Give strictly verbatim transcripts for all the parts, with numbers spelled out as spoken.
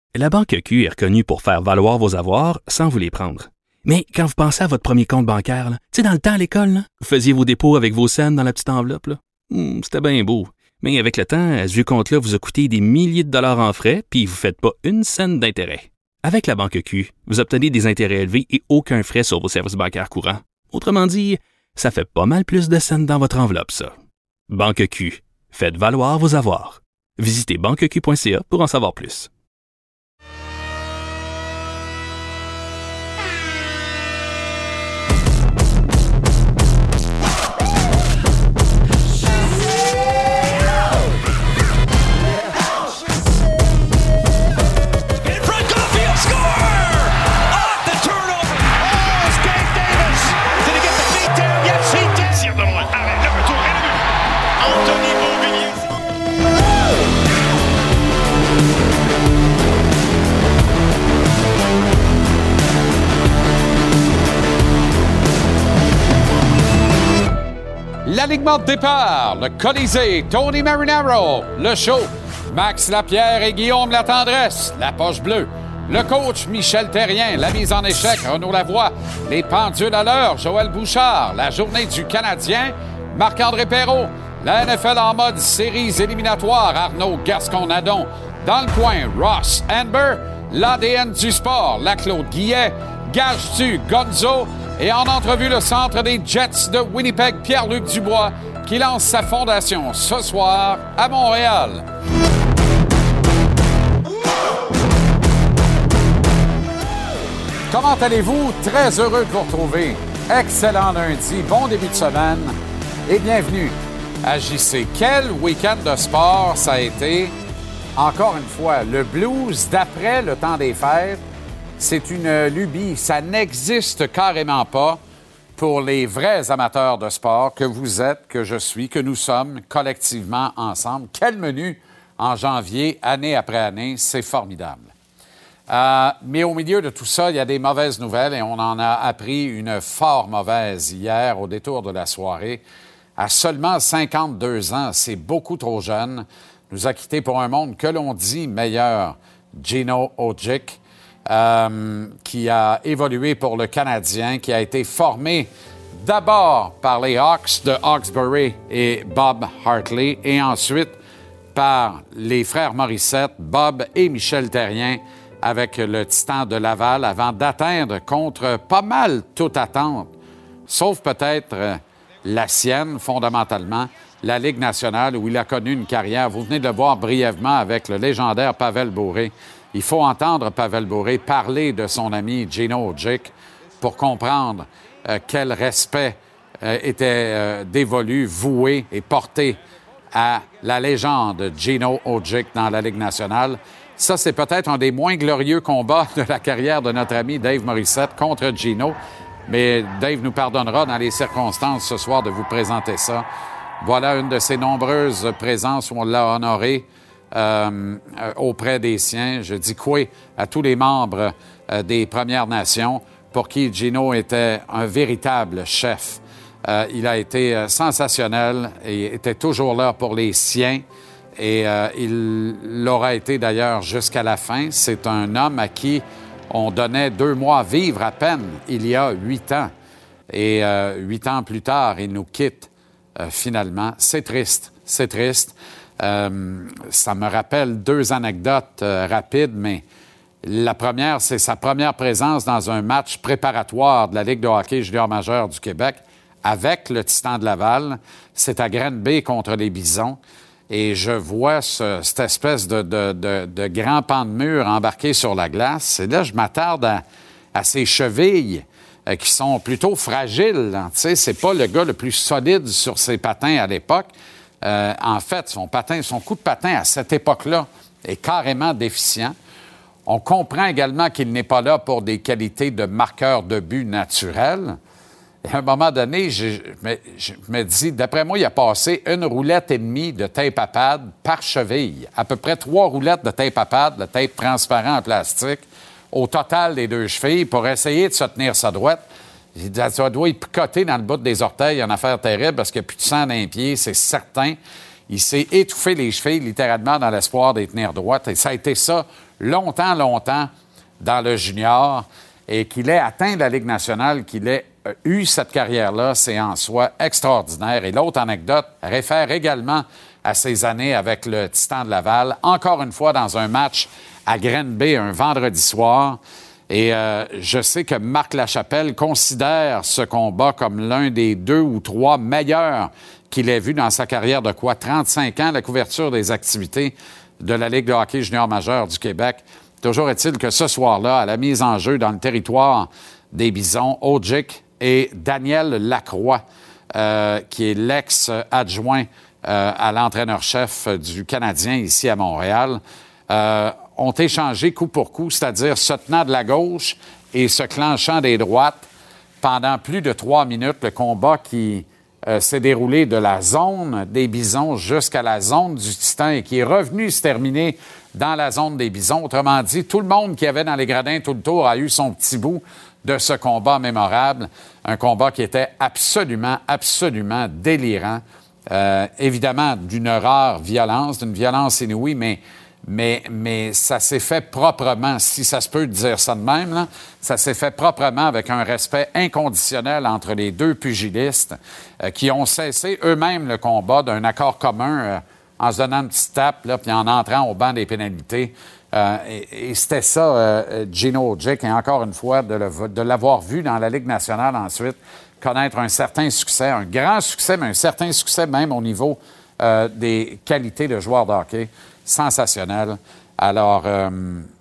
La Banque Q est reconnue pour faire valoir vos avoirs sans vous les prendre. Mais quand vous pensez à votre premier compte bancaire, tu sais, dans le temps à l'école, là, vous faisiez vos dépôts avec vos scènes dans la petite enveloppe. Là. Hum, c'était bien beau. Mais avec le temps, à ce vieux compte-là vous a coûté des milliers de dollars en frais, puis vous ne faites pas une scène d'intérêt. Avec la Banque Q, vous obtenez des intérêts élevés et aucun frais sur vos services bancaires courants. Autrement dit, ça fait pas mal plus de scènes dans votre enveloppe, ça. Banque Q. Faites valoir vos avoirs. Visitez banque q point c a pour en savoir plus. L'alignement de départ, le Colisée, Tony Marinaro, le show, Max Lapierre et Guillaume Latendresse, la poche bleue, le coach Michel Therrien, la mise en échec, Renaud Lavoie, les pendules à l'heure, Joël Bouchard, la journée du Canadien, Marc-André Perrault, la N F L en mode séries éliminatoires, Arnaud Gascon-Nadon, dans le coin, Ross Amber, l'A D N du sport, la Claude Guillet, Gage-tu Gonzo, et en entrevue, le centre des Jets de Winnipeg, Pierre-Luc Dubois, qui lance sa fondation ce soir à Montréal. Comment allez-vous? Très heureux de vous retrouver. Excellent lundi, bon début de semaine et bienvenue à J C. Quel week-end de sport ça a été? Encore une fois, le blues d'après le temps des fêtes. C'est une lubie. Ça n'existe carrément pas pour les vrais amateurs de sport que vous êtes, que je suis, que nous sommes collectivement ensemble. Quel menu en janvier, année après année. C'est formidable. Euh, mais au milieu de tout ça, il y a des mauvaises nouvelles et on en a appris une fort mauvaise hier au détour de la soirée. À seulement cinquante-deux ans, c'est beaucoup trop jeune, nous a quittés pour un monde que l'on dit meilleur. Gino Odjick. Euh, qui a évolué pour le Canadien, qui a été formé d'abord par les Hawks de Hawkesbury et Bob Hartley, et ensuite par les frères Morissette, Bob et Michel Therrien, avec le Titan de Laval, avant d'atteindre contre pas mal toute attente, sauf peut-être euh, la sienne, fondamentalement, la Ligue nationale, où il a connu une carrière. Vous venez de le voir brièvement avec le légendaire Pavel Bure. Il faut entendre Pavel Bure parler de son ami Gino Odjick pour comprendre euh, quel respect euh, était euh, dévolu, voué et porté à la légende Gino Odjick dans la Ligue nationale. Ça, c'est peut-être un des moins glorieux combats de la carrière de notre ami Dave Morissette contre Gino. Mais Dave nous pardonnera dans les circonstances ce soir de vous présenter ça. Voilà une de ses nombreuses présences où on l'a honoré Euh, euh, auprès des siens. Je dis quoi à tous les membres euh, des Premières Nations pour qui Gino était un véritable chef. Euh, il a été euh, sensationnel et était toujours là pour les siens et euh, il l'aura été d'ailleurs jusqu'à la fin. C'est un homme à qui on donnait deux mois à vivre à peine il y a huit ans. Et euh, huit ans plus tard, il nous quitte euh, finalement. C'est triste, c'est triste. Euh, ça me rappelle deux anecdotes euh, rapides, mais la première, c'est sa première présence dans un match préparatoire de la Ligue de hockey junior majeur du Québec avec le Titan de Laval. C'est à Granby contre les Bisons. Et je vois ce, cette espèce de, de, de, de grand pan de mur embarqué sur la glace. Et là, je m'attarde à, à ses chevilles euh, qui sont plutôt fragiles. Tu sais, c'est pas le gars le plus solide sur ses patins à l'époque. Euh, en fait, son patin, son coup de patin à cette époque-là est carrément déficient. On comprend également qu'il n'est pas là pour des qualités de marqueur de but naturel. Et à un moment donné, je, je, me, je me dis, d'après moi, il a passé une roulette et demie de tape à pad par cheville. À peu près trois roulettes de tape à pad, de tape transparent en plastique, au total des deux chevilles, pour essayer de se tenir sa droite. Ça doit y picoter dans le bout des orteils, une affaire terrible, parce qu'il n'y a plus de sang dans les pieds, c'est certain. Il s'est étouffé les chevilles, littéralement, dans l'espoir d'y tenir droite. Et ça a été ça longtemps, longtemps dans le junior et qu'il ait atteint la Ligue nationale, qu'il ait eu cette carrière-là, c'est en soi extraordinaire. Et l'autre anecdote réfère également à ses années avec le Titan de Laval, encore une fois dans un match à Granby un vendredi soir. Et euh, je sais que Marc Lachapelle considère ce combat comme l'un des deux ou trois meilleurs qu'il ait vu dans sa carrière de quoi? trente-cinq ans, la couverture des activités de la Ligue de hockey junior majeur du Québec. Toujours est-il que ce soir-là, à la mise en jeu dans le territoire des Bisons, Odjick et Daniel Lacroix, euh, qui est l'ex-adjoint euh, à l'entraîneur-chef du Canadien ici à Montréal, euh, ont échangé coup pour coup, c'est-à-dire se tenant de la gauche et se clenchant des droites pendant plus de trois minutes. Le combat qui euh, s'est déroulé de la zone des Bisons jusqu'à la zone du Titan et qui est revenu se terminer dans la zone des Bisons. Autrement dit, tout le monde qui avait dans les gradins tout le tour a eu son petit bout de ce combat mémorable. Un combat qui était absolument, absolument délirant. Euh, évidemment, d'une rare violence, d'une violence inouïe, mais, mais, mais ça s'est fait proprement, si ça se peut dire ça de même, là, ça s'est fait proprement avec un respect inconditionnel entre les deux pugilistes euh, qui ont cessé eux-mêmes le combat d'un accord commun euh, en se donnant une petite tape, là, puis en entrant au banc des pénalités. Euh, et, et c'était ça, euh, Gino Odjick, et encore une fois, de, le, de l'avoir vu dans la Ligue nationale ensuite, connaître un certain succès, un grand succès, mais un certain succès même au niveau euh, des qualités de joueur de hockey. Sensationnel. Alors, euh,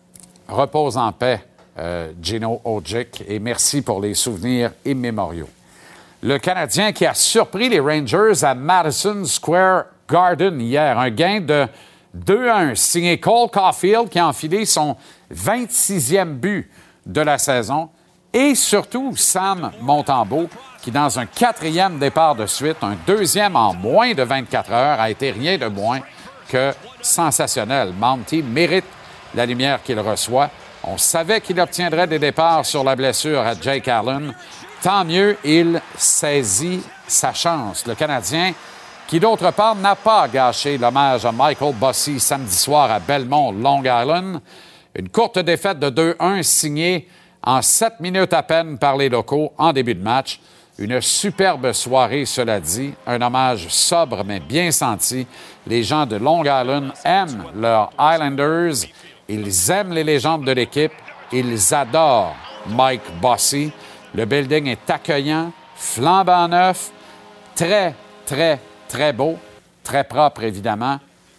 repose en paix, euh, Gino Odjick, et merci pour les souvenirs immémoriaux. Le Canadien qui a surpris les Rangers à Madison Square Garden hier, un gain de deux à un, signé Cole Caulfield qui a enfilé son vingt-sixième but de la saison, et surtout Sam Montembeault qui, dans un quatrième départ de suite, un deuxième en moins de vingt-quatre heures, a été rien de moins que sensationnel. Monty mérite la lumière qu'il reçoit. On savait qu'il obtiendrait des départs sur la blessure à Jake Allen. Tant mieux, il saisit sa chance. Le Canadien qui, d'autre part, n'a pas gâché l'hommage à Michael Bossy samedi soir à Belmont, Long Island. Une courte défaite de deux un signée en sept minutes à peine par les locaux en début de match. Une superbe soirée, cela dit. Un hommage sobre mais bien senti. Les gens de Long Island aiment leurs Islanders. Ils aiment les légendes de l'équipe. Ils adorent Mike Bossy. Le building est accueillant, flambant neuf, très, très, très beau, très propre, évidemment,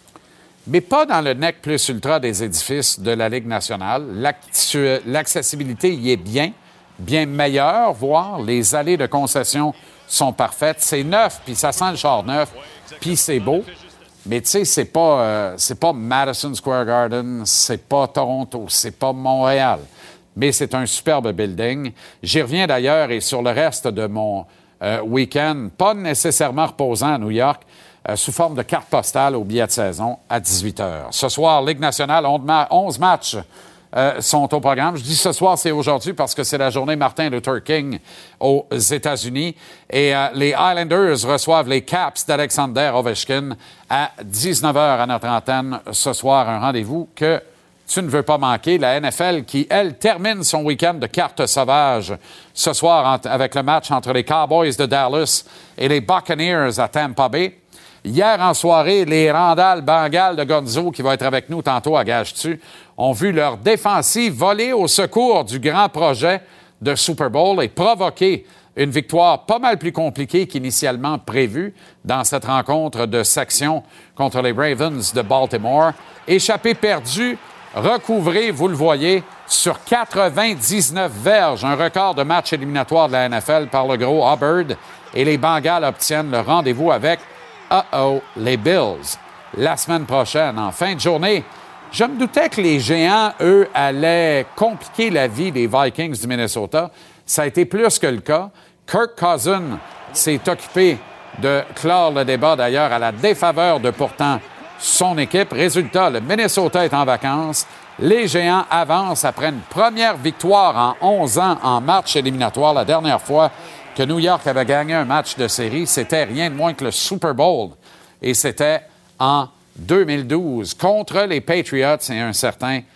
mais pas dans le nec plus ultra des édifices de la Ligue nationale. L'accessibilité y est bien, bien meilleure, voire les allées de concession sont parfaites. C'est neuf, puis ça sent le char neuf, puis c'est beau. Mais tu sais, c'est pas, euh, c'est pas Madison Square Garden, c'est pas Toronto, c'est pas Montréal. Mais c'est un superbe building. J'y reviens d'ailleurs, et sur le reste de mon euh, week-end, pas nécessairement reposant à New York, euh, sous forme de carte postale au billet de saison à dix-huit heures. Ce soir, Ligue nationale, onze matchs euh, sont au programme. Je dis ce soir, c'est aujourd'hui parce que c'est la journée Martin Luther King aux États-Unis. Et euh, les Islanders reçoivent les Caps d'Alexander Ovechkin à dix-neuf heures à notre antenne ce soir. Un rendez-vous que tu ne veux pas manquer. La N F L qui, elle, termine son week-end de cartes sauvages ce soir avec le match entre les Cowboys de Dallas et les Buccaneers à Tampa Bay. Hier en soirée, les Randall Bengals de Gonzo, qui va être avec nous tantôt à Gage-Tu, ont vu leur défensive voler au secours du grand projet de Super Bowl et provoquer une victoire pas mal plus compliquée qu'initialement prévue dans cette rencontre de section contre les Ravens de Baltimore. Échappé perdu, recouvré, vous le voyez, sur quatre-vingt-dix-neuf verges, un record de match éliminatoire de la N F L par le gros Hubbard. Et les Bengals obtiennent le rendez-vous avec, uh-oh, les Bills. La semaine prochaine, en fin de journée, je me doutais que les Géants, eux, allaient compliquer la vie des Vikings du Minnesota. Ça a été plus que le cas. Kirk Cousins s'est occupé de clore le débat, d'ailleurs, à la défaveur de pourtant son équipe. Résultat, le Minnesota est en vacances. Les Géants avancent après une première victoire en onze ans en match éliminatoire. La dernière fois que New York avait gagné un match de série, c'était rien de moins que le Super Bowl. Et c'était en deux mille douze contre les Patriots et un certain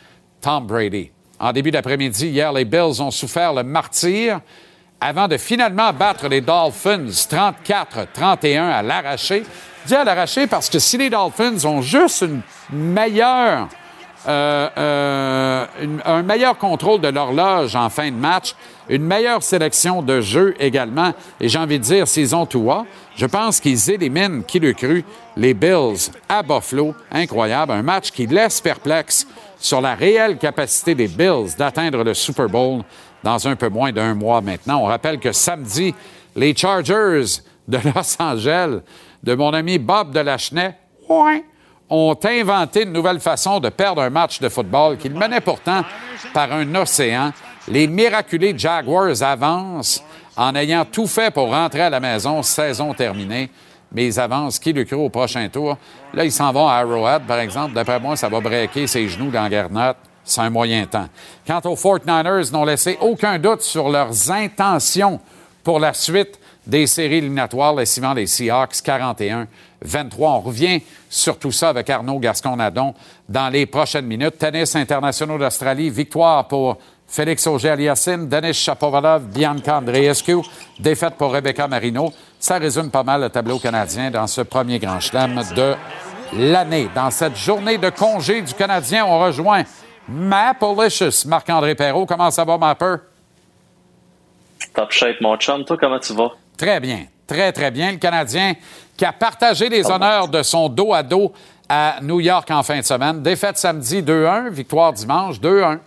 Tom Brady. En début d'après-midi, hier, les Bills ont souffert le martyre avant de finalement battre les Dolphins trente-quatre à trente et un à l'arraché. Je dis à l'arraché parce que si les Dolphins ont juste une meilleure, euh, euh, une, un meilleur contrôle de l'horloge en fin de match, une meilleure sélection de jeux également, et j'ai envie de dire, s'ils ont tout à, je pense qu'ils éliminent, qui le crut, les Bills à Buffalo. Incroyable, un match qui laisse perplexe sur la réelle capacité des Bills d'atteindre le Super Bowl dans un peu moins d'un mois maintenant. On rappelle que samedi, les Chargers de Los Angeles, de mon ami Bob Delachenay, ont inventé une nouvelle façon de perdre un match de football qu'ils menaient pourtant par un océan. Les miraculés Jaguars avancent en ayant tout fait pour rentrer à la maison, saison terminée. Mais ils avancent, qui le crut, au prochain tour. Là, ils s'en vont à Arrowhead, par exemple. D'après moi, ça va breaker ses genoux dans Garnotte. C'est un moyen temps. Quant aux forty-niners, n'ont laissé aucun doute sur leurs intentions pour la suite des séries éliminatoires, lessivant les Seahawks quarante et un à vingt-trois. On revient sur tout ça avec Arnaud Gascon-Nadon dans les prochaines minutes. Tennis international d'Australie, victoire pour Félix Auger-Aliassime, Denis Shapovalov, Bianca Andreescu, défaite pour Rebecca Marino. Ça résume pas mal le tableau canadien dans ce premier grand chelem de l'année. Dans cette journée de congé du Canadien, on rejoint Mapalicious. Marc-André Perrault, comment ça va, Mapper? Top shape, mon chum. Toi, comment tu vas? Très bien, très, très bien. Le Canadien qui a partagé les honneurs de son dos à dos à New York en fin de semaine. Défaite samedi deux un, victoire dimanche deux un.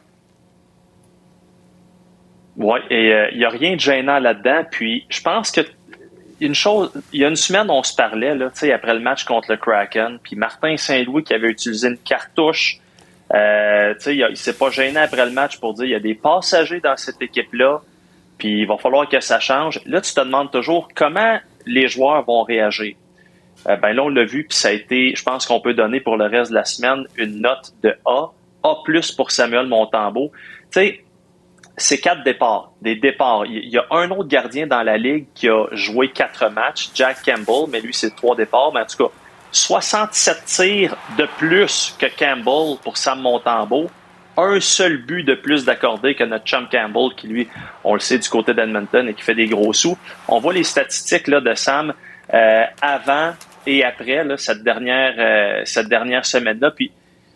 Oui, et il euh, n'y a rien de gênant là-dedans. Puis, je pense que une chose, il y a une semaine, on se parlait, là, tu sais, après le match contre le Kraken, puis Martin Saint-Louis qui avait utilisé une cartouche, euh, tu sais, il ne s'est pas gêné après le match pour dire il y a des passagers dans cette équipe-là, puis il va falloir que ça change. Là, tu te demandes toujours comment les joueurs vont réagir. Euh, ben là, on l'a vu, puis ça a été, je pense qu'on peut donner pour le reste de la semaine une note de A, A plus pour Samuel Montembeault. Tu sais, c'est quatre départs, des départs. Il y a un autre gardien dans la Ligue qui a joué quatre matchs, Jack Campbell, mais lui, c'est trois départs. Mais en tout cas, soixante-sept tirs de plus que Campbell pour Sam Montembeault. Un seul but de plus d'accordé que notre chum Campbell, qui lui, on le sait, du côté d'Edmonton et qui fait des gros sous. On voit les statistiques là, de Sam euh, avant et après là, cette dernière, euh, cette dernière semaine-là. Puis,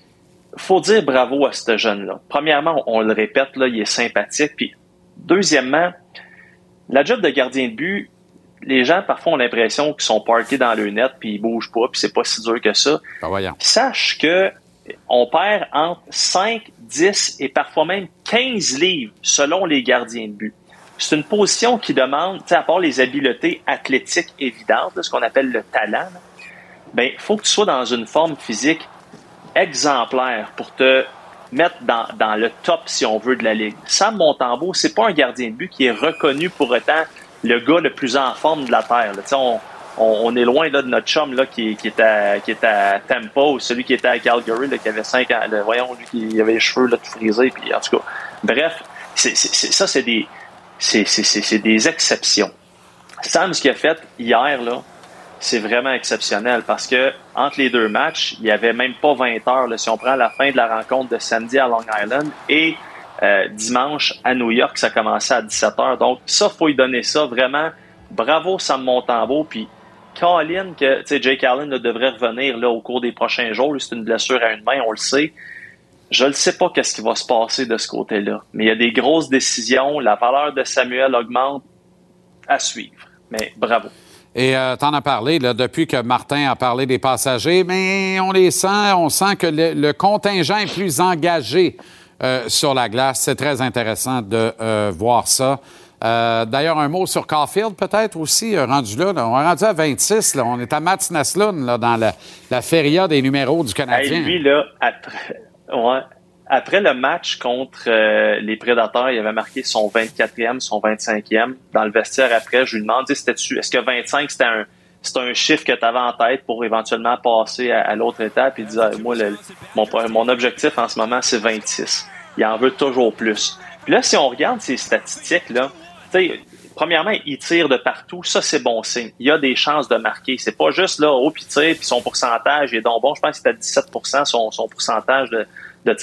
faut dire bravo à ce jeune-là. Premièrement, on, on le répète, là, il est sympathique. Puis, deuxièmement, la job de gardien de but, les gens, parfois, ont l'impression qu'ils sont parkés dans le net puis ils bougent pas puis c'est pas si dur que ça. Ben voyons. Sache que on perd entre cinq, dix et parfois même quinze livres selon les gardiens de but. C'est une position qui demande, à part les habiletés athlétiques évidentes, là, ce qu'on appelle le talent, ben, il faut que tu sois dans une forme physique exemplaire pour te mettre dans, dans le top, si on veut, de la Ligue. Sam Montembeault, c'est pas un gardien de but qui est reconnu pour autant le gars le plus en forme de la Terre. Là. On, on, on est loin là, de notre chum là, qui, qui, est à, qui est à Tampa ou celui qui était à Calgary, là, qui avait cinq ans. Là, voyons, lui qui avait les cheveux là, tout frisés. Puis, en tout cas, bref, c'est, c'est, c'est, ça, c'est des, c'est, c'est, c'est, c'est des exceptions. Sam, ce qu'il a fait hier, là, c'est vraiment exceptionnel parce que entre les deux matchs, il n'y avait même pas vingt heures. Là, si on prend la fin de la rencontre de samedi à Long Island et euh, dimanche à New York, ça commençait à dix-sept heures. Donc, ça, il faut lui donner ça. Vraiment, bravo Sam Montembeault. Puis, Colin, que tu sais, Jake Allen là, devrait revenir là, au cours des prochains jours. Lui, c'est une blessure à une main, on le sait. Je ne sais pas qu'est-ce qui va se passer de ce côté-là. Mais il y a des grosses décisions. La valeur de Samuel augmente à suivre. Mais bravo. Et euh, t'en as parlé, là, depuis que Martin a parlé des passagers, mais on les sent, on sent que le, le contingent est plus engagé euh, sur la glace. C'est très intéressant de euh, voir ça. Euh, d'ailleurs, un mot sur Caulfield, peut-être aussi, euh, rendu là, là. On est rendu à vingt-six, là. On est à Mats Naslund, là, dans la, la feria des numéros du Canadien. Hey, lui, là, après... Ouais. Après le match contre euh, les Prédateurs, il avait marqué son vingt-quatrième, son vingt-cinquième. Dans le vestiaire après, je lui demandais c'était-tu, est-ce que vingt-cinq, c'était un, c'était un chiffre que tu avais en tête pour éventuellement passer à, à l'autre étape? Il disait, moi, le, mon, mon objectif en ce moment, c'est vingt-six. Il en veut toujours plus. Puis là, si on regarde ces statistiques-là, tu sais, premièrement, il tire de partout. Ça, c'est bon signe. Il y a des chances de marquer. C'est pas juste là, oh, puis il tire, puis son pourcentage il est donc bon. Je pense que c'était à dix-sept pour cent son, son pourcentage de, de tir.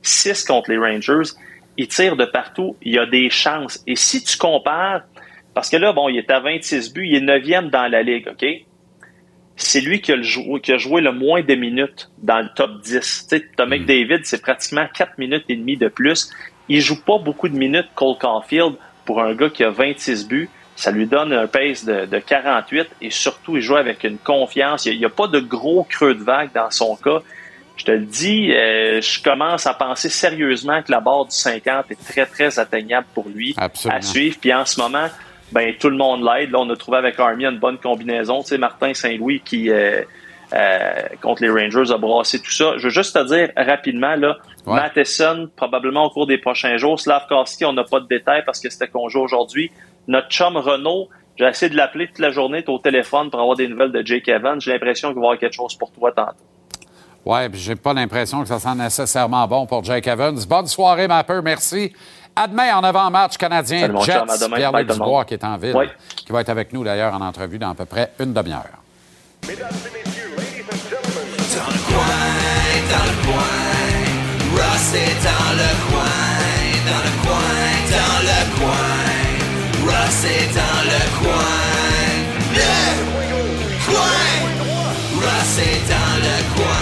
six contre les Rangers. Il tire de partout. Il a des chances. Et si tu compares, parce que là, bon, il est à vingt-six buts, il est neuvième dans la Ligue, OK? C'est lui qui a, le jou- qui a joué le moins de minutes dans le top dix. Tu sais, Tom McDavid, c'est pratiquement quatre minutes et demie de plus. Il joue pas beaucoup de minutes, Cole Caulfield, pour un gars qui a vingt-six buts. Ça lui donne un pace de, de quarante-huit et surtout, il joue avec une confiance. Il n'y a, a pas de gros creux de vague dans son cas. Je te le dis, euh, je commence à penser sérieusement que la barre du cinquante est très, très atteignable pour lui. Absolument. À suivre. Puis en ce moment, ben tout le monde l'aide. Là, on a trouvé avec Armia une bonne combinaison. Tu sais, Martin Saint-Louis qui, euh, euh, contre les Rangers, a brassé tout ça. Je veux juste te dire rapidement, là, ouais. Matheson, probablement au cours des prochains jours. Slavkovski, on n'a pas de détails parce que c'était congé aujourd'hui. Notre chum Renaud, j'ai essayé de l'appeler toute la journée, t'es au téléphone pour avoir des nouvelles de Jake Evans. J'ai l'impression qu'il va y avoir quelque chose pour toi tantôt. Oui, puis j'ai pas l'impression que ça sent nécessairement bon pour Jake Evans. Bonne soirée, Mapper, merci. À demain en avant-match canadien. Salut, Jets, chum, à demain. Pierre-Luc Dubois qui est en ville, oui. qui va être avec nous d'ailleurs en entrevue dans à peu près une demi-heure. Mesdames et messieurs, ladies and gentlemen. Dans le coin, dans le coin, Ross est dans le coin, dans le coin, dans le coin, Ross est dans le coin, le coin, Ross est dans le coin.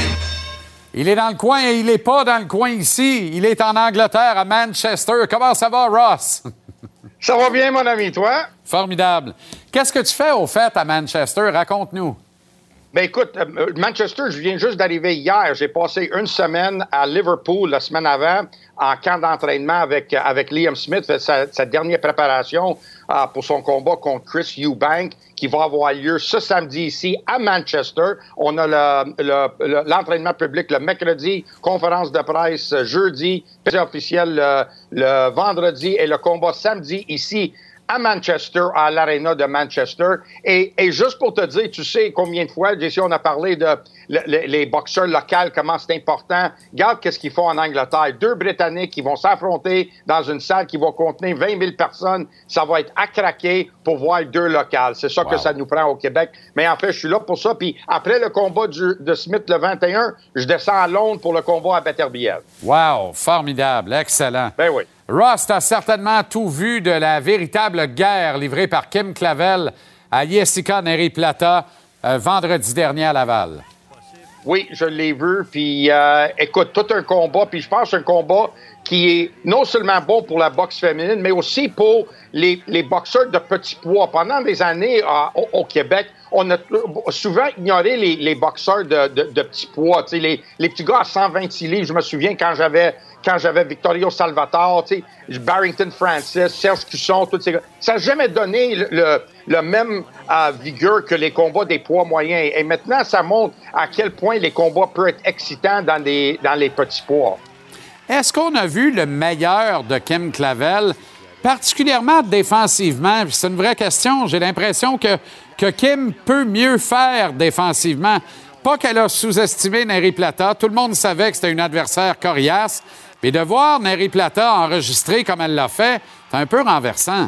Il est dans le coin et il n'est pas dans le coin ici. Il est en Angleterre, à Manchester. Comment ça va, Ross? Ça va bien, mon ami, toi? Formidable. Qu'est-ce que tu fais, au fait, à Manchester? Raconte-nous. Ben écoute, Manchester, je viens juste d'arriver hier. J'ai passé une semaine à Liverpool la semaine avant en camp d'entraînement avec, avec Liam Smith, sa, sa dernière préparation uh, pour son combat contre Chris Eubank qui va avoir lieu ce samedi ici à Manchester. On a le, le, le, l'entraînement public le mercredi, conférence de presse jeudi, officiel le, le vendredi et le combat samedi ici à Manchester, à l'Arena de Manchester. Et, et juste pour te dire, tu sais combien de fois, J C, on a parlé de le, le, les boxeurs locaux, comment c'est important. Regarde qu'est-ce qu'ils font en Angleterre. Deux Britanniques qui vont s'affronter dans une salle qui va contenir vingt mille personnes. Ça va être à craquer pour voir deux locales. C'est ça wow. que ça nous prend au Québec. Mais en fait, je suis là pour ça. Puis après le combat du, de Smith le vingt et un, je descends à Londres pour le combat à Beterbiev. Wow! Formidable! Excellent! Ben oui. Ross, tu as certainement tout vu de la véritable guerre livrée par Kim Clavel à Jessica Neri Plata euh, vendredi dernier à Laval. Oui, je l'ai vu. Puis, euh, écoute, tout un combat. Puis, je pense que c'est un combat qui est non seulement bon pour la boxe féminine, mais aussi pour les, les boxeurs de petit poids. Pendant des années, euh, au, au Québec, on a souvent ignoré les, les boxeurs de, de, de petit poids. Tu sais, les, les petits gars à cent vingt-six livres. Je me souviens quand j'avais... Quand j'avais Victorio Salvatore, tu sais, Barrington Francis, Serge Cusson, tous ces gars. Ça n'a jamais donné le, le, le même euh, vigueur que les combats des poids moyens. Et maintenant, ça montre à quel point les combats peuvent être excitants dans, des, dans les petits poids. Est-ce qu'on a vu le meilleur de Kim Clavel, particulièrement défensivement? Puis c'est une vraie question. J'ai l'impression que, que Kim peut mieux faire défensivement. Pas qu'elle a sous-estimé Neri Plata. Tout le monde savait que c'était une adversaire coriace. Mais de voir Neri Plata enregistrer comme elle l'a fait, c'est un peu renversant.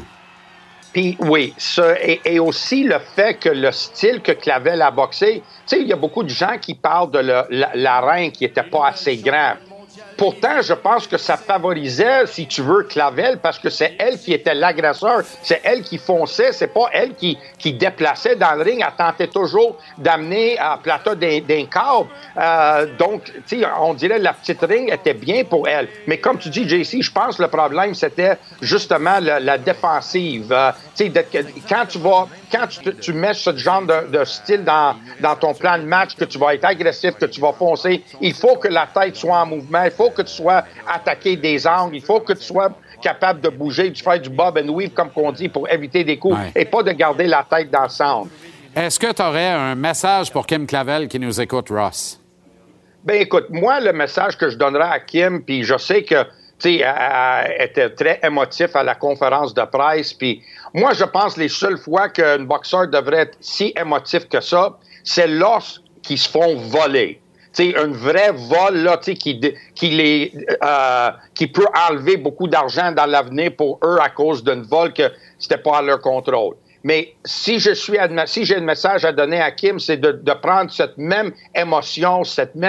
Puis oui, ça, et, et aussi le fait que le style que Clavel a boxé, tu sais, il y a beaucoup de gens qui parlent de le, la, la reine qui était pas assez grand. Pourtant, je pense que ça favorisait, si tu veux, Clavel, parce que c'est elle qui était l'agresseur, c'est elle qui fonçait, c'est pas elle qui, qui déplaçait dans le ring, elle tentait toujours d'amener à Plata d'un, d'un câble. Euh, donc, tu sais, on dirait que la petite ring était bien pour elle. Mais comme tu dis, J C, je pense que le problème, c'était justement la, la défensive. Euh, tu sais, quand tu vas... Quand tu, tu mets ce genre de, de style dans, dans ton plan de match, que tu vas être agressif, que tu vas foncer, il faut que la tête soit en mouvement, il faut que tu sois attaqué des angles, il faut que tu sois capable de bouger, de faire du bob and weave, comme on dit, pour éviter des coups, ouais. et pas de garder la tête dans le centre. Est-ce que tu aurais un message pour Kim Clavel qui nous écoute, Ross? Bien, écoute, moi, le message que je donnerais à Kim, puis je sais que tu sais, elle était très émotif à la conférence de presse. Puis moi, je pense que les seules fois qu'un boxeur devrait être si émotif que ça, c'est lorsqu'ils se font voler. Tu sais, un vrai vol là, tu sais, qui, qui, les, euh, qui peut enlever beaucoup d'argent dans l'avenir pour eux à cause d'un vol que c'était pas à leur contrôle. Mais si je suis, si j'ai un message à donner à Kim, c'est de, de prendre cette même émotion, cette même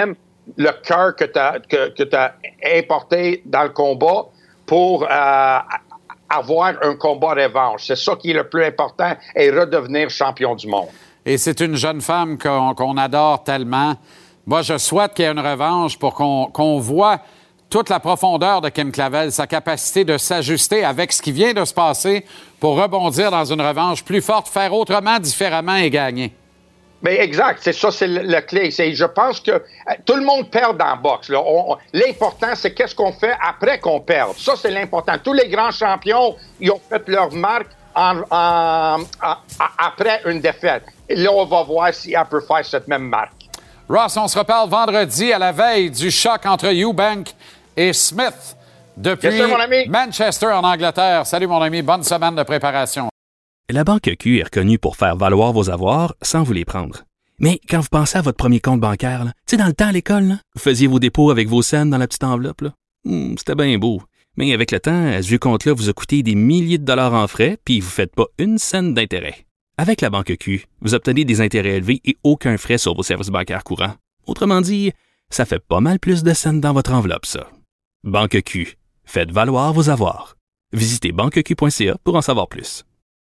le cœur que tu as que, que t'as importé dans le combat pour euh, avoir un combat revanche. C'est ça qui est le plus important et redevenir champion du monde. Et c'est une jeune femme qu'on, qu'on adore tellement. Moi, je souhaite qu'il y ait une revanche pour qu'on, qu'on voit toute la profondeur de Kim Clavel, sa capacité de s'ajuster avec ce qui vient de se passer pour rebondir dans une revanche plus forte, faire autrement, différemment et gagner. Mais exact, c'est ça, c'est le, le clé. C'est, je pense que euh, tout le monde perd dans la boxe. Là. On, on, l'important, c'est qu'est-ce qu'on fait après qu'on perde. Ça, c'est l'important. Tous les grands champions, ils ont fait leur marque en, en, en, après une défaite. Et là, on va voir si elle peut faire cette même marque. Ross, on se reparle vendredi à la veille du choc entre Eubank et Smith depuis yes, sir, mon ami. Manchester en Angleterre. Salut mon ami, bonne semaine de préparation. La Banque Q est reconnue pour faire valoir vos avoirs sans vous les prendre. Mais quand vous pensez à votre premier compte bancaire, tu sais, dans le temps à l'école, là, vous faisiez vos dépôts avec vos scènes dans la petite enveloppe. Là. Hmm, c'était bien beau. Mais avec le temps, ce vieux compte-là vous a coûté des milliers de dollars en frais, puis vous ne faites pas une scène d'intérêt. Avec la Banque Q, vous obtenez des intérêts élevés et aucun frais sur vos services bancaires courants. Autrement dit, ça fait pas mal plus de scènes dans votre enveloppe, ça. Banque Q. Faites valoir vos avoirs. Visitez banque q point c a pour en savoir plus.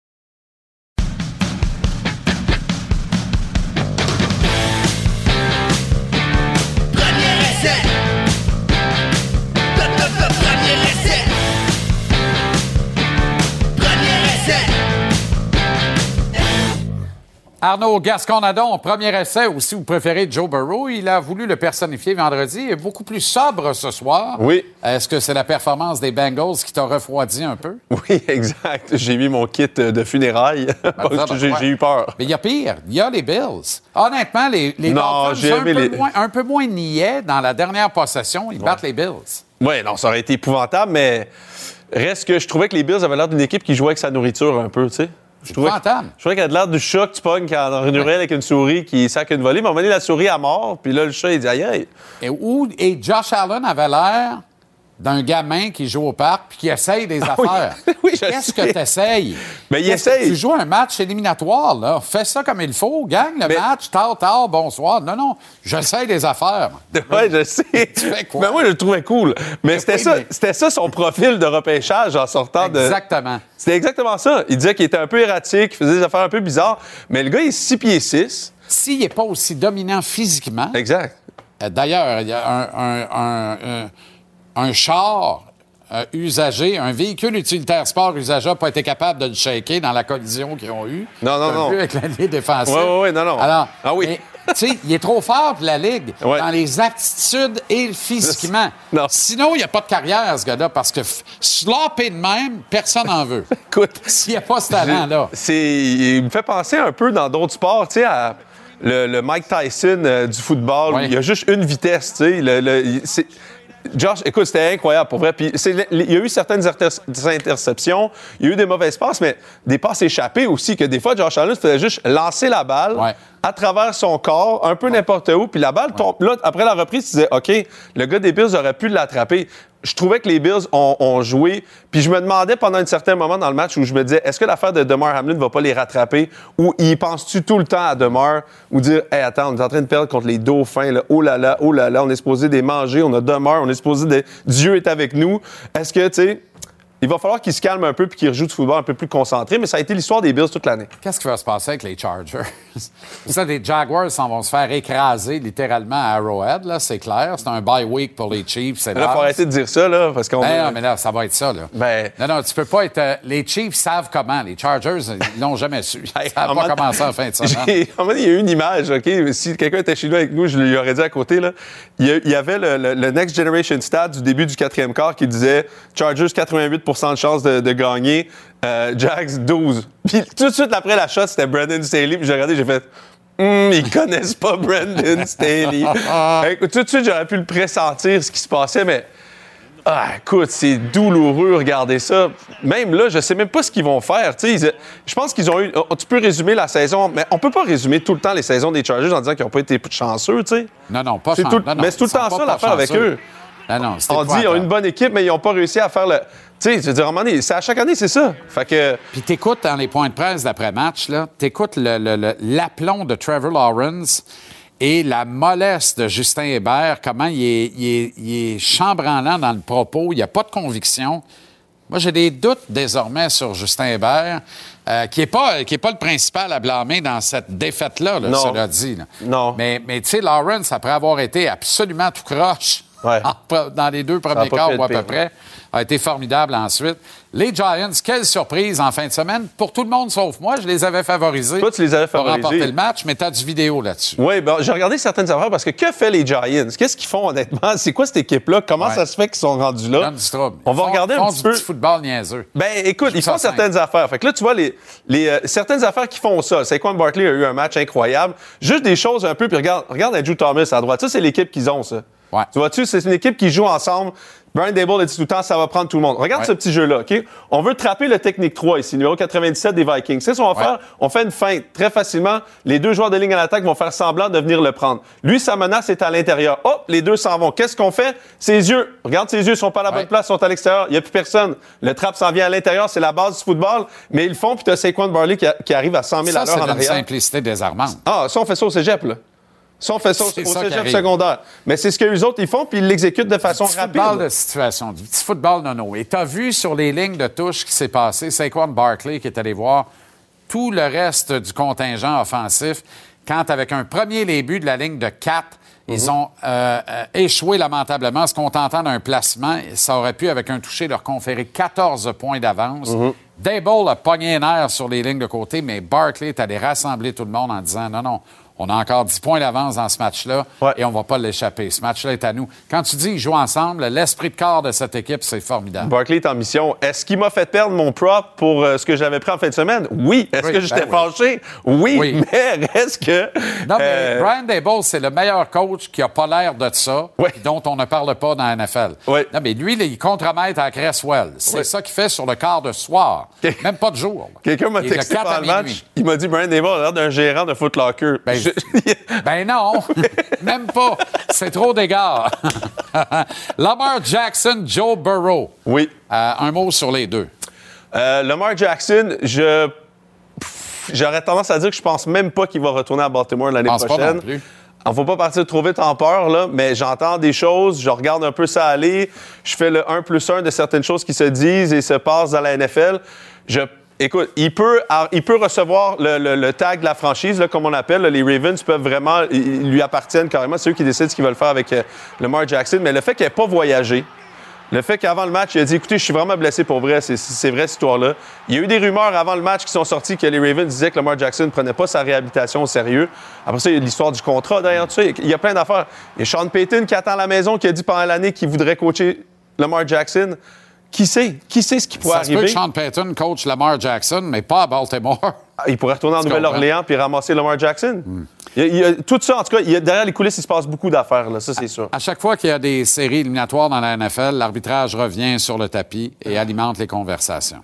Arnaud Gascon-Nadon, premier essai, ou si vous préférez Joe Burrow, il a voulu le personnifier vendredi. Il est beaucoup plus sobre ce soir. Oui. Est-ce que c'est la performance des Bengals qui t'a refroidi un peu? Oui, exact. J'ai mis mon kit de funérailles Ben, parce que j'ai, ouais. j'ai eu peur. Mais il y a pire. Il y a les Bills. Honnêtement, les, les Non, Dolphins j'ai un, aimé peu les- moins, un peu moins niais dans la dernière possession. Ils battent les Bills. Oui, non, ça aurait été épouvantable, mais reste que je trouvais que les Bills avaient l'air d'une équipe qui jouait avec sa nourriture un peu, tu sais. Je trouvais, Épouvantable. je trouvais qu'elle avait l'air du chat que tu pognes quand dans une ruelle avec une souris qui sac une volée. Mais à un moment donné, la souris à mort, puis là, le chat, il dit aïe aïe. Et, où, et Josh Allen avait l'air d'un gamin qui joue au parc puis qui essaye des Ah oui. affaires. Oui, je Qu'est-ce sais. que tu essayes? Mais il essaye. Tu joues un match éliminatoire, là. Fais ça comme il faut. Gagne le Mais- match, tard, tard, bonsoir. Non, non, j'essaye des affaires. Ouais, je sais. Tu fais quoi? Mais moi, je le trouvais cool. Mais c'était, oui, ça, mais- c'était ça son profil de repêchage en sortant de. Exactement. C'était exactement ça. Il disait qu'il était un peu erratique, il faisait des affaires un peu bizarres. Mais le gars, il est six pieds six. S'il n'est pas aussi dominant physiquement, Exact. euh, d'ailleurs, il y a un, un, un, un, un char euh, usagé, un véhicule utilitaire sport usagé n'a pas été capable de le shaker dans la collision qu'ils ont eue. Non, non, T'as non. vu avec la ligne défensive. Ouais, ouais, ouais, non, non. Alors, Ah oui. mais, tu sais, il est trop fort pour la Ligue Ouais. dans les aptitudes et physiquement. Non. Sinon, il n'y a pas de carrière, ce gars-là, parce que f- slopper de même, personne n'en veut. Écoute. S'il n'y a pas ce talent-là. C'est, il me fait penser un peu dans d'autres sports, tu sais, à le, le Mike Tyson euh, du football. Ouais. Où il y a juste une vitesse, tu sais. Le, le- il- c'est- Josh, écoute, c'était incroyable pour vrai. Puis c'est- il y a eu certaines inter- interceptions, il y a eu des mauvaises passes, mais des passes échappées aussi, que des fois, Josh Allen faisait juste lancer la balle Ouais. à travers son corps, un peu n'importe où, puis la balle tombe. Là, après la reprise, tu disais, OK, le gars des Bills aurait pu l'attraper. Je trouvais que les Bills ont, ont joué, puis je me demandais pendant un certain moment dans le match où je me disais, est-ce que l'affaire de Damar Hamlin ne va pas les rattraper, ou y penses-tu tout le temps à Damar, ou dire, hey, attends, on est en train de perdre contre les Dauphins, là. Oh là là, oh là là, on est supposé les manger, on a Damar, on est supposé de... Dieu est avec nous. Est-ce que, tu sais, il va falloir qu'il se calme un peu puis qu'il rejoue du football un peu plus concentré, mais ça a été l'histoire des Bills toute l'année. Qu'est-ce qui va se passer avec les Chargers? Ça, les Jaguars s'en vont se faire écraser littéralement à Arrowhead, là, c'est clair. C'est un bye week pour les Chiefs. C'est Là, il faut large. arrêter de dire ça, là, parce qu'on... Ben non, mais là, ça va être ça, là. Ben- Non, non, tu peux pas être... euh, les Chiefs savent comment. Les Chargers, ils l'ont jamais su. Hey, Ça n'a en pas mode- commencé en fin de semaine. J'ai- à un moment donné, il y a eu une image, OK? Si quelqu'un était chez nous avec nous, je lui aurais dit à côté, là. Il y, a- il y avait le, le- le Next Generation Stat du début du quatrième quart qui disait Chargers quatre-vingt-huit pour cent de chance de, de gagner, euh, Jags douze. Puis tout de suite après la shot, c'était Brandon Staley. Puis j'ai regardé, j'ai fait Hum, ils connaissent pas Brandon Staley. Écoute, tout de suite, j'aurais pu le pressentir ce qui se passait, mais. Ah, écoute, c'est douloureux, regarder ça. Même là, je sais même pas ce qu'ils vont faire. Tu sais, ils- je pense qu'ils ont eu... oh, Tu peux résumer la saison, mais on peut pas résumer tout le temps les saisons des Chargers en disant qu'ils n'ont pas été chanceux, tu sais. Non, non, pas C'est chan- tout- non, non, mais c'est tout le ils sont temps pas ça, pas l'affaire avec chanceux. eux. Non, non, c'est On dit ils ont une bonne équipe, mais ils n'ont pas réussi à faire le... Tu sais, je veux dire, à un moment donné, c'est à chaque année, c'est ça. Fait que... Puis t'écoutes dans les points de presse d'après-match, là, t'écoutes le, le- le- l'aplomb de Trevor Lawrence et la mollesse de Justin Hébert, comment il est, il est, il est chambranlant dans le propos, il n'y a pas de conviction. Moi, j'ai des doutes désormais sur Justin Hébert, euh, qui n'est pas, qui est pas le principal à blâmer dans cette défaite-là, là, cela dit. Là. Non. Mais, mais tu sais, Lawrence, après avoir été absolument tout croche ouais. en, dans les deux premiers quarts ou à peu près, a été formidable ensuite. Les Giants, quelle surprise en fin de semaine. Pour tout le monde sauf moi, je les avais favorisés. Toi, tu les avais favorisés. Pour remporter le match, mais tu as du vidéo là-dessus. Oui, ben, j'ai regardé certaines affaires parce que que fait les Giants? Qu'est-ce qu'ils font honnêtement? C'est quoi cette équipe-là? Comment ouais. ça se fait qu'ils sont rendus là? Du trouble. On va font, regarder un font petit du peu. Petit football niaiseux. Ben écoute, ils font certaines simple. affaires. Fait que là, tu vois, les, les, euh, certaines affaires qui font ça. Saquon Barkley a eu un match incroyable. Juste des choses un peu, puis regarde, regarde Andrew Thomas à droite. Ça, c'est l'équipe qu'ils ont, ça. Ouais. Tu vois-tu, c'est une équipe qui joue ensemble. Brian Daboll a dit tout le temps, ça va prendre tout le monde. Regarde ouais. ce petit jeu-là, OK? On veut trapper le technique trois ici, numéro quatre-vingt-dix-sept des Vikings. C'est ce qu'on va ouais. faire. On fait une feinte très facilement. Les deux joueurs de ligne à l'attaque vont faire semblant de venir le prendre. Lui, sa menace est à l'intérieur. Hop, les deux s'en vont. Qu'est-ce qu'on fait? Ses yeux. Regarde, ses yeux sont pas à la ouais. bonne place, sont à l'extérieur. Il n'y a plus personne. Le trap s'en vient à l'intérieur. C'est la base du football. Mais ils le font, puis tu as Saquon Barkley qui, a, qui arrive à cent mille à l'heure en arrière. Ça, c'est une simplicité désarmante. Ah, ça, on fait ça au cégep, là. Ça, on fait ça c'est au ça cégep secondaire. Mais c'est ce que les autres, ils font, puis ils l'exécutent de façon du rapide. Football de situation, du petit football nono. Et tu as vu sur les lignes de touche qui s'est passé, Saquon Barkley qui est allé voir tout le reste du contingent offensif, quand avec un premier début de la ligne de quatre, mm-hmm. ils ont euh, euh, échoué lamentablement, se contentant d'un placement. Ça aurait pu, avec un toucher, leur conférer quatorze points d'avance. Mm-hmm. Daboll a pogné un air sur les lignes de côté, mais Barkley est allé rassembler tout le monde en disant non, non. On a encore dix points d'avance dans ce match-là ouais. et on ne va pas l'échapper. Ce match-là est à nous. Quand tu dis qu'ils jouent ensemble, l'esprit de corps de cette équipe, c'est formidable. Barkley est en mission. Est-ce qu'il m'a fait perdre mon prop pour euh, ce que j'avais pris en fin de semaine? Oui. Est-ce oui, que j'étais ben fâché? Oui. oui. Mais reste que... Non, mais euh... Brian Daboll, c'est le meilleur coach qui n'a pas l'air de ça, oui. dont on ne parle pas dans la N F L. Oui. Non, mais lui, il contre-maître à Cresswell. C'est oui. ça qu'il fait sur le quart de soir. Okay. Même pas de jour. Quelqu'un m'a texté pendant le match. Il m'a dit, Brian Daboll a l'air d'un gérant de Foot Locker. Ben, je... Ben non, même pas. C'est trop d'égards. Lamar Jackson, Joe Burrow. Oui. Euh, un mot sur les deux. Euh, Lamar Jackson, je... j'aurais tendance à dire que je pense même pas qu'il va retourner à Baltimore l'année pense prochaine. Pas non plus. On ne va pas partir trop vite en peur, là, mais j'entends des choses, je regarde un peu ça aller, je fais le un plus un de certaines choses qui se disent et se passent dans la N F L. Je Écoute, il peut, il peut recevoir le, le, le tag de la franchise, là, comme on appelle. Là, les Ravens peuvent vraiment, ils lui appartiennent carrément. C'est eux qui décident ce qu'ils veulent faire avec euh, Lamar Jackson. Mais le fait qu'il n'ait pas voyagé, le fait qu'avant le match, il a dit « Écoutez, je suis vraiment blessé pour vrai. C'est, c'est vrai, cette histoire-là. » Il y a eu des rumeurs avant le match qui sont sorties que les Ravens disaient que Lamar Jackson ne prenait pas sa réhabilitation au sérieux. Après ça, il y a l'histoire du contrat derrière tout ça. Il y a plein d'affaires. Il y a Sean Payton qui attend à la maison, qui a dit pendant l'année qu'il voudrait coacher Lamar Jackson. Qui sait? Qui sait ce qui pourrait ça arriver? Ça se peut que Sean Payton coach Lamar Jackson, mais pas à Baltimore. Ah, il pourrait retourner en Nouvelle-Orléans puis ramasser Lamar Jackson. Mm. Il y a, il y a, tout ça, en tout cas, il y a, derrière les coulisses, il se passe beaucoup d'affaires, là, ça, c'est sûr. À, à chaque fois qu'il y a des séries éliminatoires dans la N F L, l'arbitrage revient sur le tapis et alimente les conversations.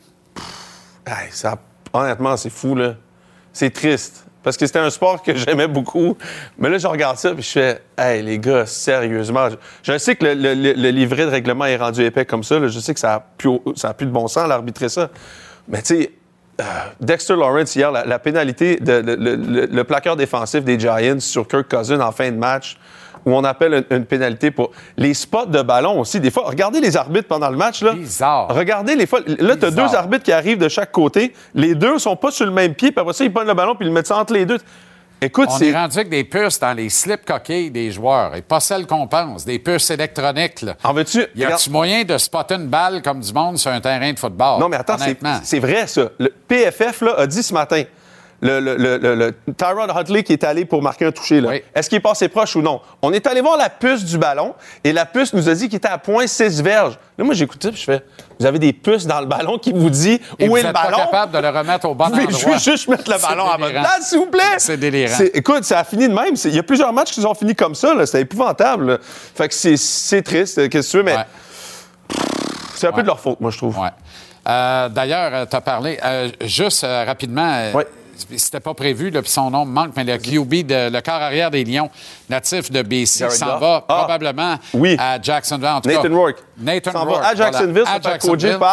Hey, ça, honnêtement, c'est fou, là. C'est triste. Parce que c'était un sport que j'aimais beaucoup. Mais là, je regarde ça et je fais « Hey, les gars, sérieusement. » Je, je sais que le, le, le livret de règlement est rendu épais comme ça. Là. Je sais que ça n'a plus, plus de bon sens à arbitrer ça. Mais tu sais, euh, Dexter Lawrence, hier, la, la pénalité, de, le, le, le plaqueur défensif des Giants sur Kirk Cousins en fin de match, où on appelle une, une pénalité pour les spots de ballon aussi. Des fois, regardez les arbitres pendant le match. Là. Bizarre. Regardez les fois. Là, tu as deux arbitres qui arrivent de chaque côté. Les deux sont pas sur le même pied. Puis après ça, ils prennent le ballon puis ils le mettent ça entre les deux. Écoute, on c'est... est rendu avec des puces dans les slips coquilles des joueurs. Et pas celles qu'on pense. Des puces électroniques. Là. En veux-tu? Y a-tu moyen de spotter une balle comme du monde sur un terrain de football? Non, mais attends, c'est, c'est vrai, ça. Le P F F là, a dit ce matin... Le, le, le, le, le Tyrod Huntley qui est allé pour marquer un toucher, là. Oui. Est-ce qu'il est passé proche ou non? On est allé voir la puce du ballon et la puce nous a dit qu'il était à zéro virgule six verges. Là, moi, j'écoute ça et je fais, vous avez des puces dans le ballon qui vous dit et où est vous le êtes ballon? Pas capable de le remettre au bon endroit. endroit. Je veux juste mettre le ballon à votre place, s'il vous plaît. C'est délirant. C'est, écoute, ça a fini de même. Il y a plusieurs matchs qui ont fini comme ça. Là. C'est épouvantable. Là. Fait que c'est, c'est triste. Qu'est-ce que tu veux? Mais ouais. c'est un ouais. peu de leur faute, moi, je trouve. Ouais. Euh, d'ailleurs, tu as parlé, euh, juste euh, rapidement... Euh, ouais. C'était pas prévu, puis son nom me manque, mais le Q B, de, le corps arrière des Lions, natif de B C, Jared s'en Goff. va ah, probablement oui. à Jacksonville. En tout Nathan cas, Rourke. Nathan s'en Rourke. va à Jacksonville, voilà. à Jacksonville. Coaché par...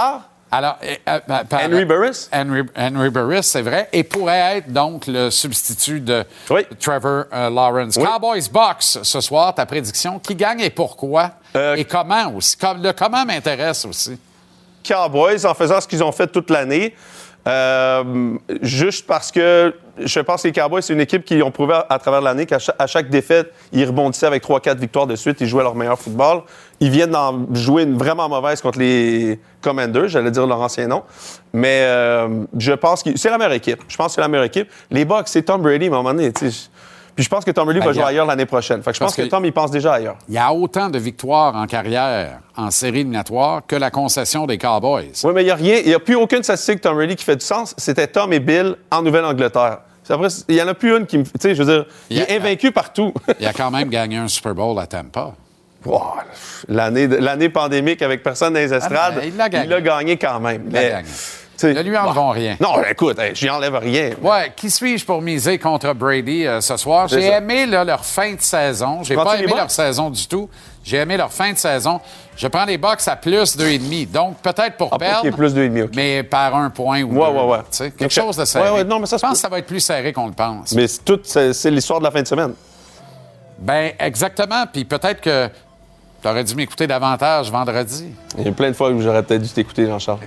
Alors, euh, euh, par, Henry Burris? Henry, Henry Burris, c'est vrai, et pourrait être donc le substitut de oui. Trevor euh, Lawrence. Oui. Cowboys Bucks ce soir, ta prédiction. Qui gagne et pourquoi? Euh, et comment aussi? Le comment m'intéresse aussi. Cowboys, en faisant ce qu'ils ont fait toute l'année, euh, juste parce que je pense que les Cowboys, c'est une équipe qui ont prouvé à, à travers l'année qu'à chaque, à chaque défaite, ils rebondissaient avec trois quatre victoires de suite, ils jouaient leur meilleur football. Ils viennent d'en jouer une vraiment mauvaise contre les Commanders, j'allais dire leur ancien nom. Mais euh, je pense que c'est la meilleure équipe. Je pense que c'est la meilleure équipe. Les Bucks, c'est Tom Brady, à un moment donné, tu sais. Puis je pense que Tom Brady ben, va jouer a... ailleurs l'année prochaine. Fait que je pense que, que Tom, il pense déjà ailleurs. Il y a autant de victoires en carrière en série éliminatoire que la concession des Cowboys. Oui, mais il n'y a rien, il n'y a plus aucune statistique Tom Brady qui fait du sens. C'était Tom et Bill en Nouvelle-Angleterre. Après, il n'y en a plus une qui me... Tu sais, je veux dire, il, il a, est invaincu partout. Il a quand même gagné un Super Bowl à Tampa. Wow, l'année, l'année pandémique avec personne dans les estrades, ah, il l'a gagné. Il l'a gagné quand même. Il l'a gagné. Ne lui enlevons bon. rien. Non, écoute, hey, je n'y enlève rien. Ouais, qui suis-je pour miser contre Brady euh, ce soir? J'ai ça. aimé là, leur fin de saison. J'ai pas aimé leur saison du tout. J'ai aimé leur fin de saison. Je prends les Bucks à plus deux virgule cinq. Donc, peut-être pour ah, perdre, okay, plus deux virgule cinq, okay. mais par un point ou ouais, deux. Ouais, ouais. Quelque okay. chose de serré. Ouais, ouais, non, mais ça, je pense que ça va être plus serré qu'on le pense. Mais c'est, tout, c'est, c'est l'histoire de la fin de semaine. Ben exactement. Puis peut-être que tu aurais dû m'écouter davantage vendredi. Il y a plein de fois où j'aurais peut-être dû t'écouter, Jean-Charles.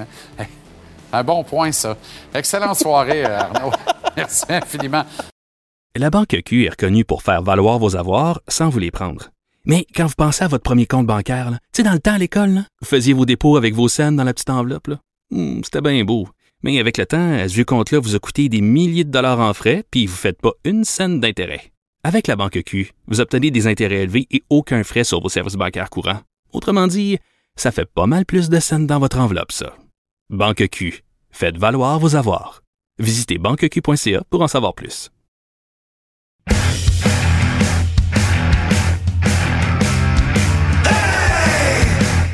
Un bon point, ça. Excellente soirée, Arnaud. Merci infiniment. La Banque Q est reconnue pour faire valoir vos avoirs sans vous les prendre. Mais quand vous pensez à votre premier compte bancaire, tu sais, dans le temps à l'école, là, vous faisiez vos dépôts avec vos scènes dans la petite enveloppe. Là. Hum, c'était bien beau. Mais avec le temps, ce vieux compte-là vous a coûté des milliers de dollars en frais, puis vous ne faites pas une scène d'intérêt. Avec la Banque Q, vous obtenez des intérêts élevés et aucun frais sur vos services bancaires courants. Autrement dit, ça fait pas mal plus de scènes dans votre enveloppe, ça. Banque Q. Faites valoir vos avoirs. Visitez banque q point c a pour en savoir plus. Hey!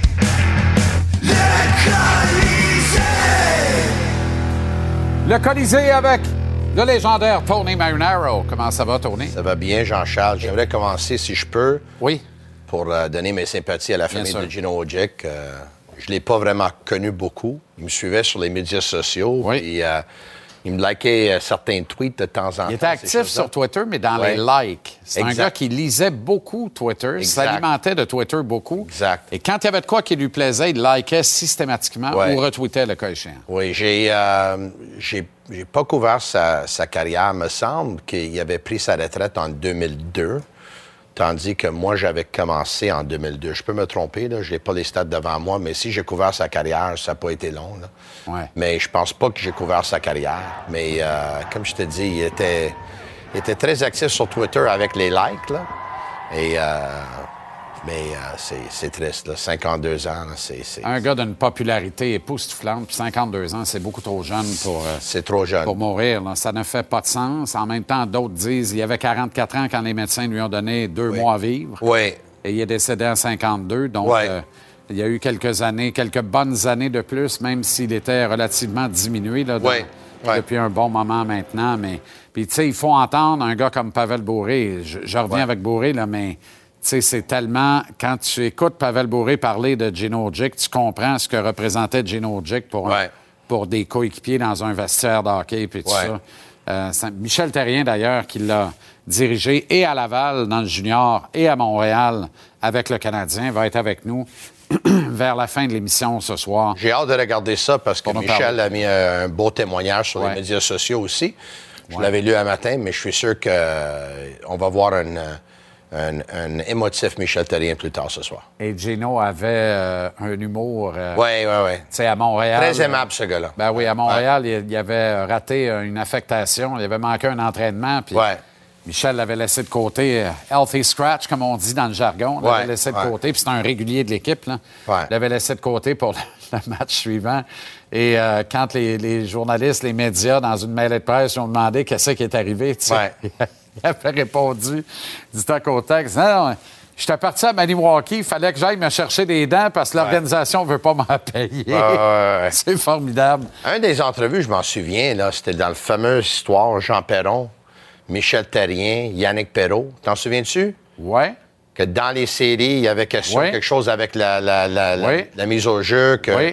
Le Colisée avec le légendaire Tony Marinaro. Comment ça va, Tony? Ça va bien, Jean-Charles. J'aimerais commencer, si je peux, oui. pour euh, donner mes sympathies à la famille de Gino Odjick. Euh, je ne l'ai pas vraiment connu beaucoup. Il me suivait sur les médias sociaux. Oui. Et, euh, il me likait euh, certains tweets de temps en temps. Il était actif sur Twitter, mais dans oui. les likes. C'est exact. Un gars qui lisait beaucoup Twitter, exact. s'alimentait de Twitter beaucoup. Exact. Et quand il y avait de quoi qui lui plaisait, il likait systématiquement oui. ou retweetait le cas échéant. Oui, j'ai, euh, j'ai, j'ai pas couvert sa, sa carrière. Il me semble qu'il avait pris sa retraite en deux mille deux. Tandis que moi, j'avais commencé en deux mille deux. Je peux me tromper, là, je n'ai pas les stats devant moi, mais si j'ai couvert sa carrière, ça n'a pas été long. Là. Ouais. Mais je pense pas que j'ai couvert sa carrière. Mais euh, comme je te dis, il était, il était très actif sur Twitter avec les likes. Là. Et, euh, mais euh, c'est, c'est triste, là. cinquante-deux ans, là, c'est, c'est... Un gars d'une popularité époustouflante, puis cinquante-deux ans, c'est beaucoup trop jeune pour, euh, c'est trop jeune. pour mourir. Là. Ça ne fait pas de sens. En même temps, d'autres disent qu'il avait quarante-quatre ans quand les médecins lui ont donné deux oui. mois à vivre. Oui. Et il est décédé à cinquante-deux. Donc, oui. euh, il y a eu quelques années, quelques bonnes années de plus, même s'il était relativement diminué là, dans, oui. Oui. depuis un bon moment maintenant. Mais, puis, tu sais, il faut entendre un gars comme Pavel Bourré. Je, je reviens oui. avec Bourré, là, mais... Tu sais, c'est tellement... Quand tu écoutes Pavel Bourré parler de Gino Odjick, tu comprends ce que représentait Gino Odjick pour, ouais. un, pour des coéquipiers dans un vestiaire de hockey puis tout ouais. ça. Euh, c'est Michel Therrien, d'ailleurs, qui l'a dirigé et à Laval, dans le junior, et à Montréal avec le Canadien, va être avec nous vers la fin de l'émission ce soir. J'ai hâte de regarder ça parce que Michel a mis un beau témoignage sur ouais. les médias sociaux aussi. Je ouais. l'avais lu un matin, mais je suis sûr qu'on euh, va voir une... Un, un émotif Michel Therrien plus tard ce soir. Et Gino avait euh, un humour... Oui, oui, oui. Tu sais, à Montréal... Très aimable, ce gars-là. Ben oui, à Montréal, ouais. il, il avait raté une affectation, il avait manqué un entraînement, puis ouais. Michel l'avait laissé de côté, euh, healthy scratch, comme on dit dans le jargon. Il l'avait ouais. laissé de ouais. côté, puis c'est un régulier de l'équipe, là. Ouais. Il l'avait laissé de côté pour le, le match suivant. Et euh, quand les, les journalistes, les médias, dans une mêlée de presse, lui ont demandé qu'est-ce qui est arrivé, tu sais... Ouais. Il avait répondu du tac au tac. Non, non, j'étais parti à Maniwaki, il fallait que j'aille me chercher des dents parce que l'organisation ne ouais. veut pas m'en payer. Ouais, ouais, ouais. C'est formidable. Un des entrevues, je m'en souviens, là, c'était dans la fameuse histoire Jean Perron, Michel Therrien, Yannick Perreault. T'en souviens-tu? Oui. Que dans les séries, il y avait question, oui. quelque chose avec la, la, la, oui. la, la mise au jeu, que oui.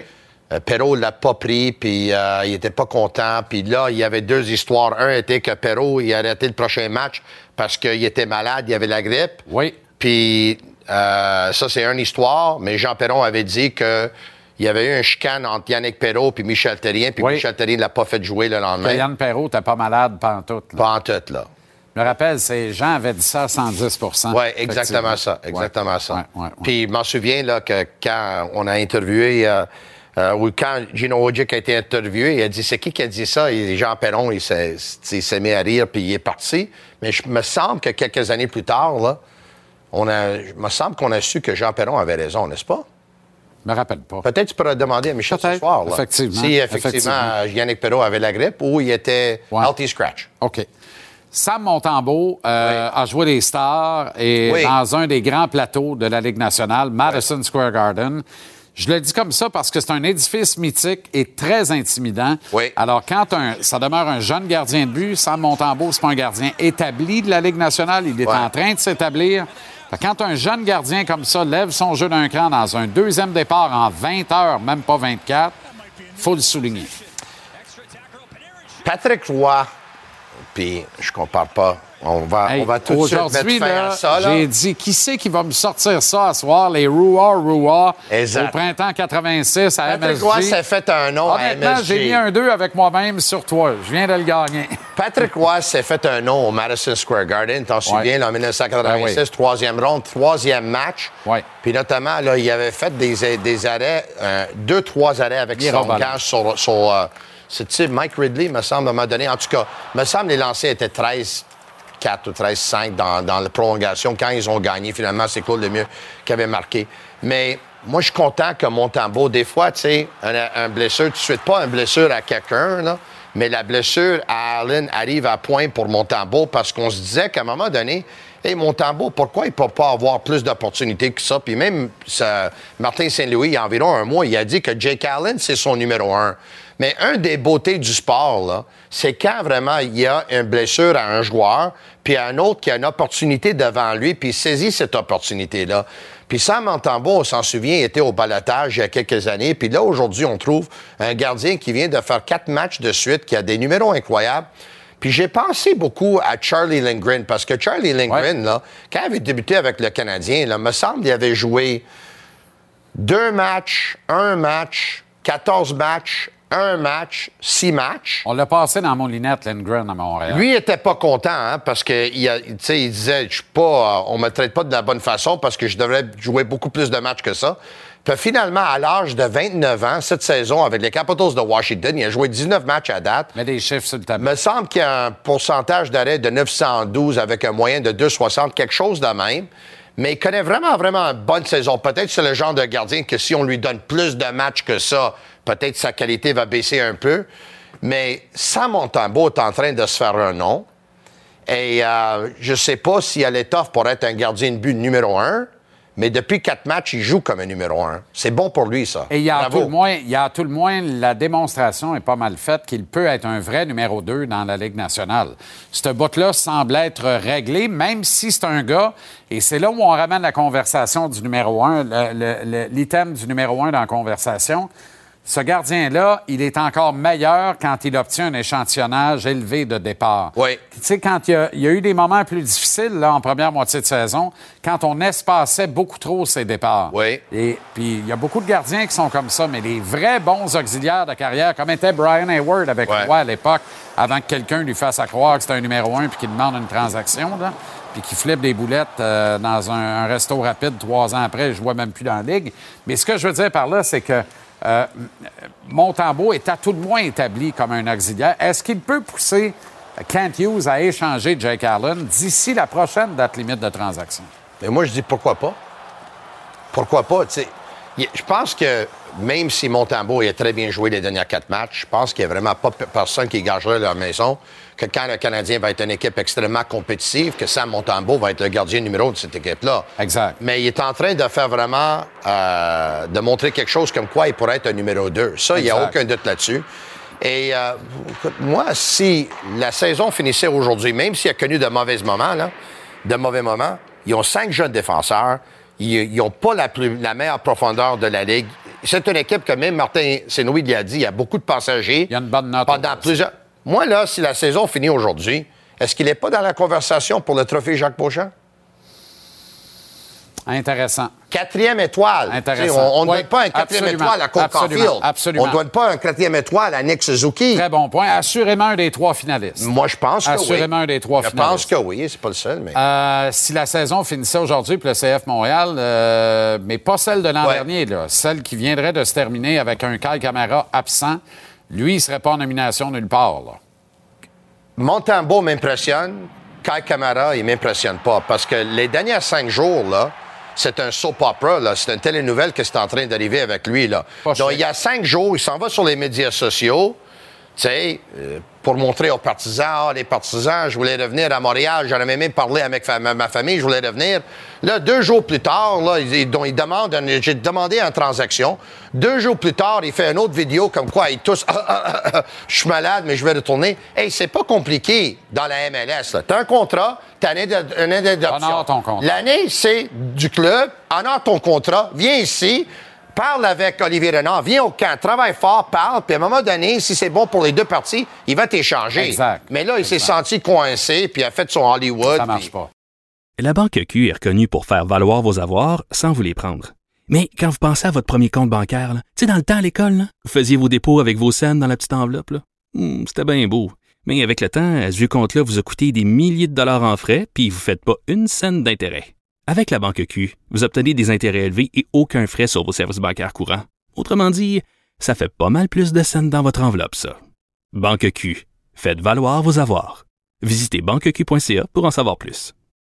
Euh, Perreault l'a pas pris, puis euh, il était pas content. Puis là, il y avait deux histoires. Un était que Perreault, il a arrêté le prochain match parce qu'il était malade, il avait la grippe. Oui. Puis euh, ça, c'est une histoire. Mais Jean Perron avait dit que il y avait eu un chicane entre Yannick Perreault et Michel Therrien, puis oui. Michel Therrien ne l'a pas fait jouer le lendemain. Que Yann Perreault n'était pas malade pantoute. Là. Pantoute, là. Je me rappelle, c'est Jean avait dit ça à cent dix pour cent. Oui, exactement ça. Exactement ouais. ça. Ouais, ouais, ouais. Puis je m'en souviens là, que quand on a interviewé, euh, euh, ou quand Gino Wojcik a été interviewé, il a dit, c'est qui qui a dit ça? Et Jean Perron, il s'est, il s'est mis à rire, puis il est parti. Mais je me semble que quelques années plus tard, là, on a, il me semble qu'on a su que Jean Perron avait raison, n'est-ce pas? Je me rappelle pas. Peut-être tu pourrais demander à Michel Peut-être, ce soir. Là, effectivement. si effectivement, effectivement Yannick Perreault avait la grippe ou il était ouais. healthy scratch. OK. Sam Montembeault euh, oui. a joué des stars et oui. dans un des grands plateaux de la Ligue nationale, Madison oui. Square Garden. Je le dis comme ça parce que c'est un édifice mythique et très intimidant. Oui. Alors, quand un, ça demeure un jeune gardien de but, Sam Montembeault, c'est pas un gardien établi de la Ligue nationale. Il est oui. en train de s'établir. Quand un jeune gardien comme ça lève son jeu d'un cran dans un deuxième départ en vingt heures, même pas vingt-quatre, il faut le souligner. Patrick Roy, puis je compare pas. On va, hey, on va tout de suite mettre fin à ça. Là, j'ai dit, qui c'est qui va me sortir ça à soir? Les Roua Roua au printemps quatre-vingt-six à Patrick M S G. Roy s'est fait un nom à M S G. Honnêtement, j'ai mis un deux avec moi-même sur toi. Je viens de le gagner. Patrick Roy s'est fait un nom au Madison Square Garden. T'en souviens, ouais. là, en dix-neuf cent quatre-vingt-six, ben oui. troisième ronde, troisième match. Ouais. Puis notamment, là, il avait fait des, des arrêts, euh, deux, trois arrêts avec son gage sur... sur euh, c'est Mike Ridley, me semble, à un moment donné. En tout cas, me semble les lancers étaient treize quatre ou treize cinq dans, dans la prolongation. Quand ils ont gagné, finalement, c'est Claude Lemieux qui avait marqué. Mais moi, je suis content que Montembeault, des fois, tu sais, un, un blessure, tu ne souhaites pas une blessure à quelqu'un, là, mais la blessure à Allen arrive à point pour Montembeault parce qu'on se disait qu'à un moment donné, hey, Montembeault, pourquoi il ne peut pas avoir plus d'opportunités que ça? Puis même ça, Martin Saint-Louis, il y a environ un mois, il a dit que Jake Allen, c'est son numéro un. Mais un des beautés du sport, là, c'est quand vraiment il y a une blessure à un joueur, puis à un autre qui a une opportunité devant lui, puis il saisit cette opportunité-là. Puis Sam Montembeault, on s'en souvient, était au balotage il y a quelques années, puis là, aujourd'hui, on trouve un gardien qui vient de faire quatre matchs de suite, qui a des numéros incroyables. Puis j'ai pensé beaucoup à Charlie Lindgren, parce que Charlie Lindgren, ouais. là, quand il avait débuté avec le Canadien, là, me semble qu'il avait joué deux matchs, un match, quatorze matchs, un match, six matchs. On l'a passé dans mon lunette, Lindgren, à Montréal. Lui, il était pas content, hein, parce qu'il il disait, je suis pas, on me traite pas de la bonne façon parce que je devrais jouer beaucoup plus de matchs que ça. Puis finalement, à l'âge de vingt-neuf ans, cette saison, avec les Capitals de Washington, il a joué dix-neuf matchs à date. Mais des chiffres sur le tableau. Il me semble qu'il y a un pourcentage d'arrêt de neuf cent douze avec un moyen de deux virgule soixante, quelque chose de même. Mais il connaît vraiment, vraiment une bonne saison. Peut-être que c'est le genre de gardien que si on lui donne plus de matchs que ça, peut-être sa qualité va baisser un peu. Mais Sam Montembeault est en train de se faire un nom. Et euh, je ne sais pas s'il a l'étoffe pour être un gardien de but numéro un, mais depuis quatre matchs, il joue comme un numéro un. C'est bon pour lui, ça. Et il y a, à tout, le moins, il y a à tout le moins, la démonstration est pas mal faite qu'il peut être un vrai numéro deux dans la Ligue nationale. Ce bout-là semble être réglé, même si c'est un gars, et c'est là où on ramène la conversation du numéro un, le, le, le, l'item du numéro un dans la conversation. Ce gardien-là, il est encore meilleur quand il obtient un échantillonnage élevé de départ. Oui. Tu sais, quand il y, a, il y a eu des moments plus difficiles là, en première moitié de saison, quand on espaçait beaucoup trop ses départs. Oui. Et puis, il y a beaucoup de gardiens qui sont comme ça, mais les vrais bons auxiliaires de carrière, comme était Brian Hayward avec ouais. Roy à l'époque, avant que quelqu'un lui fasse à croire que c'était un numéro un puis qu'il demande une transaction, là, puis qu'il flippe des boulettes euh, dans un, un resto rapide trois ans après, je vois même plus dans la Ligue. Mais ce que je veux dire par là, c'est que Euh, Montembeault est à tout le moins établi comme un auxiliaire. Est-ce qu'il peut pousser Kent Hughes à échanger Jake Allen d'ici la prochaine date limite de transaction? Mais moi, je dis pourquoi pas. Pourquoi pas? Tu sais, je pense que même si Montembeault a très bien joué les derniers quatre matchs, je pense qu'il n'y a vraiment pas personne qui gagerait leur maison que quand le Canadien va être une équipe extrêmement compétitive, que Sam Montembeault va être le gardien numéro de cette équipe-là. Exact. Mais il est en train de faire vraiment... Euh, de montrer quelque chose comme quoi il pourrait être un numéro deux. Ça, il n'y a aucun doute là-dessus. Et euh, écoute, moi, si la saison finissait aujourd'hui, même s'il a connu de mauvais moments, là, de mauvais moments, ils ont cinq jeunes défenseurs, ils n'ont pas la, plus, la meilleure profondeur de la Ligue. c'est une équipe que même Martin Saint-Louis l'a dit, il y a beaucoup de passagers. Il y a une bonne note. Pendant plusieurs... Moi, là, si la saison finit aujourd'hui, est-ce qu'il n'est pas dans la conversation pour le trophée Jacques Beauchamp? Intéressant. Quatrième étoile. Intéressant. On ne oui, donne pas un quatrième absolument, étoile à Cole absolument, Caulfield. absolument. On ne donne pas un quatrième étoile à Nick Suzuki. Très bon point. Assurément un des trois finalistes. Moi, je pense que Assurément oui. un des trois je finalistes. pense que oui. C'est pas le seul, mais... Euh, si la saison finissait aujourd'hui pour le C F Montréal, euh, mais pas celle de l'an Ouais. dernier, là, celle qui viendrait de se terminer avec un Kyle Camara absent, lui, il ne serait pas en nomination nulle part. Là. Montembeault m'impressionne. Kyle Camara, il m'impressionne pas. Parce que les derniers cinq jours, là, c'est un soap opera, là. C'est une télénouvelle qui est en train d'arriver avec lui, là. Pas Donc, chic. il y a cinq jours, il s'en va sur les médias sociaux, tu sais, euh, pour montrer aux partisans, ah, les partisans, je voulais revenir à Montréal, j'en avais même parlé avec fa- ma, ma famille, je voulais revenir. Là, deux jours plus tard, là, il, il, il demande, une- j'ai demandé une transaction. Deux jours plus tard, il fait une autre vidéo comme quoi il tousse, ah, ah, ah, ah, je suis malade, mais je vais retourner. Hey, c'est pas compliqué dans la M L S, là. T'as un contrat, t'as une aide une aide d'adoption. Honore ton contrat. L'année, c'est du club, honore ton contrat, viens ici, parle avec Olivier Renard, viens au camp, travaille fort, parle, puis à un moment donné, si c'est bon pour les deux parties, il va t'échanger. Exact. Mais là, il s'est Exact. senti coincé, puis il a fait son Hollywood. Ça marche puis- pas. La Banque Q est reconnue pour faire valoir vos avoirs sans vous les prendre. Mais quand vous pensez à votre premier compte bancaire, là, tu sais, dans le temps à l'école, là, vous faisiez vos dépôts avec vos scènes dans la petite enveloppe. Là. Hum, c'était bien beau. Mais avec le temps, ce vieux compte-là vous a coûté des milliers de dollars en frais, puis vous ne faites pas une scène d'intérêt. Avec la Banque Q, vous obtenez des intérêts élevés et aucun frais sur vos services bancaires courants. Autrement dit, ça fait pas mal plus de scènes dans votre enveloppe, ça. Banque Q. Faites valoir vos avoirs. Visitez banque q point c a pour en savoir plus.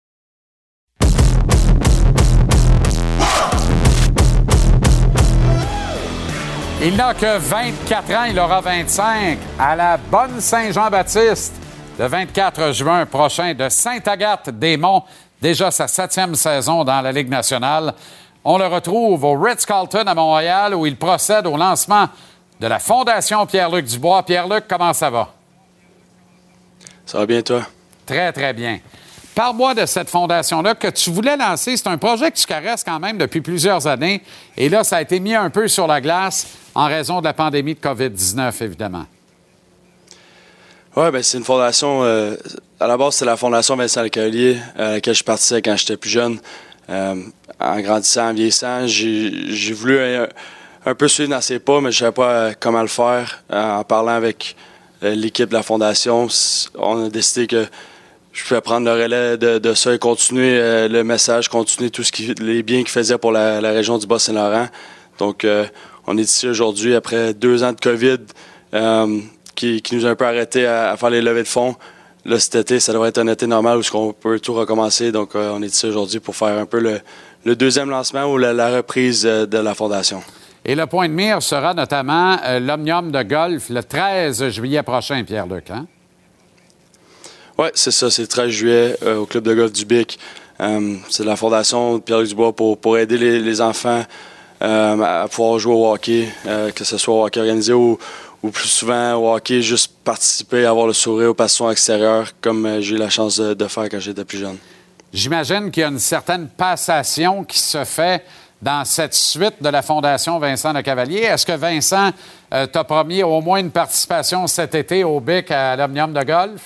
Il n'a que vingt-quatre ans, il aura vingt-cinq à la bonne Saint-Jean-Baptiste le vingt-quatre juin prochain de Sainte-Agathe-des-Monts, déjà sa septième saison dans la Ligue nationale. On le retrouve au Ritz-Carlton à Montréal où il procède au lancement de la Fondation Pierre-Luc Dubois. Pierre-Luc, comment ça va? Ça va bien, toi? Très, très bien. Parle-moi de cette fondation-là que tu voulais lancer. C'est un projet que tu caresses quand même depuis plusieurs années. Et là, ça a été mis un peu sur la glace en raison de la pandémie de covid dix-neuf, évidemment. Oui, bien, c'est une fondation. Euh, à la base, c'est la Fondation Vincent Lecavalier à laquelle je participais quand j'étais plus jeune. Euh, en grandissant, en vieillissant, j'ai, j'ai voulu un, un peu suivre dans ses pas, mais je ne savais pas euh, comment le faire. Euh, en parlant avec euh, l'équipe de la Fondation, on a décidé que je pouvais prendre le relais de, de ça et continuer euh, le message, continuer tout ce qui, les biens qu'il faisait pour la, la région du Bas-Saint-Laurent. Donc, euh, on est ici aujourd'hui après deux ans de COVID euh, qui, qui nous a un peu arrêtés à, à faire les levées de fonds. Là, cet été, ça devrait être un été normal où on peut tout recommencer. Donc, euh, on est ici aujourd'hui pour faire un peu le, le deuxième lancement ou la, la reprise euh, de la Fondation. Et le point de mire sera notamment euh, l'Omnium de golf le treize juillet prochain, Pierre-Luc, hein? Oui, c'est ça. C'est le treize juillet euh, au club de golf du Bic. Euh, c'est la Fondation Pierre-Luc Dubois pour, pour aider les, les enfants euh, à pouvoir jouer au hockey, euh, que ce soit au hockey organisé ou, ou plus souvent au hockey, juste participer, avoir le sourire aux passions extérieures, comme euh, j'ai eu la chance de, de faire quand j'étais plus jeune. J'imagine qu'il y a une certaine passation qui se fait dans cette suite de la Fondation Vincent Lecavalier. Est-ce que Vincent euh, t'a promis au moins une participation cet été au Bic à l'Omnium de golf?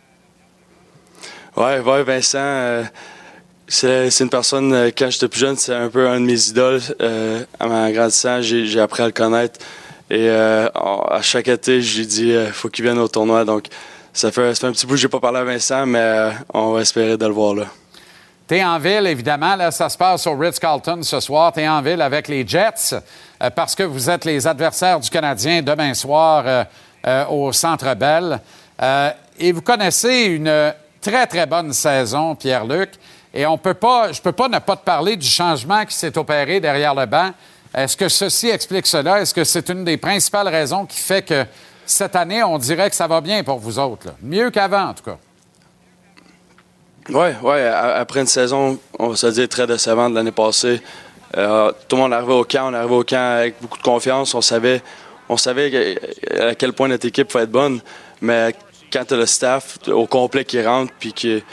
Oui, ouais, Vincent, euh, c'est, c'est une personne, euh, quand j'étais plus jeune, c'est un peu un de mes idoles. Euh, en grandissant, j'ai, j'ai appris à le connaître. Et euh, à chaque été, je lui dis qu'il euh, faut qu'il vienne au tournoi. Donc, ça fait, ça fait un petit bout que je n'ai pas parlé à Vincent, mais euh, on va espérer de le voir là. Tu es en ville, évidemment. Là, ça se passe au Ritz-Carlton ce soir. Tu es en ville avec les Jets euh, parce que vous êtes les adversaires du Canadien demain soir euh, euh, au Centre Bell. Euh, et vous connaissez une très, très bonne saison, Pierre-Luc. Et on peut pas, je ne peux pas ne pas te parler du changement qui s'est opéré derrière le banc. Est-ce que ceci explique cela? Est-ce que c'est une des principales raisons qui fait que cette année, on dirait que ça va bien pour vous autres? Là? Mieux qu'avant, en tout cas. Oui, oui. Après une saison, on va se dire, très décevante de l'année passée. Euh, tout le monde est arrivé au camp. On est arrivé au camp avec beaucoup de confiance. On savait, on savait à quel point notre équipe va être bonne. Mais quand tu as le staff au complet qui rentre puis qu'il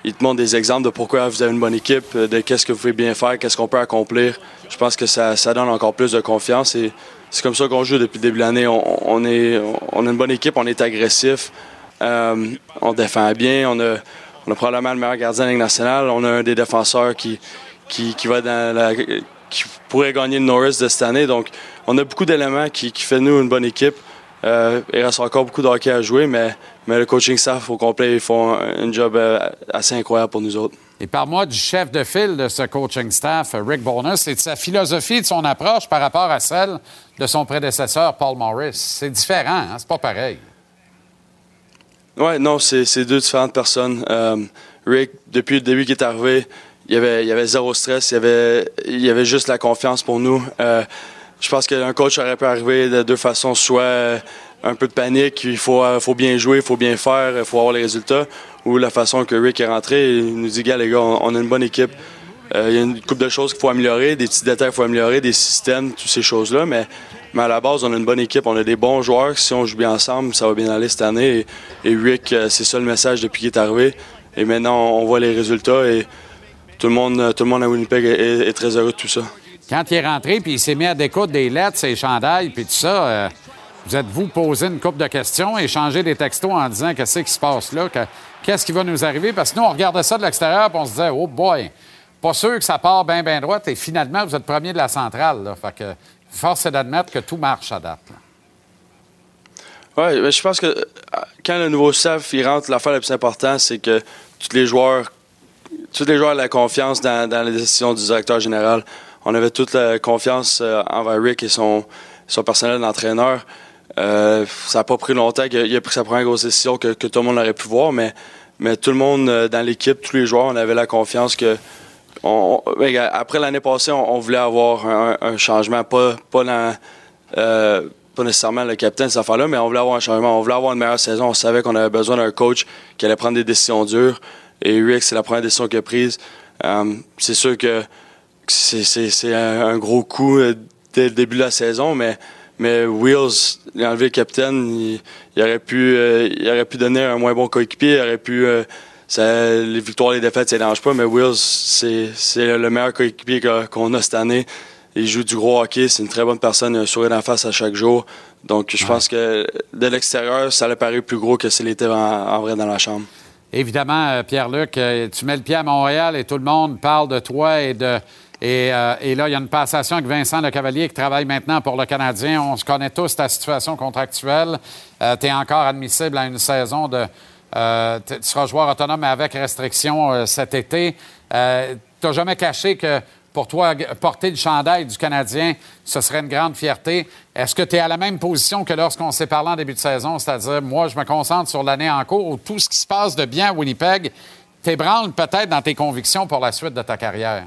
il te montre des exemples de pourquoi vous avez une bonne équipe, de qu'est-ce que vous pouvez bien faire, qu'est-ce qu'on peut accomplir. Je pense que ça, ça donne encore plus de confiance et c'est comme ça qu'on joue depuis le début de l'année. On, on, est, on a une bonne équipe, on est agressif, euh, on défend bien, on a, on a probablement le meilleur gardien de la Ligue nationale, on a un des défenseurs qui, qui, qui, va dans la, qui pourrait gagner le Norris de cette année. Donc, on a beaucoup d'éléments qui, qui fait de nous une bonne équipe. Euh, il reste encore beaucoup de hockey à jouer, mais, mais le coaching staff au complet, ils font un, un job euh, assez incroyable pour nous autres. Et parle-moi du chef de file de ce coaching staff, Rick Bowness, et de sa philosophie, de son approche par rapport à celle de son prédécesseur, Paul Morris. C'est différent, hein? C'est pas pareil. Oui, non, c'est, c'est deux différentes personnes. Euh, Rick, depuis le début qu'il est arrivé, il y avait, il y avait zéro stress, il y avait, il y avait juste la confiance pour nous. Euh, je pense qu'un coach aurait pu arriver de deux façons, soit un peu de panique, il faut, faut bien jouer, il faut bien faire, il faut avoir les résultats, ou la façon que Rick est rentré, il nous dit, gars, les gars, on, on a une bonne équipe. Euh, il y a une couple de choses qu'il faut améliorer, des petits détails qu'il faut améliorer, des systèmes, toutes ces choses-là, mais, mais à la base, on a une bonne équipe, on a des bons joueurs. Si on joue bien ensemble, ça va bien aller cette année. Et, et Rick, c'est ça le message depuis qu'il est arrivé. Et maintenant, on voit les résultats et tout le monde, tout le monde à Winnipeg est, est très heureux de tout ça. Quand il est rentré puis il s'est mis à découdre des lettres, ses chandails puis tout ça, euh, vous êtes-vous posé une couple de questions, échangé des textos en disant qu'est-ce qui se passe là, que, qu'est-ce qui va nous arriver? Parce que nous, on regardait ça de l'extérieur et on se disait, oh boy, pas sûr que ça part bien, bien droite. Et finalement, vous êtes premier de la centrale. Là. Fait que force est d'admettre que tout marche à date. Oui, je pense que quand le nouveau staff il rentre, l'affaire la plus importante, c'est que tous les joueurs, tous les joueurs ont la confiance dans, dans les décisions du directeur général. On avait toute la confiance euh, envers Rick et son, son personnel d'entraîneur. Euh, ça n'a pas pris longtemps qu'il a pris sa première grosse décision que, que tout le monde aurait pu voir, mais, mais tout le monde euh, dans l'équipe, tous les joueurs, on avait la confiance que on, on, après l'année passée, on, on voulait avoir un, un changement, pas, pas, dans, euh, pas nécessairement le capitaine de cette affaire-là, mais on voulait avoir un changement, on voulait avoir une meilleure saison. On savait qu'on avait besoin d'un coach qui allait prendre des décisions dures. Et Rick, c'est la première décision qu'il a prise. Euh, c'est sûr que c'est, c'est, c'est un, un gros coup dès le début de la saison, mais, mais Wheels, il a enlevé le capitaine, il, il, aurait pu, euh, il aurait pu donner un moins bon coéquipier, il aurait pu... Euh, ça, les victoires et les défaites, ça ne dérange pas, mais Wheels, c'est, c'est le meilleur coéquipier qu'on a cette année. Il joue du gros hockey, c'est une très bonne personne, il a un sourire d'en face à chaque jour. Donc, je ouais. pense que de l'extérieur, ça a paru plus gros que s'il était en, en vrai dans la chambre. Évidemment, Pierre-Luc, tu mets le pied à Montréal et tout le monde parle de toi et de... Et, euh, et là, il y a une passation avec Vincent Lecavalier qui travaille maintenant pour le Canadien. On se connaît tous ta situation contractuelle. Euh, tu es encore admissible à une saison de... Euh, tu seras joueur autonome avec restriction euh, cet été. Euh, tu n'as jamais caché que pour toi, porter le chandail du Canadien, ce serait une grande fierté. Est-ce que tu es à la même position que lorsqu'on s'est parlé en début de saison? C'est-à-dire, moi, je me concentre sur l'année en cours où tout ce qui se passe de bien à Winnipeg t'ébranle peut-être dans tes convictions pour la suite de ta carrière.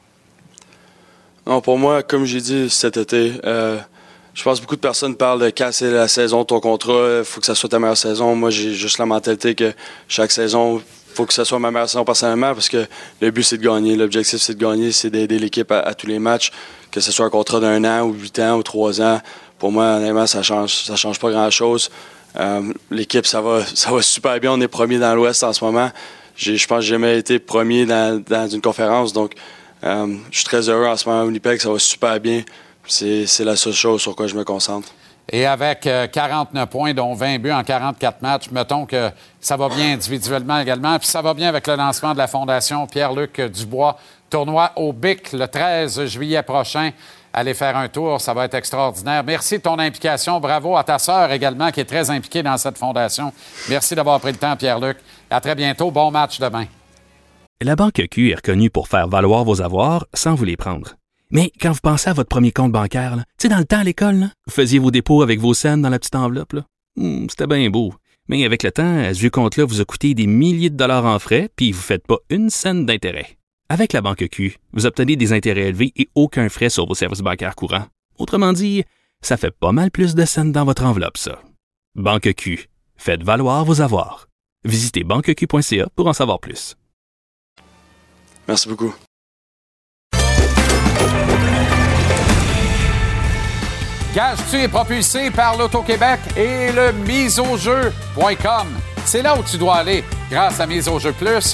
Non, pour moi, comme j'ai dit cet été, euh, je pense que beaucoup de personnes parlent de casser la saison, ton contrat, il faut que ça soit ta meilleure saison. Moi, j'ai juste la mentalité que chaque saison, il faut que ça soit ma meilleure saison personnellement parce que le but, c'est de gagner. L'objectif, c'est de gagner, c'est d'aider l'équipe à, à tous les matchs, que ce soit un contrat d'un an ou huit ans ou trois ans. Pour moi, honnêtement, ça change, ça change pas grand-chose. Euh, l'équipe, ça va, ça va super bien. On est premier dans l'Ouest en ce moment. J'ai, je pense que j'ai jamais été premier dans, dans une conférence, donc Euh, je suis très heureux en ce moment à Winnipeg, ça va super bien. C'est, c'est la seule chose sur quoi je me concentre. Et avec euh, quarante-neuf points, dont vingt buts en quarante-quatre matchs, mettons que ça va bien individuellement également. Puis ça va bien avec le lancement de la Fondation Pierre-Luc Dubois. Tournoi au B I C le treize juillet prochain. Allez faire un tour, ça va être extraordinaire. Merci de ton implication. Bravo à ta sœur également, qui est très impliquée dans cette fondation. Merci d'avoir pris le temps, Pierre-Luc. À très bientôt. Bon match demain. La Banque Q est reconnue pour faire valoir vos avoirs sans vous les prendre. Mais quand vous pensez à votre premier compte bancaire, tu sais, dans le temps à l'école, là, vous faisiez vos dépôts avec vos scènes dans la petite enveloppe. Là. Hum, c'était bien beau. Mais avec le temps, ce vieux compte-là vous a coûté des milliers de dollars en frais, puis vous ne faites pas une scène d'intérêt. Avec la Banque Q, vous obtenez des intérêts élevés et aucun frais sur vos services bancaires courants. Autrement dit, ça fait pas mal plus de scènes dans votre enveloppe, ça. Banque Q. Faites valoir vos avoirs. Visitez banque q point c a pour en savoir plus. Merci beaucoup. Gage-tu est propulsé par l'Auto-Québec et le mise au jeu point com. C'est là où tu dois aller. Grâce à Mise au jeu plus,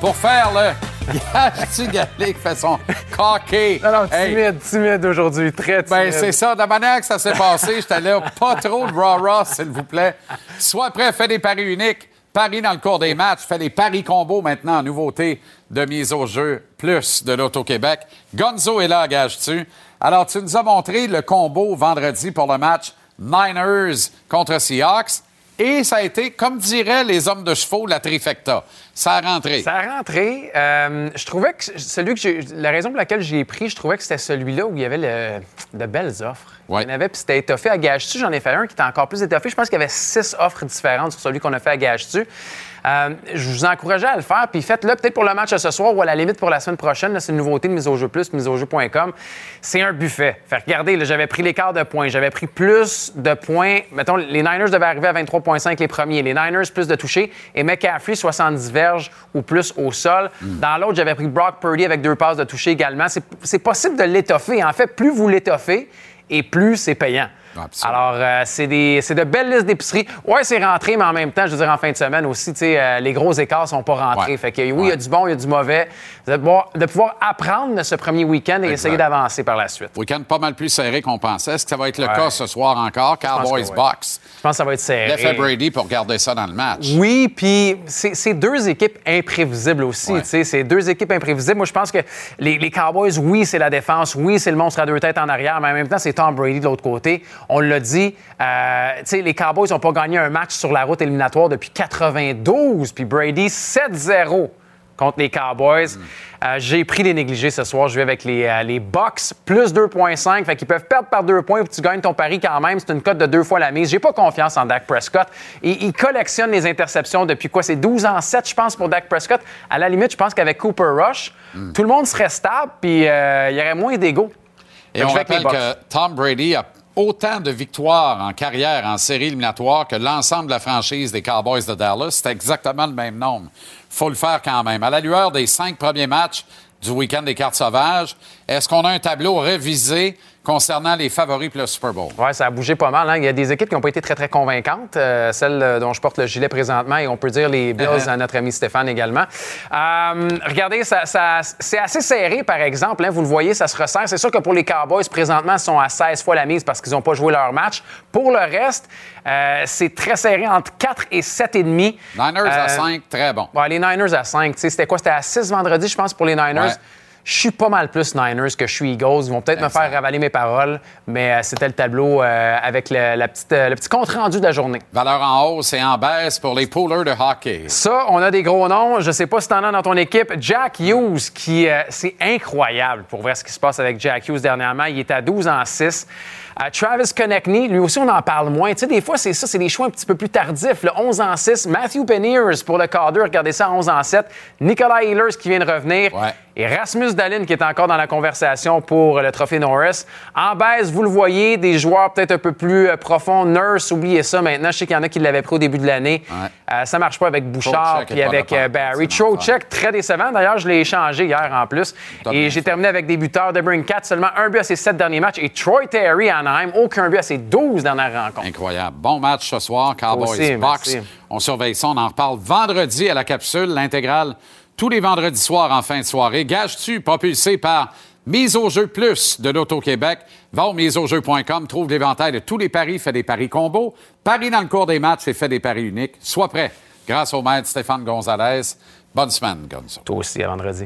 pour faire le gage-tu Gallic fait son coquet. Non, non, Hey. timide, timide aujourd'hui, très timide. Ben, c'est ça. De la manière que ça s'est passé, j'étais là, pas trop de rah-rah, s'il vous plaît. Sois prêt, fais des paris uniques. Paris dans le cours des matchs. Fais des paris combos maintenant, nouveauté de mise au jeu plus de l'Auto-Québec. Gonzo est là, gage-tu. Alors, tu nous as montré le combo vendredi pour le match Niners contre Seahawks. Et ça a été, comme diraient les hommes de chevaux, la trifecta. Ça a rentré. Ça a rentré. Euh, je trouvais que celui que j'ai. La raison pour laquelle j'ai pris, je trouvais que c'était celui-là où il y avait le, de belles offres. Ouais. Il y en avait, puis c'était étoffé à gage-tu. J'en ai fait un qui était encore plus étoffé. Je pense qu'il y avait six offres différentes sur celui qu'on a fait à gage-tu. Euh, je vous encourageais à le faire, puis faites-le peut-être pour le match de ce soir ou à la limite pour la semaine prochaine. Là, c'est une nouveauté de Mise au jeu plus, mise au jeu point com. C'est un buffet. Fait que regardez, là, j'avais pris l'écart de points. J'avais pris plus de points. Mettons, les Niners devaient arriver à vingt-trois virgule cinq les premiers. Les Niners, plus de touchés. Et McCaffrey, soixante-dix verges ou plus au sol. Mm. Dans l'autre, j'avais pris Brock Purdy avec deux passes de toucher également. C'est, c'est possible de l'étoffer. En fait, plus vous l'étoffez, et plus c'est payant. Absolument. Alors, euh, c'est, des, c'est de belles listes d'épicerie. Ouais, c'est rentré, mais en même temps, je veux dire, en fin de semaine aussi, tu sais, euh, les gros écarts sont pas rentrés. Ouais. Fait que oui, il ouais. y a du bon, il y a du mauvais. De pouvoir, de pouvoir apprendre de ce premier week-end et exact. essayer d'avancer par la suite. Week-end pas mal plus serré qu'on pensait. Est-ce que ça va être le Ouais. cas ce soir encore? Cowboys oui. Bucks. Je pense que ça va être serré. L'effet Brady pour garder ça dans le match. Oui, puis c'est, c'est deux équipes imprévisibles aussi. Ouais. Tu sais, c'est deux équipes imprévisibles. Moi, je pense que les, les Cowboys, oui, c'est la défense. Oui, c'est le monstre à deux têtes en arrière, mais en même temps, c'est Tom Brady de l'autre côté. On l'a dit, euh, tu sais, les Cowboys n'ont pas gagné un match sur la route éliminatoire depuis quatre-vingt-douze, puis Brady sept zéro contre les Cowboys. Mm. Euh, j'ai pris les négligés ce soir. Je vais avec les, euh, les Bucks, plus deux virgule cinq. Fait qu'ils peuvent perdre par deux points, puis tu gagnes ton pari quand même. C'est une cote de deux fois la mise. J'ai pas confiance en Dak Prescott. Il, il collectionne les interceptions depuis quoi? C'est douze en sept, je pense, pour Dak Prescott. À la limite, je pense qu'avec Cooper Rush, mm. tout le monde serait stable, puis euh, il y aurait moins d'ego. Et on rappelle que Tom Brady a autant de victoires en carrière en série éliminatoire que l'ensemble de la franchise des Cowboys de Dallas. C'est exactement le même nombre. Il faut le faire quand même. À la lueur des cinq premiers matchs du week-end des cartes sauvages, est-ce qu'on a un tableau révisé concernant les favoris pour le Super Bowl? Oui, ça a bougé pas mal. Hein? Il y a des équipes qui n'ont pas été très, très convaincantes. Euh, celle dont je porte le gilet présentement, et on peut dire les Bills à notre ami Stéphane également. Euh, regardez, ça, ça, c'est assez serré, par exemple. Hein? Vous le voyez, ça se resserre. C'est sûr que pour les Cowboys, présentement, ils sont à seize fois la mise parce qu'ils n'ont pas joué leur match. Pour le reste, euh, c'est très serré entre quatre et sept virgule cinq. Niners euh, à cinq, très bon. Ouais, les Niners à cinq. C'était quoi? C'était à six vendredi, je pense, pour les Niners. Ouais. Je suis pas mal plus Niners que je suis Eagles. Ils vont peut-être Exact. me faire ravaler mes paroles, mais euh, c'était le tableau euh, avec le, la petite, euh, le petit compte-rendu de la journée. Valeur en hausse et en baisse pour les poolers de hockey. Ça, on a des gros noms. Je sais pas si t'en as dans ton équipe. Jack Hughes, qui euh, c'est incroyable pour voir ce qui se passe avec Jack Hughes dernièrement. Il est à douze en six. Uh, Travis Konechny, lui aussi, on en parle moins. Tu sais, des fois, c'est ça, c'est des choix un petit peu plus tardifs. Le onze en six. Matthew Beniers pour le quart deux, regardez ça, onze en sept. Nicolas Ehlers qui vient de revenir. Ouais. Et Rasmus Dahlin qui est encore dans la conversation pour le trophée Norris. En baisse, vous le voyez, des joueurs peut-être un peu plus euh, profonds. Nurse, oubliez ça maintenant. Je sais qu'il y en a qui l'avaient pris au début de l'année. Ouais. Euh, ça marche pas avec Bouchard Trocheck puis est pas avec là, euh, Barry. Trocheck, très décevant. D'ailleurs, je l'ai échangé hier en plus. Top Et bien j'ai fait. terminé avec des buteurs. DeBrincat, seulement un but à ses sept derniers matchs. Et Troy Terry à Anaheim, aucun but à ses douze dernières rencontres. Incroyable. Bon match ce soir, Cowboys Aussi, Bucks. merci. On surveille ça, on en reparle vendredi à la capsule, l'intégrale, tous les vendredis soirs en fin de soirée. Gage-tu, propulsé par Mise au jeu plus de l'Auto-Québec. Va au mise au jeu point com, trouve l'éventail de tous les paris, fais des paris combos, parie dans le cours des matchs et fais des paris uniques. Sois prêt. Grâce au maître Stéphane Gonzalez. Bonne semaine, Gonzo. Toi aussi, à vendredi.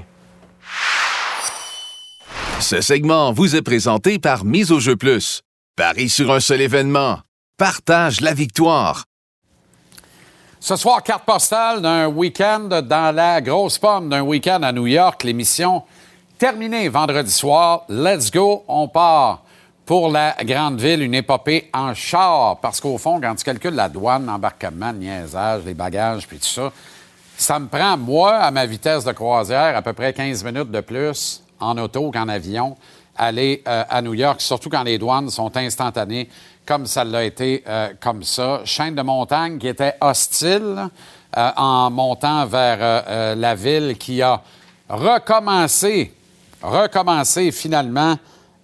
Ce segment vous est présenté par Mise au jeu plus. Parie sur un seul événement. Partage la victoire. Ce soir, carte postale d'un week-end dans la grosse pomme d'un week-end à New York. L'émission terminée vendredi soir. Let's go, on part pour la grande ville, une épopée en char. Parce qu'au fond, quand tu calcules la douane, l'embarquement, le niaisage, les bagages, puis tout ça, ça me prend, moi, à ma vitesse de croisière, à peu près quinze minutes de plus en auto qu'en avion, aller euh, à New York, surtout quand les douanes sont instantanées, comme ça l'a été euh, comme ça. Chaîne de montagne qui était hostile euh, en montant vers euh, euh, la ville qui a recommencé, recommencé finalement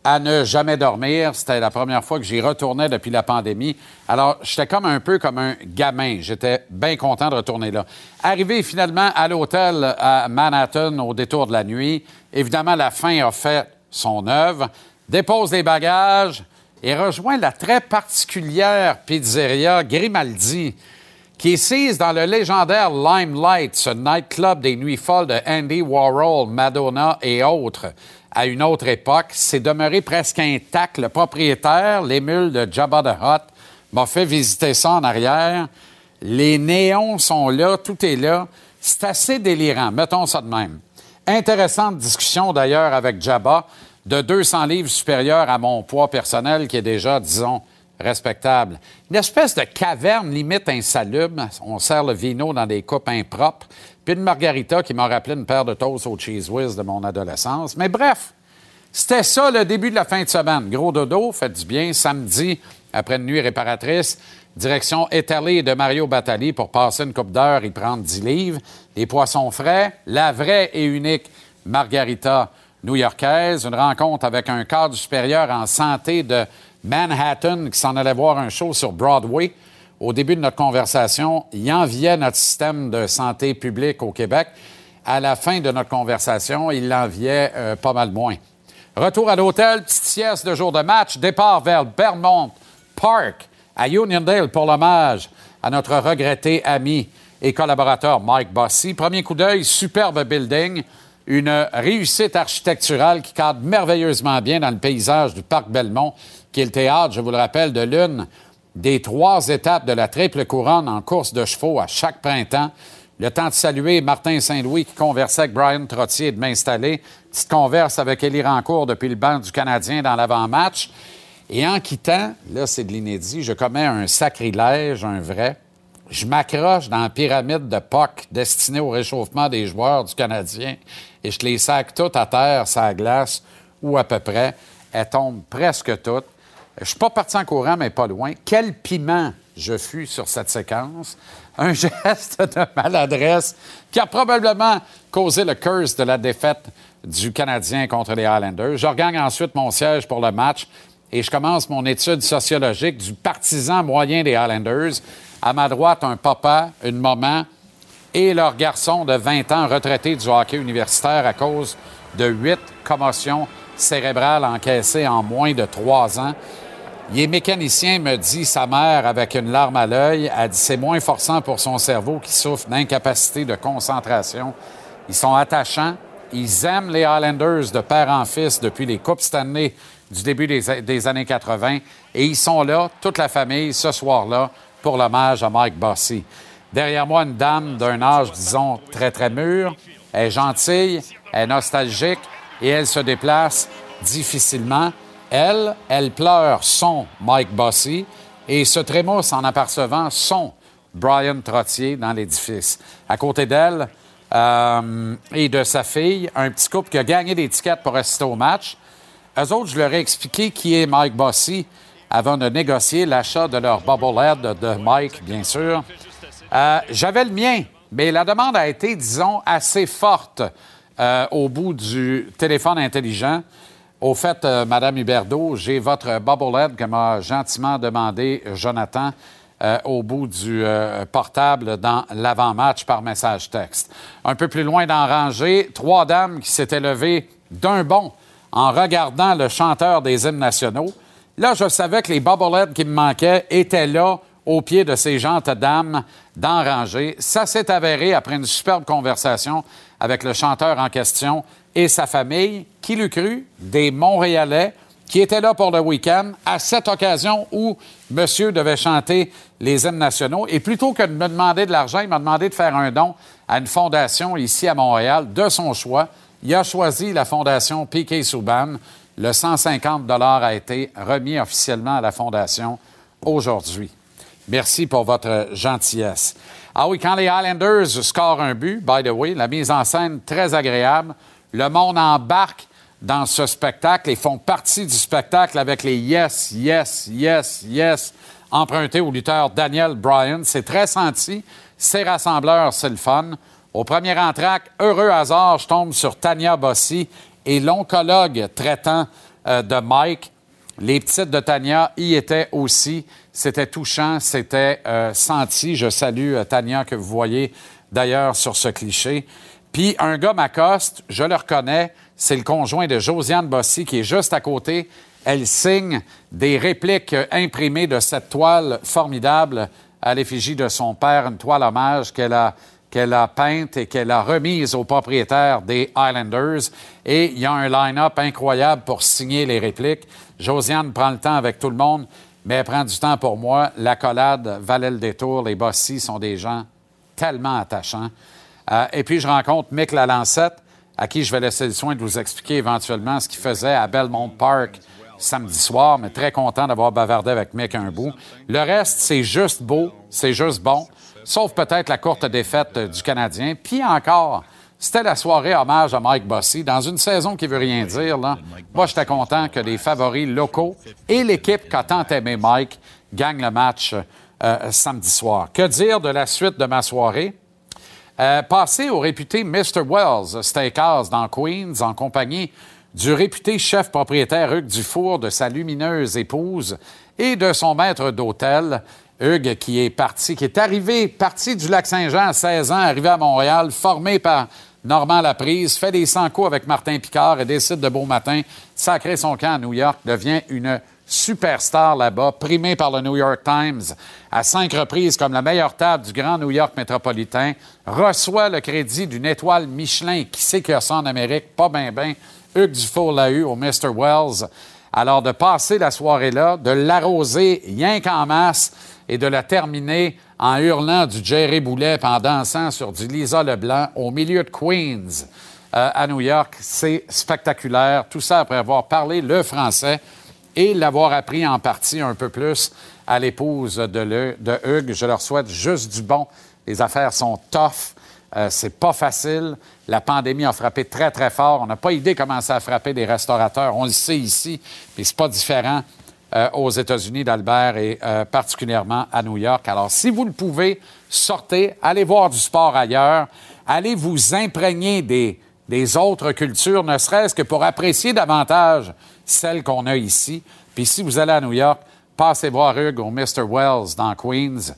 à ne jamais dormir. C'était la première fois que j'y retournais depuis la pandémie. Alors, j'étais comme un peu comme un gamin. J'étais bien content de retourner là. Arrivé finalement à l'hôtel à Manhattan au détour de la nuit, évidemment, la faim a fait son œuvre, dépose les bagages et rejoint la très particulière pizzeria Grimaldi, qui est sise dans le légendaire Limelight, ce nightclub des nuits folles de Andy Warhol, Madonna et autres. À une autre époque, c'est demeuré presque intact. Le propriétaire, l'émule de Jabba the Hutt, m'a fait visiter ça en arrière. Les néons sont là, tout est là. C'est assez délirant, mettons ça de même. Intéressante discussion d'ailleurs avec Jabba, de deux cents livres supérieurs à mon poids personnel, qui est déjà, disons, respectable. Une espèce de caverne limite insalubre. On sert le vino dans des coupes impropres. Puis une margarita qui m'a rappelé une paire de toasts au Cheese Whiz de mon adolescence. Mais bref, c'était ça le début de la fin de semaine. Gros dodo, faites du bien. Samedi, après une nuit réparatrice, direction Italy de Mario Batali pour passer une coupe d'heure et prendre dix livres. Des poissons frais, la vraie et unique margarita new-yorkaise. Une rencontre avec un cadre supérieur en santé de Manhattan qui s'en allait voir un show sur Broadway. Au début de notre conversation, il enviait notre système de santé publique au Québec. À la fin de notre conversation, il l'enviait euh, pas mal moins. Retour à l'hôtel, petite sieste de jour de match, départ vers Belmont Park à Uniondale pour l'hommage à notre regretté ami et collaborateur Mike Bossy. Premier coup d'œil, superbe building, une réussite architecturale qui cadre merveilleusement bien dans le paysage du parc Belmont, qui est le théâtre, je vous le rappelle, de l'une des trois étapes de la triple couronne en course de chevaux à chaque printemps. Le temps de saluer Martin Saint-Louis qui conversait avec Brian Trottier et de m'installer. Petite converse avec Élie Rancourt depuis le banc du Canadien dans l'avant-match. Et en quittant, là, c'est de l'inédit, je commets un sacrilège, un vrai. Je m'accroche dans la pyramide de P O C destinée au réchauffement des joueurs du Canadien et je les sac toutes à terre, sur la glace, ou à peu près. Elles tombent presque toutes. Je suis pas parti en courant, mais pas loin. Quel piment je fus sur cette séquence. Un geste de maladresse qui a probablement causé le curse de la défaite du Canadien contre les Highlanders. Je regagne ensuite mon siège pour le match et je commence mon étude sociologique du partisan moyen des Highlanders. À ma droite, un papa, une maman et leur garçon de vingt ans retraité du hockey universitaire à cause de huit commotions cérébrales encaissées en moins de trois ans. Il est mécanicien, me dit sa mère avec une larme à l'œil. Elle dit c'est moins forçant pour son cerveau qui souffre d'incapacité de concentration. Ils sont attachants. Ils aiment les Highlanders de père en fils depuis les Coupes Stanley du début des, des années quatre-vingt. Et ils sont là, toute la famille, ce soir-là, pour l'hommage à Mike Bossy. Derrière moi, une dame d'un âge, disons, très, très mûr. Elle est gentille, elle est nostalgique et elle se déplace difficilement. Elle, elle pleure son Mike Bossy et se trémousse en apercevant son Brian Trottier dans l'édifice. À côté d'elle euh, et de sa fille, un petit couple qui a gagné des tickets pour assister au match. Eux autres, je leur ai expliqué qui est Mike Bossy avant de négocier l'achat de leur bobblehead de Mike, bien sûr. Euh, j'avais le mien, mais la demande a été, disons, assez forte euh, au bout du téléphone intelligent. Au fait, euh, Mme Huberdeau, j'ai votre bobblehead que m'a gentiment demandé Jonathan euh, au bout du euh, portable dans l'avant-match par message texte. Un peu plus loin dans la rangée, trois dames qui s'étaient levées d'un bond en regardant le chanteur des hymnes nationaux. Là, je savais que les bobbleheads qui me manquaient étaient là au pied de ces gentes dames dans la rangée. Ça s'est avéré après une superbe conversation avec le chanteur en question et sa famille, qui l'eût cru, des Montréalais qui étaient là pour le week-end à cette occasion où monsieur devait chanter les hymnes nationaux. Et plutôt que de me demander de l'argent, il m'a demandé de faire un don à une fondation ici à Montréal de son choix. Il a choisi la fondation P K Subban. Le cent cinquante dollars a été remis officiellement à la fondation aujourd'hui. Merci pour votre gentillesse. Ah oui, quand les Highlanders scorent un but, by the way, la mise en scène très agréable. Le monde embarque dans ce spectacle et font partie du spectacle avec les « yes, yes, yes, yes » empruntés au lutteur Daniel Bryan. C'est très senti. C'est rassembleur, c'est le fun. Au premier entracte, heureux hasard, je tombe sur Tania Bossy et l'oncologue traitant euh, de Mike. Les petites de Tania y étaient aussi. C'était touchant, c'était euh, senti. Je salue euh, Tania, que vous voyez d'ailleurs sur ce cliché. Puis un gars m'accoste, je le reconnais, c'est le conjoint de Josiane Bossy qui est juste à côté. Elle signe des répliques imprimées de cette toile formidable à l'effigie de son père, une toile hommage qu'elle a, qu'elle a peinte et qu'elle a remise au propriétaire des Islanders. Et il y a un line-up incroyable pour signer les répliques. Josiane prend le temps avec tout le monde, mais elle prend du temps pour moi. L'accolade valait le détour. Les Bossy sont des gens tellement attachants. Euh, et puis, je rencontre Mick Lalancette, à qui je vais laisser le soin de vous expliquer éventuellement ce qu'il faisait à Belmont Park samedi soir, mais très content d'avoir bavardé avec Mick un bout. Le reste, c'est juste beau, c'est juste bon, sauf peut-être la courte défaite du Canadien. Puis encore, c'était la soirée hommage à Mike Bossy. Dans une saison qui veut rien dire, là, moi, j'étais content que les favoris locaux et l'équipe qu'a tant aimé Mike gagnent le match euh, samedi soir. Que dire de la suite de ma soirée? Euh, passer au réputé mister Wells Steakhouse dans Queens en compagnie du réputé chef propriétaire Hugues Dufour, de sa lumineuse épouse et de son maître d'hôtel, Hugues, qui est parti, qui est arrivé, parti du Lac-Saint-Jean à seize ans, arrivé à Montréal, formé par Normand Laprise, fait des cent coups avec Martin Picard et décide de beau matin, sacrer son camp à New York, devient une superstar là-bas, primé par le New York Times à cinq reprises comme la meilleure table du Grand New York métropolitain, reçoit le crédit d'une étoile Michelin. Qui sait qu'il y a ça en Amérique? Pas bien, bien. Hugues Dufour l'a eu au mister Wells. Alors, de passer la soirée-là, de l'arroser rien qu'en masse et de la terminer en hurlant du Jerry Boulet en dansant sur du Lisa Leblanc au milieu de Queens euh, à New York, c'est spectaculaire. Tout ça après avoir parlé le français et l'avoir appris en partie un peu plus à l'épouse de, le, de Hugues. Je leur souhaite juste du bon. Les affaires sont tough. Euh, c'est pas facile. La pandémie a frappé très, très fort. On n'a pas idée comment ça a frappé des restaurateurs. On le sait ici, mais c'est pas différent euh, aux États-Unis d'Albert et euh, particulièrement à New York. Alors, si vous le pouvez, sortez, allez voir du sport ailleurs, allez vous imprégner des, des autres cultures, ne serait-ce que pour apprécier davantage celles qu'on a ici. Puis si vous allez à New York, passez voir Hugues au mister Wells dans Queens.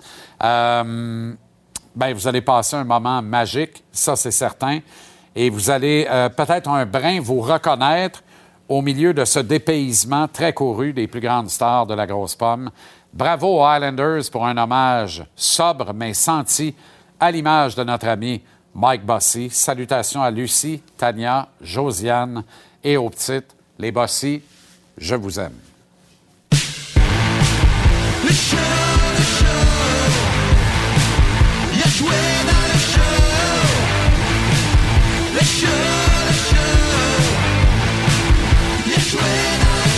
Euh, ben, vous allez passer un moment magique, ça c'est certain. Et vous allez euh, peut-être un brin vous reconnaître au milieu de ce dépaysement très couru des plus grandes stars de la grosse pomme. Bravo aux Islanders pour un hommage sobre mais senti à l'image de notre ami Mike Bossy. Salutations à Lucie, Tania, Josiane et aux petites. Les Bossy, je vous aime. Le show, le show. Il a joué dans le show. Le show, le show. Il a joué dans le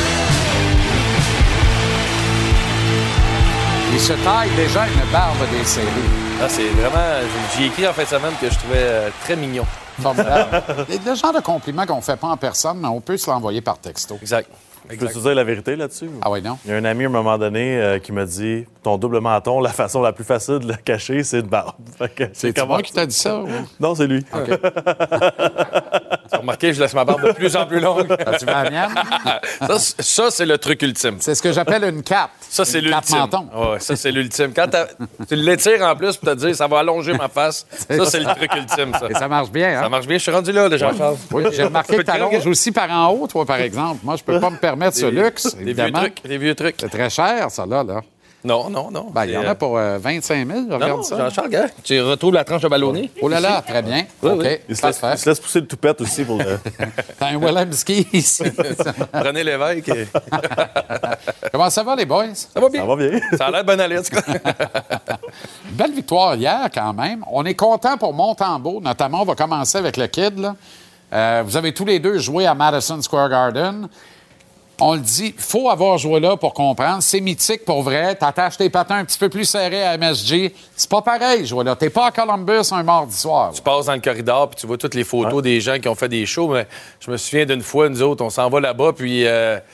show. Il se taille déjà une barbe des séries. Ah, c'est vraiment... J'ai écrit en fin de semaine que je trouvais euh, très mignon. Formidable. C'est le genre de compliment qu'on ne fait pas en personne, mais on peut se l'envoyer par texto. Exact. Je peux te dire la vérité là-dessus? Ou? Ah oui, non? Il y a un ami, à un moment donné, euh, qui m'a dit « Ton double menton, la façon la plus facile de le cacher, c'est une barbe. » C'est comment... moi qui t'as dit ça? Ou... Non, c'est lui. OK. Tu as remarqué, je laisse ma barbe de plus en plus longue. Tu veux la mienne? ça, ça c'est le truc ultime. C'est ce que j'appelle une cape. Ça, c'est une l'ultime. Cape menton. Ouais, ça, c'est l'ultime. Quand tu l'étires en plus pour te dire « Ça va allonger ma face », ça, c'est le truc ultime, ça. Et ça marche bien, hein? Ça marche bien. Je suis rendu là, déjà, Charles. Oui, j'ai remarqué que tu allonges aussi par en haut, toi, par exemple. Moi, je peux pas me permettre ce luxe. Des vieux trucs, des vieux trucs. C'est très cher, ça, là. là. Non, non, non. Ben, il y en a pour euh, vingt-cinq mille, je regarde non, ça. Jean-Charles, gars, tu retrouves la tranche de ballonné. Oh là là, très bien. Oui, OK, oui. Il se, laisse, il se laisse pousser le toupette aussi pour le... T'as un Willemski ici. Prenez l'évêque. Et... Comment ça va, les boys? Ça va bien. Ça va bien. Ça a l'air bon aller, en tout cas. Belle victoire hier, quand même. On est content pour Montembeault, notamment. On va commencer avec le kid, là. Euh, vous avez tous les deux joué à Madison Square Garden. On le dit, il faut avoir joué là pour comprendre. C'est mythique pour vrai. T'attaches tes patins un petit peu plus serrés à M S G. C'est pas pareil, jouer là. T'es pas à Columbus un mardi soir. Tu passes dans le corridor puis tu vois toutes les photos ouais. des gens qui ont fait des shows. Mais je me souviens d'une fois, nous autres, on s'en va là-bas puis... Euh,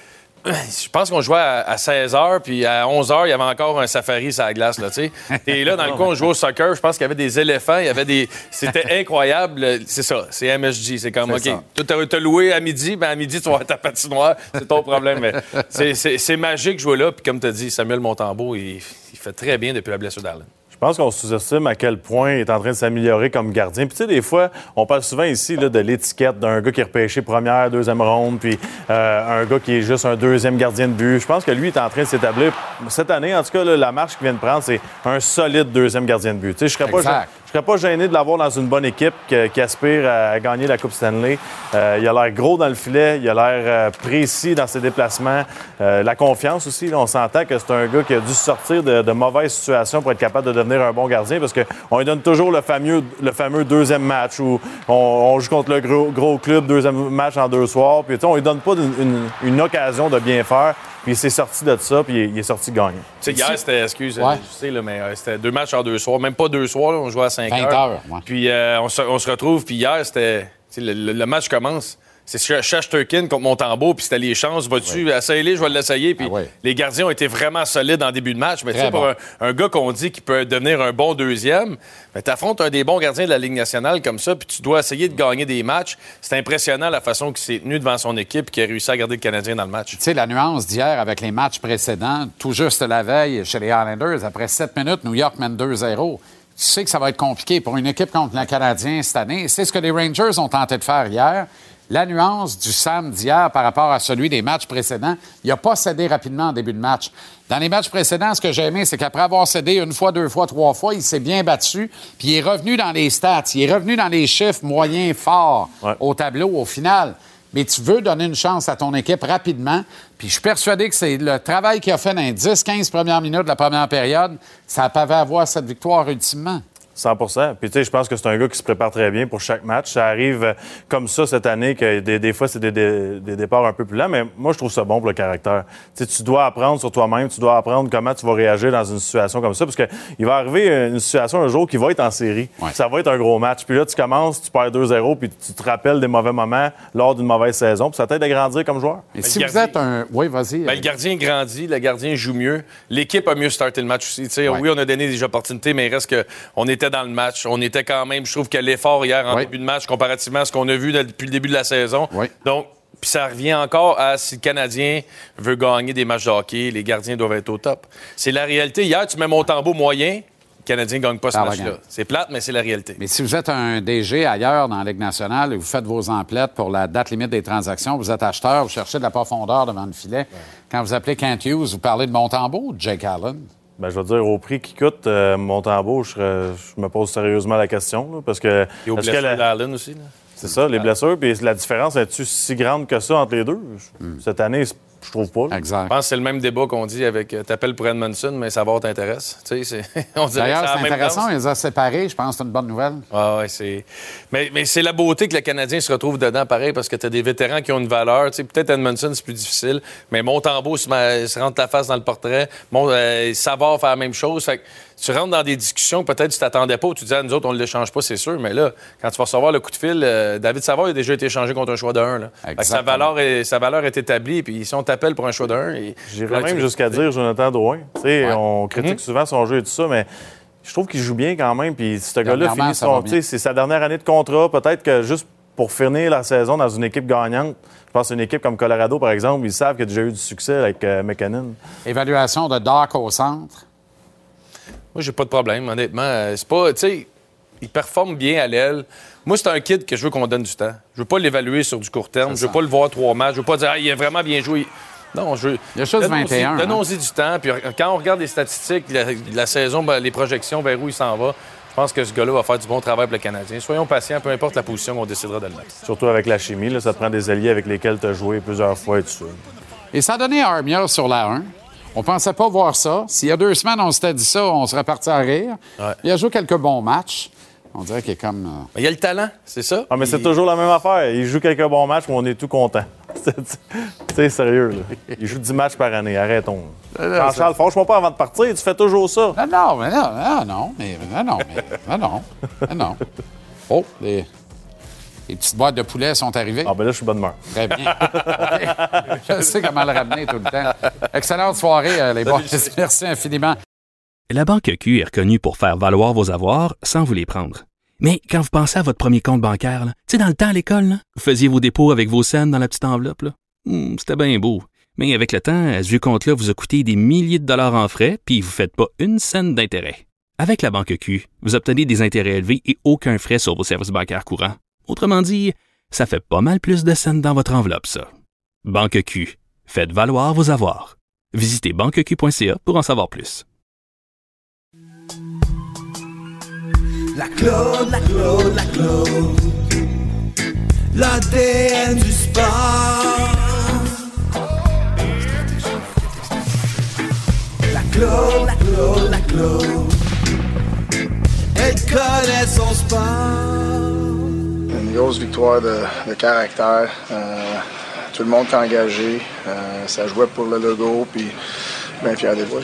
je pense qu'on jouait à, à seize heures, puis à onze heures, il y avait encore un safari sur la glace, là, tu sais. Et là, dans le coin, on jouait au soccer, je pense qu'il y avait des éléphants, il y avait des... C'était incroyable. C'est ça, c'est M S G. C'est comme, OK, toi, t'as, t'as loué à midi, ben à midi, tu vas avoir ta patinoire, c'est ton problème. Mais c'est, c'est, c'est magique de jouer là, puis comme tu as dit, Samuel Montembeault, il, il fait très bien depuis la blessure d'Allen. Je pense qu'on sous-estime à quel point il est en train de s'améliorer comme gardien. Puis tu sais, des fois, on parle souvent ici là, de l'étiquette d'un gars qui est repêché première, deuxième ronde, puis euh, un gars qui est juste un deuxième gardien de but. Je pense que lui est en train de s'établir. Cette année, en tout cas, là, la marche qu'il vient de prendre, c'est un solide deuxième gardien de but. Tu sais, je serais pas, je, je serais pas gêné de l'avoir dans une bonne équipe que, qui aspire à gagner la Coupe Stanley. Euh, il a l'air gros dans le filet, il a l'air euh, précis dans ses déplacements. Euh, la confiance aussi, là, on s'entend que c'est un gars qui a dû sortir de, de mauvaises situations pour être capable de devenir un bon gardien, parce qu'on lui donne toujours le fameux, le fameux deuxième match où on, on joue contre le gros, gros club, deuxième match en deux soirs, puis on lui donne pas une, une, une occasion de bien faire, puis il s'est sorti de ça, puis il, il est sorti gagnant. Tu sais, hier, c'était, excuse, ouais. je sais, là, mais euh, c'était deux matchs en deux soirs, même pas deux soirs, là, on jouait à cinq heures. heures ouais. Puis euh, on, se, on se retrouve, puis hier, c'était, le, le, le match commence. C'est Shesterkin contre Montembeault, puis c'était les chances. Vas-tu essayer, je vais l'essayer. Puis ah ouais. les gardiens ont été vraiment solides en début de match. Mais tu sais, bon. pour un, un gars qu'on dit qui peut devenir un bon deuxième, ben, tu affrontes un des bons gardiens de la Ligue nationale comme ça, puis tu dois essayer de gagner des matchs. C'est impressionnant la façon qu'il s'est tenu devant son équipe et qu'il a réussi à garder le Canadien dans le match. Tu sais, la nuance d'hier avec les matchs précédents, tout juste la veille chez les Islanders, après sept minutes, New York mène deux zéro. Tu sais que ça va être compliqué pour une équipe contre le Canadien cette année. C'est ce que les Rangers ont tenté de faire hier. La nuance du Sam d'hier par rapport à celui des matchs précédents, il n'a pas cédé rapidement en début de match. Dans les matchs précédents, ce que j'ai aimé, c'est qu'après avoir cédé une fois, deux fois, trois fois, il s'est bien battu, puis il est revenu dans les stats, il est revenu dans les chiffres moyens forts ouais. au tableau au final. Mais tu veux donner une chance à ton équipe rapidement, puis je suis persuadé que c'est le travail qu'il a fait dans les dix quinze premières minutes de la première période, ça peut avoir cette victoire ultimement. cent pour cent. Puis, tu sais, je pense que c'est un gars qui se prépare très bien pour chaque match. Ça arrive comme ça cette année, que des, des fois, c'est des, des, des départs un peu plus lents, mais moi, je trouve ça bon pour le caractère. Tu sais, tu dois apprendre sur toi-même, tu dois apprendre comment tu vas réagir dans une situation comme ça, parce qu'il va arriver une situation un jour qui va être en série. Ouais. Ça va être un gros match. Puis là, tu commences, tu perds deux zéro, puis tu te rappelles des mauvais moments lors d'une mauvaise saison, puis ça t'aide à grandir comme joueur. Et si vous êtes un... Oui, vas-y. Ben, le gardien grandit, le gardien joue mieux. L'équipe a mieux starté le match aussi. Tu sais, ouais. Oui, on a donné des opportunités, mais il reste qu'on était dans le match. On était quand même, je trouve que l'effort hier en oui. début de match, comparativement à ce qu'on a vu depuis le début de la saison. Oui. Donc, puis ça revient encore à si le Canadien veut gagner des matchs de hockey, les gardiens doivent être au top. C'est la réalité. Hier, tu mets Montembeault moyen, le Canadien ne gagne pas ce ah, match-là. C'est plate, mais c'est la réalité. Mais si vous êtes un D G ailleurs dans la Ligue nationale et vous faites vos emplettes pour la date limite des transactions, vous êtes acheteur, vous cherchez de la profondeur devant le filet. Ouais. Quand vous appelez Kent Hughes, vous parlez de Montembeault ou de Jake Allen? Ben, je veux dire, au prix qui coûte, euh, Montembeault, je, je me pose sérieusement la question. Là, parce que. Et aux blessures la... d'Allen aussi. Là. C'est ça, les blessures. Puis la différence, est-tu si grande que ça entre les deux? Mm. Cette année, je trouve pas. Là. Exact. Je pense que c'est le même débat qu'on dit avec euh, t'appelles pour Edmondson, mais savoir t'intéresse. Tu sais, c'est... on dirait D'ailleurs, que c'est, c'est intéressant, ils ont séparés. Je pense que c'est une bonne nouvelle. Ah, ouais, c'est... Mais, mais c'est la beauté que le Canadien se retrouve dedans, pareil, parce que t'as des vétérans qui ont une valeur. Tu sais, peut-être Edmondson, c'est plus difficile, mais Montembeault se, met... se rentre la face dans le portrait. Mon... Euh, Savard fait la même chose. Fait que tu rentres dans des discussions que peut-être tu t'attendais pas, ou tu disais, nous autres, on ne l'échange pas, c'est sûr. Mais là, quand tu vas recevoir le coup de fil, euh, David Savard a déjà été échangé contre un choix de un. Là. Sa valeur, est, sa valeur est établie, puis si on t'appelle pour un choix de un... Et... J'irais même jusqu'à dire Jonathan Drouin. Ouais. On critique mm-hmm. souvent son jeu et tout ça, mais je trouve qu'il joue bien quand même. Puis ce gars-là finit son... C'est sa dernière année de contrat. Peut-être que juste pour finir la saison dans une équipe gagnante, je pense une équipe comme Colorado, par exemple, ils savent qu'il y a déjà eu du succès avec euh, McKinnon. Évaluation de Doc au centre. Moi, j'ai pas de problème, honnêtement. C'est pas, tu sais, il performe bien à l'aile. Moi, c'est un kid que je veux qu'on donne du temps. Je veux pas l'évaluer sur du court terme. C'est je veux ça. Pas le voir trois matchs. Je veux pas dire, ah, il a vraiment bien joué. Non, je veux. Il y a chose vingt et un. Donnons-y hein? du temps. Puis quand on regarde les statistiques, la, la saison, ben, les projections, vers où il s'en va, je pense que ce gars-là va faire du bon travail pour le Canadien. Soyons patients, peu importe la position qu'on décidera de le mettre. Surtout avec la chimie, là, ça te prend des alliés avec lesquels tu as joué plusieurs fois et tout ça. Et ça a donné Armia sur la un. On pensait pas voir ça. S'il y a deux semaines, on s'était dit ça, on serait parti à rire. Ouais. Il a joué quelques bons matchs. On dirait qu'il est comme... Euh... Il y a le talent, c'est ça. Ah, mais il... c'est toujours la même affaire. Il joue quelques bons matchs, mais on est tout content. C'est sérieux, là. Il joue dix matchs par année. Arrêtons. Jean-Charles, franchement pas avant de partir. Tu fais toujours ça. Non, non, mais non, non, non, mais non, non, mais non, non, non. Oh, les... Les petites boîtes de poulet sont arrivées? Ah, ben là, je suis bonne humeur. Très bien. Okay. Je sais comment le ramener tout le temps. Excellente soirée, euh, les boys. Merci infiniment. La Banque Q est reconnue pour faire valoir vos avoirs sans vous les prendre. Mais quand vous pensez à votre premier compte bancaire, tu sais, dans le temps à l'école, là, vous faisiez vos dépôts avec vos scènes dans la petite enveloppe. Là. Hum, c'était bien beau. Mais avec le temps, à ce vieux compte-là vous a coûté des milliers de dollars en frais, puis vous ne faites pas une scène d'intérêt. Avec la Banque Q, vous obtenez des intérêts élevés et aucun frais sur vos services bancaires courants. Autrement dit, ça fait pas mal plus de scènes dans votre enveloppe, ça. Banque Q. Faites valoir vos avoirs. Visitez banque q point c a pour en savoir plus. La Claude, la Claude, la Claude, l'A D N du sport. La Claude, la Claude, la Claude, elle connaît son sport. Une grosse victoire de, de caractère. Euh, tout le monde est engagé. Euh, ça jouait pour le logo, puis bien fier des boys.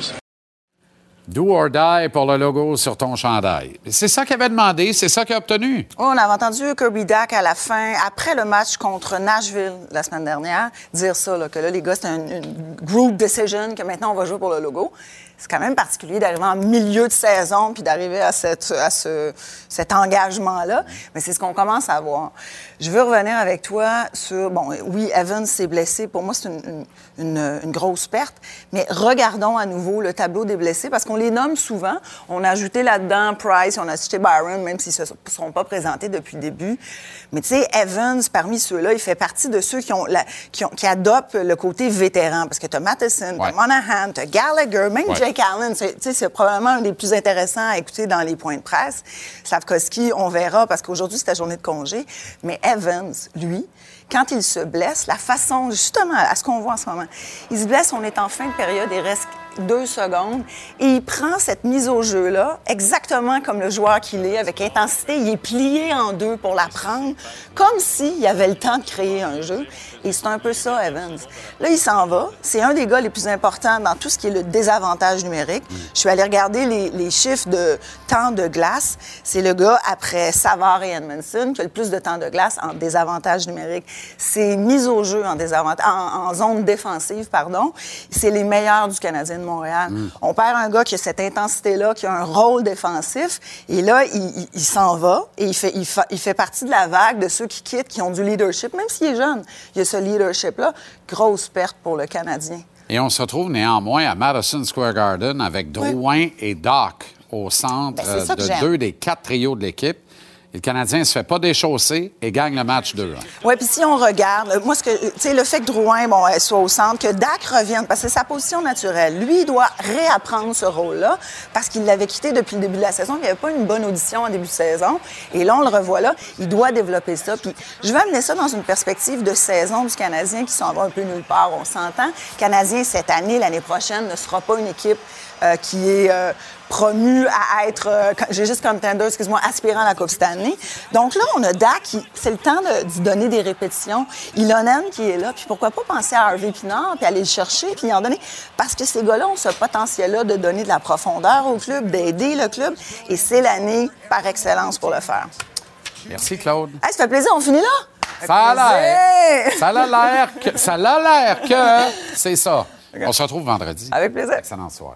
Do or die pour le logo sur ton chandail. C'est ça qu'il avait demandé, c'est ça qu'il a obtenu. Oh, on avait entendu Kirby Dach à la fin, après le match contre Nashville la semaine dernière, dire ça, là, que là, les gars, c'était une, une group decision, que maintenant, on va jouer pour le logo. C'est quand même particulier d'arriver en milieu de saison puis d'arriver à, cette, à ce, cet engagement-là. Mais c'est ce qu'on commence à voir. Je veux revenir avec toi sur... Bon, oui, Evans s'est blessé. Pour moi, c'est une, une, une, une grosse perte. Mais regardons à nouveau le tableau des blessés parce qu'on les nomme souvent. On a ajouté là-dedans Price, on a ajouté Byron, même s'ils ne se sont pas présentés depuis le début. Mais tu sais, Evans, parmi ceux-là, il fait partie de ceux qui, ont la, qui, ont, qui adoptent le côté vétéran. Parce que tu as Matheson, tu as Monahan, tu as Gallagher, même ouais. Jake Allen, c'est, c'est probablement un des plus intéressants à écouter dans les points de presse. Slavkovski, on verra, parce qu'aujourd'hui, c'est ta journée de congé. Mais Evans, lui, quand il se blesse, la façon, justement, à ce qu'on voit en ce moment, il se blesse, on est en fin de période, il reste deux secondes, et il prend cette mise au jeu-là, exactement comme le joueur qu'il est, avec intensité. Il est plié en deux pour la prendre, comme s'il avait le temps de créer un jeu. Et c'est un peu ça, Evans. Là, il s'en va. C'est un des gars les plus importants dans tout ce qui est le désavantage numérique. Mm. Je suis allée regarder les, les chiffres de temps de glace. C'est le gars, après Savard et Edmondson, qui a le plus de temps de glace en désavantage numérique. C'est mise au jeu en, désavantage, en, en zone défensive, pardon. C'est les meilleurs du Canadien de Montréal. Mm. On perd un gars qui a cette intensité-là, qui a un rôle défensif, et là, il, il, il s'en va, et il fait, il, fa, il fait partie de la vague de ceux qui quittent, qui ont du leadership, même s'il est jeune. Il y a ce leadership-là. Grosse perte pour le Canadien. Et on se retrouve néanmoins à Madison Square Garden avec Drouin oui. et Dach au centre ben, euh, de j'aime. deux des quatre trios de l'équipe. Et le Canadien ne se fait pas déchausser et gagne le match deux. Oui, puis si on regarde, moi, ce que, tu sais, le fait que Drouin bon, soit au centre, que Dach revienne, parce que c'est sa position naturelle, lui, il doit réapprendre ce rôle-là parce qu'il l'avait quitté depuis le début de la saison. Il n'y avait pas une bonne audition en début de saison. Et là, on le revoit là. Il doit développer ça. Puis je vais amener ça dans une perspective de saison du Canadien qui s'en va un peu nulle part. On s'entend. Le Canadien, cette année, l'année prochaine, ne sera pas une équipe euh, qui est... Euh, promu à être, euh, j'ai juste contender, excuse-moi, aspirant à la Coupe Stanley. Donc là, on a Dach, qui, c'est le temps de, d'y donner des répétitions. Ilonen qui est là, puis pourquoi pas penser à Harvey Pinard, puis aller le chercher, puis y en donner. Parce que ces gars-là ont ce potentiel-là de donner de la profondeur au club, d'aider le club, et c'est l'année par excellence pour le faire. Merci, Claude. Hey, ça fait plaisir, on finit là? Ça a l'air. Ça a l'air que... Ça a l'air que... C'est ça. On se retrouve vendredi. Avec plaisir. Excellente soirée.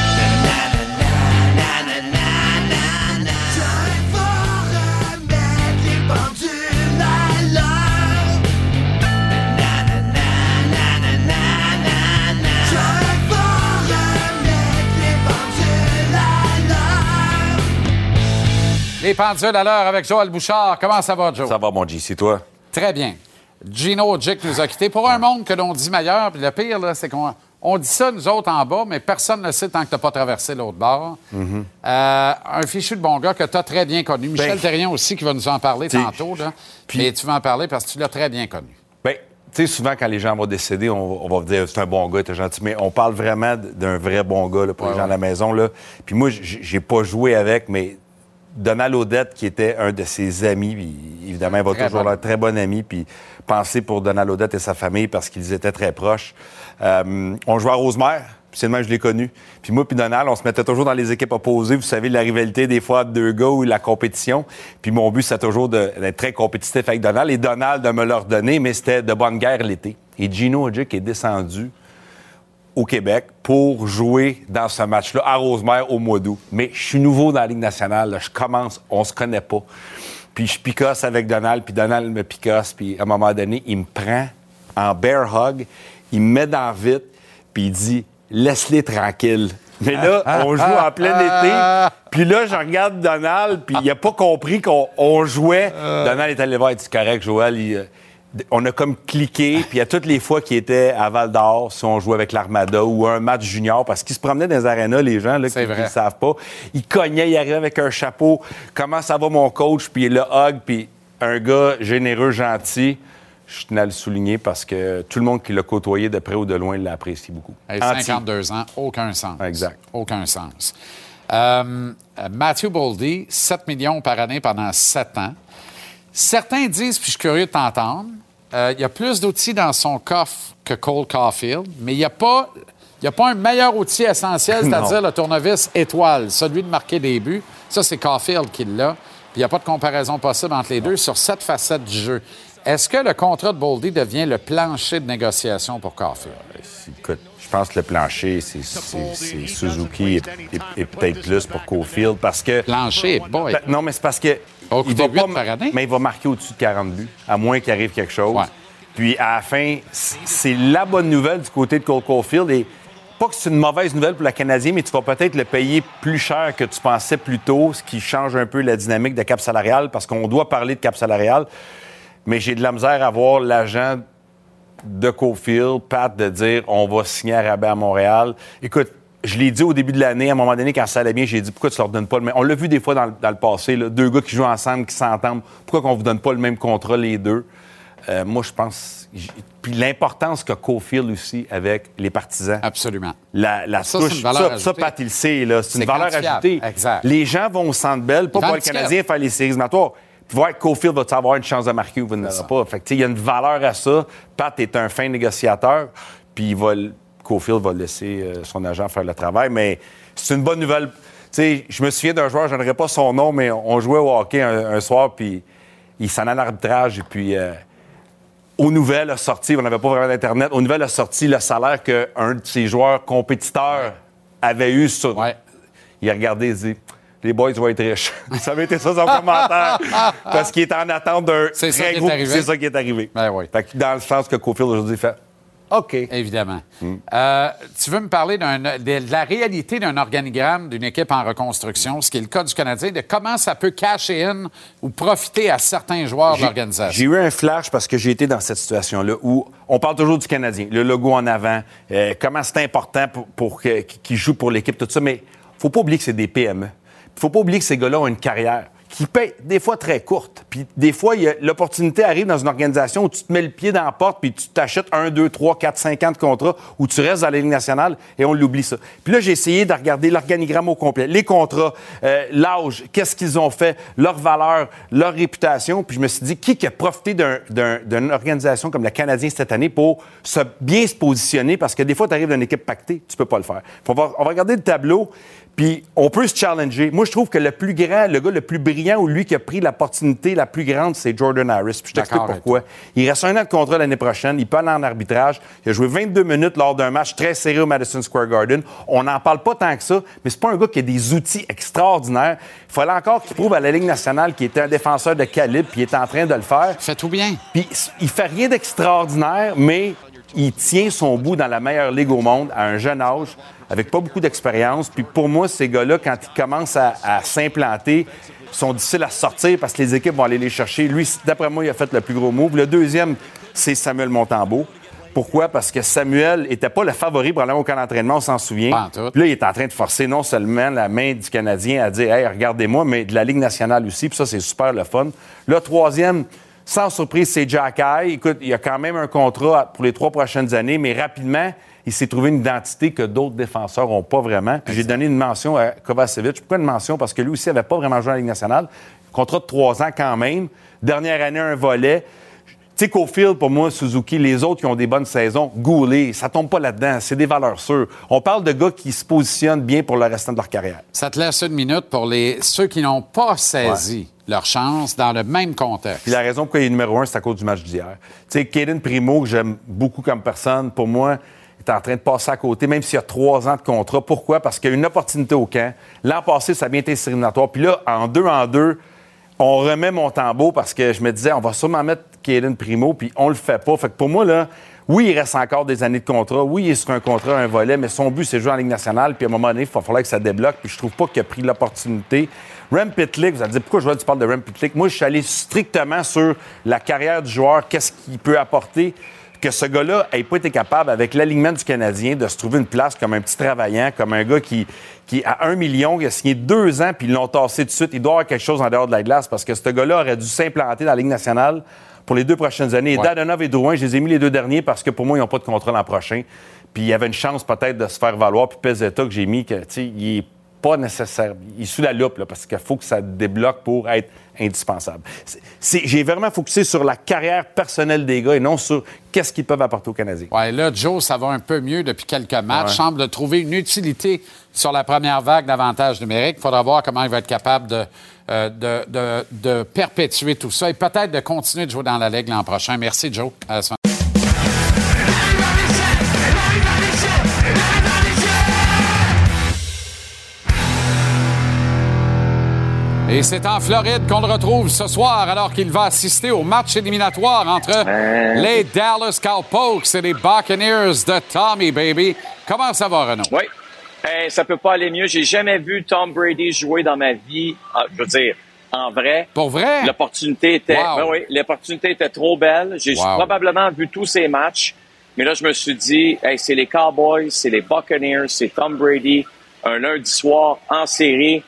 Les pendules à l'heure avec Joël Bouchard. Comment ça va, Joe? Ça va, mon G, c'est toi? Très bien. Gino Jick nous a quittés pour un monde que l'on dit meilleur. Puis le pire, là, c'est qu'on on dit ça, nous autres, en bas, mais personne ne le sait tant que tu n'as pas traversé l'autre bord. Mm-hmm. Euh, un fichu de bon gars que tu as très bien connu. Michel ben, Therrien aussi, qui va nous en parler tantôt. Là. Puis, mais tu vas en parler parce que tu l'as très bien connu. Bien, tu sais, souvent, quand les gens vont décéder, on, on va dire c'est un bon gars, t'es gentil. Mais on parle vraiment d'un vrai bon gars là, pour ouais, les gens ouais. à la maison. Là. Puis moi, j'ai pas joué avec, mais Donald Odette, qui était un de ses amis, puis évidemment, il va très toujours bon. un très bon ami, puis penser pour Donald Odette et sa famille parce qu'ils étaient très proches. Euh, on jouait à Rosemère. Puis c'est de même que je l'ai connu. Puis moi puis Donald, on se mettait toujours dans les équipes opposées. Vous savez, la rivalité des fois de deux gars ou la compétition. Puis mon but, c'était toujours de, d'être très compétitif avec Donald. Et Donald de me leur donner, mais c'était de bonne guerre l'été. Et Gino Odjick est descendu au Québec pour jouer dans ce match-là à Rosemère au mois d'août. Mais je suis nouveau dans la Ligue nationale. Là. Je commence, on se connaît pas. Puis je picasse avec Donald, puis Donald me picasse. Puis à un moment donné, il me prend en bear hug, il me met dans vite, puis il dit « Laisse-les tranquilles ». Mais là, on joue en plein été. Puis là, je regarde Donald, puis il a pas compris qu'on on jouait. Donald est allé voir, il dit « Correct, Joël, il, on a comme cliqué, puis à toutes les fois qu'il était à Val-d'Or, si on jouait avec l'Armada ou un match junior, parce qu'ils se promenaient dans les arénas, les gens là, qui ne savent pas, ils cognaient, ils arrivaient avec un chapeau. « Comment ça va, mon coach? » Puis le hug, puis un gars généreux, gentil. Je tenais à le souligner parce que tout le monde qui l'a côtoyé de près ou de loin l'a apprécié beaucoup. Hey, cinquante-deux ans, aucun sens. Exact. Aucun sens. Euh, Matthew Boldy, sept millions par année pendant sept ans. Certains disent, puis je suis curieux de t'entendre, euh, il y a plus d'outils dans son coffre que Cole Caulfield, mais il n'y a pas... Il n'y a pas un meilleur outil essentiel, c'est-à-dire le tournevis étoile, celui de marquer des buts. Ça, c'est Caulfield qui l'a. Puis il n'y a pas de comparaison possible entre les deux sur cette facette du jeu. Est-ce que le contrat de Boldy devient le plancher de négociation pour Caulfield? Écoute, je pense que le plancher, c'est, c'est, c'est Suzuki et, et, et peut-être plus pour Caulfield parce que... Plancher, boy! Ben, non, mais c'est parce que... Au il va pas, par année? Mais il va marquer au-dessus de quarante buts, à moins qu'il arrive quelque chose. Ouais. Puis à la fin, c'est la bonne nouvelle du côté de Cole Caulfield. Et pas que c'est une mauvaise nouvelle pour le Canadien, mais tu vas peut-être le payer plus cher que tu pensais plus tôt, ce qui change un peu la dynamique de cap salarial, parce qu'on doit parler de cap salarial. Mais j'ai de la misère à voir l'agent de Caulfield, Pat, de dire on va signer à rabais à Montréal. Écoute, je l'ai dit au début de l'année, à un moment donné, quand ça allait bien, j'ai dit pourquoi tu leur donnes pas le même. On l'a vu des fois dans, dans le passé, là, deux gars qui jouent ensemble, qui s'entendent. Pourquoi qu'on vous donne pas le même contrat, les deux? Euh, moi, je pense. Puis l'importance que Caulfield aussi avec les partisans. Absolument. La, la ça, touche, c'est une valeur ça, ajoutée. ça, Pat, il le sait, là. C'est, c'est une valeur ajoutée. Exact. Les gens vont au Centre Bell, pas pour le Canadien faire les séries éliminatoires. Puis voir que Caulfield va avoir une chance de marquer ou vous n'en pas. Fait que, il y a une valeur à ça. Pat est un fin négociateur, puis il va, Caulfield va laisser euh, son agent faire le travail. Mais c'est une bonne nouvelle. T'sais, je me souviens d'un joueur, je n'aimerais pas son nom, mais on jouait au hockey un, un soir, puis il s'en allait à l'arbitrage, et puis euh, aux nouvelles a sorti, on n'avait pas vraiment d'Internet, aux nouvelles a sorti le salaire qu'un de ses joueurs compétiteurs avait eu sur... Ouais. Il a regardé et dit... Les boys vont être riches. Ça avait été ça son commentaire. Parce qu'il est en attente d'un c'est très ça gros... Est c'est ça qui est arrivé. Ben oui. Fait que dans le sens que Caulfield aujourd'hui fait OK. Évidemment. Mm. Euh, tu veux me parler d'un, de, de la réalité d'un organigramme d'une équipe en reconstruction, ce qui est le cas du Canadien, de comment ça peut cacher in ou profiter à certains joueurs j'ai, de l'organisation? J'ai eu un flash parce que j'ai été dans cette situation-là où on parle toujours du Canadien, le logo en avant, euh, comment c'est important pour, pour que, qu'il joue pour l'équipe, tout ça, mais faut pas oublier que c'est des P M E. Faut pas oublier que ces gars-là ont une carrière qui paye des fois très courte. Puis des fois, y a, l'opportunité arrive dans une organisation où tu te mets le pied dans la porte puis tu t'achètes un, deux, trois, quatre, cinq ans de contrat où tu restes dans la Ligue nationale et on l'oublie ça. Puis là, j'ai essayé de regarder l'organigramme au complet, les contrats, euh, l'âge, qu'est-ce qu'ils ont fait, leur valeur, leur réputation. Puis je me suis dit, qui a profité d'un, d'un, d'une organisation comme le Canadien cette année pour se, bien se positionner? Parce que des fois, tu arrives dans une équipe pactée, tu peux pas le faire. On va, on va regarder le tableau. Puis on peut se challenger. Moi, je trouve que le plus grand, le gars le plus brillant ou lui qui a pris l'opportunité la plus grande, c'est Jordan Harris. Puis je t'explique D'accord, pourquoi. Il reste un an de contrat l'année prochaine. Il peut aller en arbitrage. Il a joué vingt-deux minutes lors d'un match très serré au Madison Square Garden. On n'en parle pas tant que ça, mais c'est pas un gars qui a des outils extraordinaires. Il fallait encore qu'il prouve à la Ligue nationale qu'il était un défenseur de calibre, puis il est en train de le faire. Il fait tout bien. Puis il fait rien d'extraordinaire, mais il tient son bout dans la meilleure ligue au monde à un jeune âge, avec pas beaucoup d'expérience. Puis pour moi, ces gars-là, quand ils commencent à, à s'implanter, sont difficiles à sortir parce que les équipes vont aller les chercher. Lui, d'après moi, il a fait le plus gros move. Le deuxième, c'est Samuel Montembeault. Pourquoi? Parce que Samuel n'était pas le favori probablement au camp d'entraînement, on s'en souvient. Puis là, il est en train de forcer non seulement la main du Canadien à dire « Hey, regardez-moi », mais de la Ligue nationale aussi. Puis ça, c'est super le fun. Le troisième, sans surprise, c'est Jack Eye. Écoute, il a quand même un contrat pour les trois prochaines années, mais rapidement, il s'est trouvé une identité que d'autres défenseurs n'ont pas vraiment. Puis j'ai donné une mention à Kovacevic. Pourquoi une mention? Parce que lui aussi n'avait pas vraiment joué en Ligue nationale. Contrat de trois ans quand même. Dernière année, un volet. sais, Caulfield, pour moi, Suzuki, les autres qui ont des bonnes saisons, Goulet, ça tombe pas là-dedans. C'est des valeurs sûres. On parle de gars qui se positionnent bien pour le restant de leur carrière. Ça te laisse une minute pour les ceux qui n'ont pas saisi ouais. leur chance dans le même contexte. Puis la raison pourquoi il est numéro un, c'est à cause du match d'hier. Tu sais, Caden Primo, que j'aime beaucoup comme personne, pour moi, est en train de passer à côté, même s'il y a trois ans de contrat. Pourquoi? Parce qu'il y a une opportunité au camp. L'an passé, ça a bien été éliminatoire. Puis là, en deux en deux, on remet Montembeault parce que je me disais, on va sûrement mettre Caden Primo, puis on le fait pas. Fait que pour moi, là, oui, il reste encore des années de contrat. Oui, il est sur un contrat, un volet, mais son but, c'est de jouer en Ligue nationale. Puis à un moment donné, il va falloir que ça débloque. Puis je trouve pas qu'il a pris l'opportunité. Rem Pitlick, vous allez dire, pourquoi je vois tu parles de Rem Pitlick? Moi, je suis allé strictement sur la carrière du joueur, qu'est-ce qu'il peut apporter. Que ce gars-là n'ait pas été capable, avec l'alignement du Canadien, de se trouver une place comme un petit travaillant, comme un gars qui, qui a un million, qui a signé deux ans, puis ils l'ont tassé tout de suite. Il doit avoir quelque chose en dehors de la glace parce que ce gars-là aurait dû s'implanter dans la Ligue nationale pour les deux prochaines années. Et ouais. Dadonov et Drouin, je les ai mis les deux derniers parce que pour moi, ils n'ont pas de contrat l'an prochain. Puis il y avait une chance peut-être de se faire valoir. Puis Pezzetta, que j'ai mis, que, tu sais, il est pas nécessaire. Il est sous la loupe, là, parce qu'il faut que ça débloque pour être indispensable. C'est, c'est, j'ai vraiment focusé sur la carrière personnelle des gars et non sur qu'est-ce qu'ils peuvent apporter aux Canadiens. Oui, là, Joe, ça va un peu mieux depuis quelques matchs. Ouais. Semble de trouver une utilité sur la première vague d'avantages numériques. Il faudra voir comment il va être capable de, euh, de, de, de perpétuer tout ça et peut-être de continuer de jouer dans la Ligue l'an prochain. Merci, Joe. À la semaine. Et c'est en Floride qu'on le retrouve ce soir alors qu'il va assister au match éliminatoire entre euh... les Dallas Cowpokes et les Buccaneers de Tommy Baby. Comment ça va, Renaud? Oui, hey, ça peut pas aller mieux. J'ai jamais vu Tom Brady jouer dans ma vie. Ah, je veux dire, en vrai. Pour vrai? L'opportunité était, wow. ben oui, l'opportunité était trop belle. J'ai wow. probablement vu tous ces matchs. Mais là, je me suis dit, hey, c'est les Cowboys, c'est les Buccaneers, c'est Tom Brady, un lundi soir en série.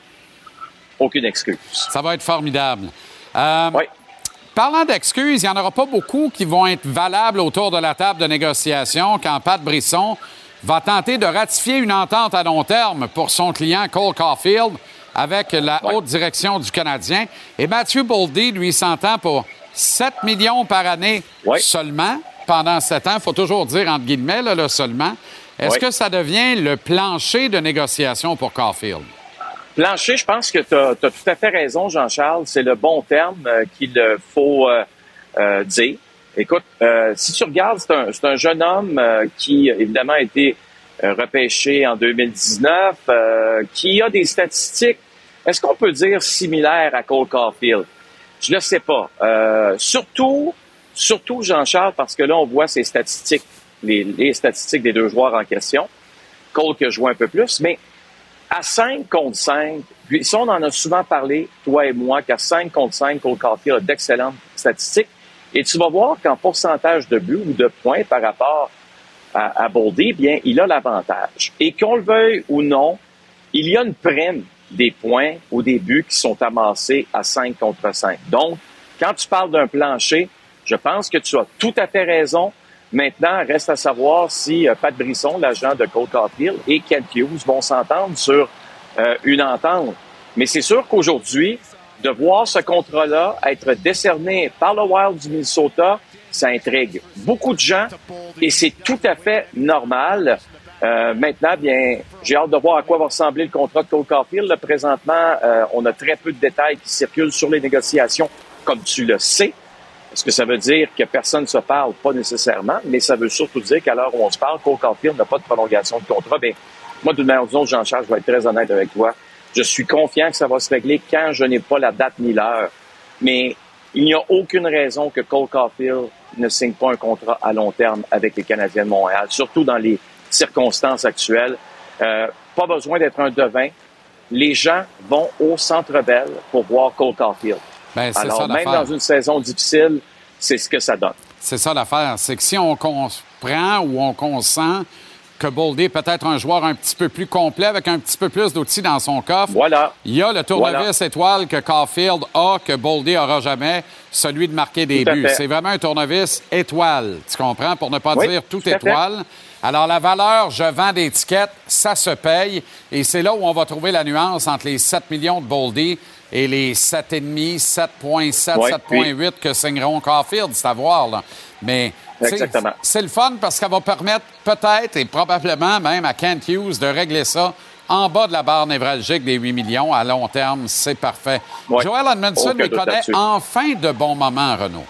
Aucune excuse. Ça va être formidable. Euh, oui. Parlant d'excuses, il n'y en aura pas beaucoup qui vont être valables autour de la table de négociation quand Pat Brisson va tenter de ratifier une entente à long terme pour son client Cole Caulfield avec la oui. haute direction du Canadien. Et Matthew Boldy, lui, s'entend pour sept millions par année oui. seulement pendant sept ans. Il faut toujours dire entre guillemets, là, là seulement. Est-ce oui. que ça devient le plancher de négociation pour Caulfield? Plancher, je pense que tu as tout à fait raison, Jean-Charles. C'est le bon terme euh, qu'il faut euh, euh, dire. Écoute, euh, si tu regardes, c'est un, c'est un jeune homme euh, qui, évidemment, a été euh, repêché en deux mille dix-neuf, euh, qui a des statistiques, est-ce qu'on peut dire similaires à Cole Caulfield? Je ne le sais pas. Euh, surtout, surtout, Jean-Charles, parce que là, on voit ces statistiques, les, les statistiques des deux joueurs en question. Cole qui a joué un peu plus, mais à cinq contre cinq, puis ça, on en a souvent parlé, toi et moi, qu'à cinq contre cinq, Cole Caulfield a d'excellentes statistiques. Et tu vas voir qu'en pourcentage de buts ou de points par rapport à, à Boldy, bien, il a l'avantage. Et qu'on le veuille ou non, il y a une prime des points ou des buts qui sont amassés à cinq contre cinq. Donc, quand tu parles d'un plancher, je pense que tu as tout à fait raison. Maintenant, reste à savoir si euh, Pat Brisson, l'agent de Cole Caulfield, et Kent Hughes vont s'entendre sur euh, une entente. Mais c'est sûr qu'aujourd'hui, de voir ce contrat-là être décerné par le Wild du Minnesota, ça intrigue beaucoup de gens et c'est tout à fait normal. Euh, maintenant, bien, j'ai hâte de voir à quoi va ressembler le contrat de Cole Caulfield. Là, présentement, euh, on a très peu de détails qui circulent sur les négociations, comme tu le sais. Est-ce que ça veut dire que personne ne se parle? Pas nécessairement, mais ça veut surtout dire qu'à l'heure où on se parle, Cole Caulfield n'a pas de prolongation de contrat. Bien, moi, d'une manière ou d'une autre, Jean-Charles, je vais être très honnête avec toi. Je suis confiant que ça va se régler quand je n'ai pas la date ni l'heure. Mais il n'y a aucune raison que Cole Caulfield ne signe pas un contrat à long terme avec les Canadiens de Montréal, surtout dans les circonstances actuelles. Euh, pas besoin d'être un devin. Les gens vont au Centre Bell pour voir Cole Caulfield. Ben, c'est Alors, ça, même dans une saison difficile, c'est ce que ça donne. C'est ça l'affaire. C'est que si on comprend ou on consent que Boldy est peut-être un joueur un petit peu plus complet avec un petit peu plus d'outils dans son coffre, voilà. il y a le tournevis voilà. étoile que Caulfield a, que Boldy n'aura jamais, celui de marquer des tout buts. C'est vraiment un tournevis étoile, tu comprends, pour ne pas oui, dire tout étoile. Alors, la valeur, je vends des tickets, ça se paye. Et c'est là où on va trouver la nuance entre les sept millions de Boldy et les sept virgule cinq, sept virgule sept, ouais, sept virgule huit puis... que signeront Caulfield, c'est à voir, là. Mais c'est le fun parce que ça va permettre peut-être et probablement même à Kent Hughes de régler ça en bas de la barre névralgique des huit millions. À long terme, c'est parfait. Ouais. Joel Edmondson, il connaît enfin de bons moments, Renaud.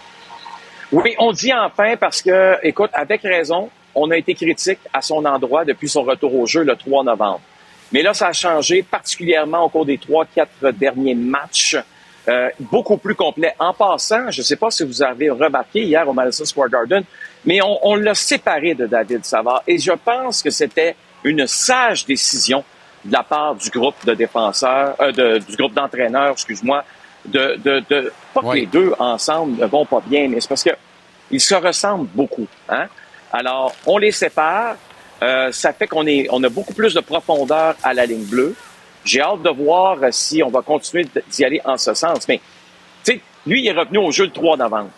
Oui, on dit enfin parce que, écoute, avec raison, on a été critique à son endroit depuis son retour au jeu le trois novembre. Mais là, ça a changé, particulièrement au cours des trois, quatre derniers matchs. Euh, beaucoup plus complet. En passant, je ne sais pas si vous avez remarqué hier au Madison Square Garden, mais on, on l'a séparé de David Savard. Et je pense que c'était une sage décision de la part du groupe de défenseurs, euh, de, du groupe d'entraîneurs, excuse-moi, de, de, de pas que oui. les deux ensemble ne vont pas bien, mais c'est parce que ils se ressemblent beaucoup. Hein? Alors, on les sépare. Euh, ça fait qu'on est, on a beaucoup plus de profondeur à la ligne bleue. J'ai hâte de voir si on va continuer d'y aller en ce sens. Mais, tu sais, lui, il est revenu au jeu le trois novembre.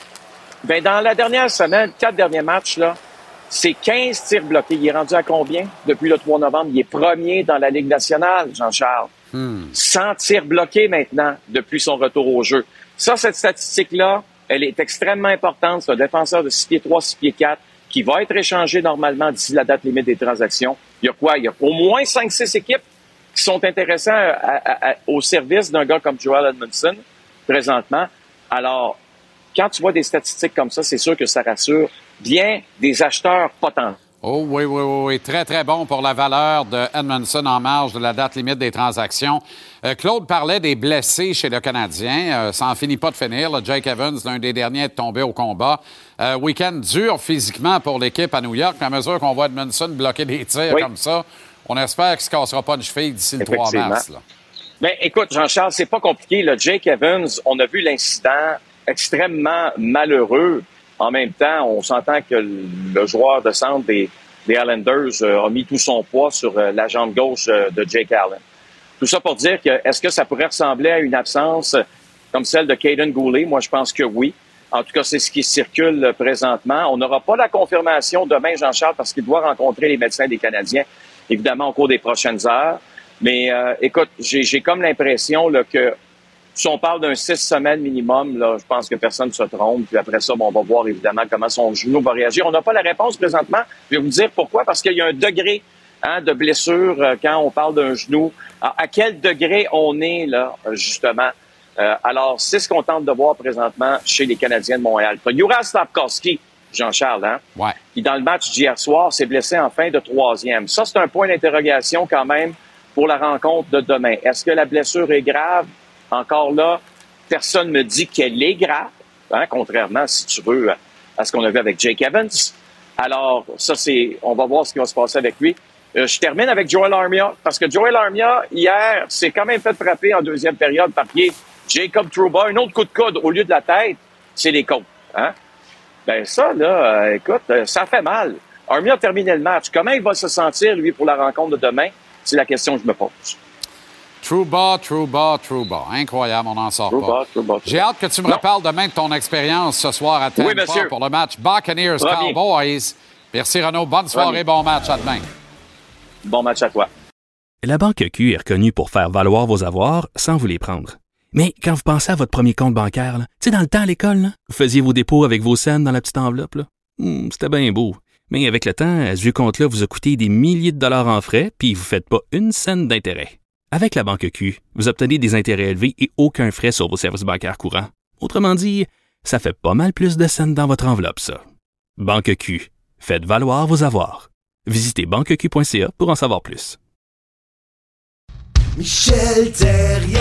Ben, dans la dernière semaine, quatre derniers matchs, là, c'est quinze tirs bloqués. Il est rendu à combien depuis le trois novembre? Il est premier dans la Ligue nationale, Jean-Charles. Hmm. cent tirs bloqués maintenant depuis son retour au jeu. Ça, cette statistique-là, elle est extrêmement importante. C'est un défenseur de six pieds trois, six pieds quatre qui va être échangé normalement d'ici la date limite des transactions. Il y a quoi? Il y a au moins cinq six équipes qui sont intéressants à, à, à, au service d'un gars comme Joel Edmondson présentement. Alors, quand tu vois des statistiques comme ça, c'est sûr que ça rassure bien des acheteurs potentiels. Oh oui, oui, oui, oui. Très, très bon pour la valeur de Edmondson en marge de la date limite des transactions. Euh, Claude parlait des blessés chez le Canadien. Euh, ça n'en finit pas de finir. Là. Jake Evans, l'un des derniers à être tombé au combat. Euh, week-end dur physiquement pour l'équipe à New York. À mesure qu'on voit Edmondson bloquer des tirs oui. comme ça, on espère qu'il ne se cassera pas une cheville d'ici le trois mars. Là. Bien, écoute, Jean-Charles, c'est pas compliqué. Là. Jake Evans, on a vu l'incident extrêmement malheureux. En même temps, on s'entend que le joueur de centre des, des Islanders euh, a mis tout son poids sur euh, la jambe gauche euh, de Jake Allen. Tout ça pour dire que est-ce que ça pourrait ressembler à une absence euh, comme celle de Caden Goulet? Moi, je pense que oui. En tout cas, c'est ce qui circule euh, présentement. On n'aura pas la confirmation demain, Jean-Charles, parce qu'il doit rencontrer les médecins des Canadiens, évidemment, au cours des prochaines heures. Mais euh, écoute, j'ai, j'ai comme l'impression là, que si on parle d'un six semaines minimum, là, je pense que personne ne se trompe. Puis après ça, bon, on va voir évidemment comment son genou va réagir. On n'a pas la réponse présentement. Je vais vous dire pourquoi. Parce qu'il y a un degré hein, de blessure euh, quand on parle d'un genou. Alors, à quel degré on est, là, justement? Euh, alors, c'est ce qu'on tente de voir présentement chez les Canadiens de Montréal. Juraj Slafkovský, Jean-Charles, hein, ouais. qui, dans le match d'hier soir, s'est blessé en fin de troisième. Ça, c'est un point d'interrogation quand même pour la rencontre de demain. Est-ce que la blessure est grave? Encore là, personne ne me dit qu'elle est grave, hein, contrairement, si tu veux, à ce qu'on a vu avec Jake Evans. Alors, ça, c'est, on va voir ce qui va se passer avec lui. Euh, je termine avec Joel Armia, parce que Joel Armia, hier, s'est quand même fait frapper en deuxième période par pied Jacob Trouba. Un autre coup de coude au lieu de la tête, c'est les côtes. Hein? Ben ça, là, euh, écoute, euh, ça fait mal. Armia a terminé le match. Comment il va se sentir, lui, pour la rencontre de demain? C'est la question que je me pose. Trouba, Trouba, Trouba. Incroyable, on n'en sort Trouba, pas. Trouba, Trouba. J'ai hâte que tu me non. reparles demain de ton expérience ce soir à Tampa oui, pour le match Buccaneers-Cowboys. Merci Renaud, bonne soirée, bon match, à demain. Bon match à toi. La Banque Q est reconnue pour faire valoir vos avoirs sans vous les prendre. Mais quand vous pensez à votre premier compte bancaire, tu sais, dans le temps à l'école, là, vous faisiez vos dépôts avec vos scènes dans la petite enveloppe. Là. Hum, c'était bien beau. Mais avec le temps, ce vieux compte-là vous a coûté des milliers de dollars en frais, puis vous ne faites pas une scène d'intérêt. Avec la Banque Q, vous obtenez des intérêts élevés et aucun frais sur vos services bancaires courants. Autrement dit, ça fait pas mal plus de scènes dans votre enveloppe, ça. Banque Q. Faites valoir vos avoirs. Visitez banque q point c a pour en savoir plus. Michel Therrien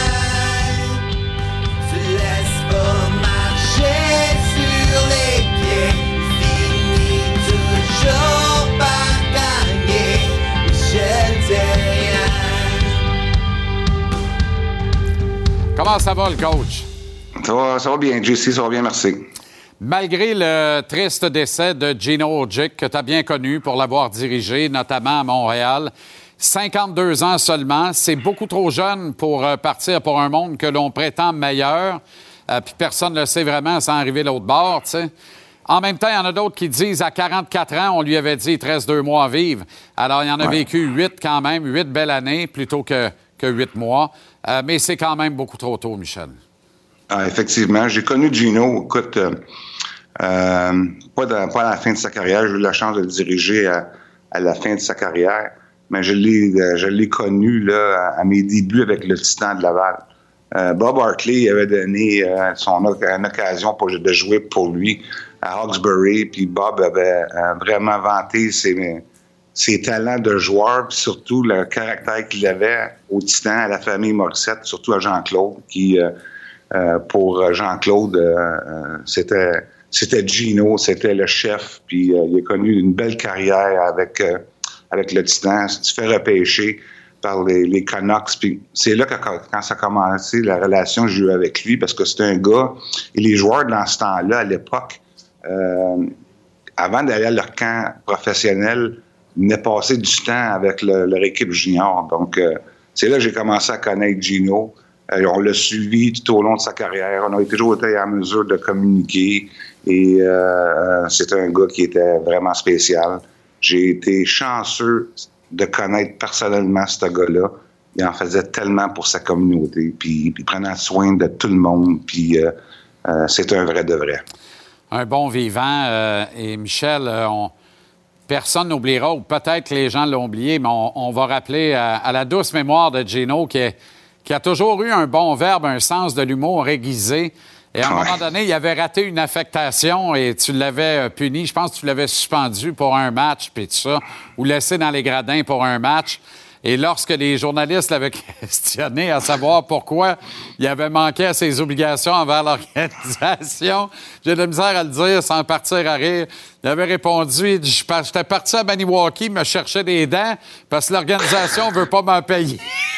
se laisse pas marcher sur les pieds, finit toujours par gagner. Michel Therrien. Comment ça va, le coach? Ça va, ça va bien, J C, ça va bien, merci. Malgré le triste décès de Gino Odjick, que tu as bien connu pour l'avoir dirigé, notamment à Montréal, cinquante-deux ans seulement, c'est beaucoup trop jeune pour euh, partir pour un monde que l'on prétend meilleur, euh, puis personne ne le sait vraiment sans arriver de l'autre bord, tu sais. en même temps, il y en a d'autres qui disent à quarante-quatre ans, on lui avait dit il te reste deux mois à vivre. Alors, il en a ouais. vécu huit quand même, huit belles années plutôt que, que huit mois. Euh, mais c'est quand même beaucoup trop tôt, Michel. Ah, effectivement. J'ai connu Gino, écoute, euh, euh, pas, de, pas à la fin de sa carrière. J'ai eu la chance de le diriger à, à la fin de sa carrière. Mais je l'ai, je l'ai connu là, à mes débuts avec le Titan de Laval. Euh, Bob Hartley avait donné euh, son, une occasion pour, de jouer pour lui à Hawkesbury, puis Bob avait euh, vraiment vanté ses, ses talents de joueur, puis surtout le caractère qu'il avait au Titan, à la famille Morissette, surtout à Jean-Claude, qui, euh, euh, pour Jean-Claude, euh, euh, c'était, c'était Gino, c'était le chef, puis euh, il a connu une belle carrière avec... Euh, avec le Titan, si tu fais repêcher par les, les Canucks. Puis c'est là que quand ça a commencé, la relation que j'ai eue avec lui, parce que c'était un gars, et les joueurs dans ce temps-là, à l'époque, euh, avant d'aller à leur camp professionnel, venaient passer du temps avec le, leur équipe junior. Donc, euh, c'est là que j'ai commencé à connaître Gino. Euh, on l'a suivi tout au long de sa carrière. On a toujours été en mesure de communiquer. Et euh, c'était un gars qui était vraiment spécial. J'ai été chanceux de connaître personnellement ce gars-là. Il en faisait tellement pour sa communauté, puis, puis il prenait soin de tout le monde, puis euh, euh, c'est un vrai de vrai. Un bon vivant. Euh, et Michel, euh, on... personne n'oubliera, ou peut-être que les gens l'ont oublié, mais on, on va rappeler à, à la douce mémoire de Gino qui, est, qui a toujours eu un bon verbe, un sens de l'humour aiguisé. Et à un ouais. moment donné, il avait raté une affectation et tu l'avais puni. Je pense que tu l'avais suspendu pour un match, puis tout ça, ou laissé dans les gradins pour un match. Et lorsque les journalistes l'avaient questionné à savoir pourquoi il avait manqué à ses obligations envers l'organisation, j'ai de la misère à le dire sans partir à rire. Il avait répondu, j'étais parti à Maniwaki me chercher des dents parce que l'organisation ne veut pas m'en payer.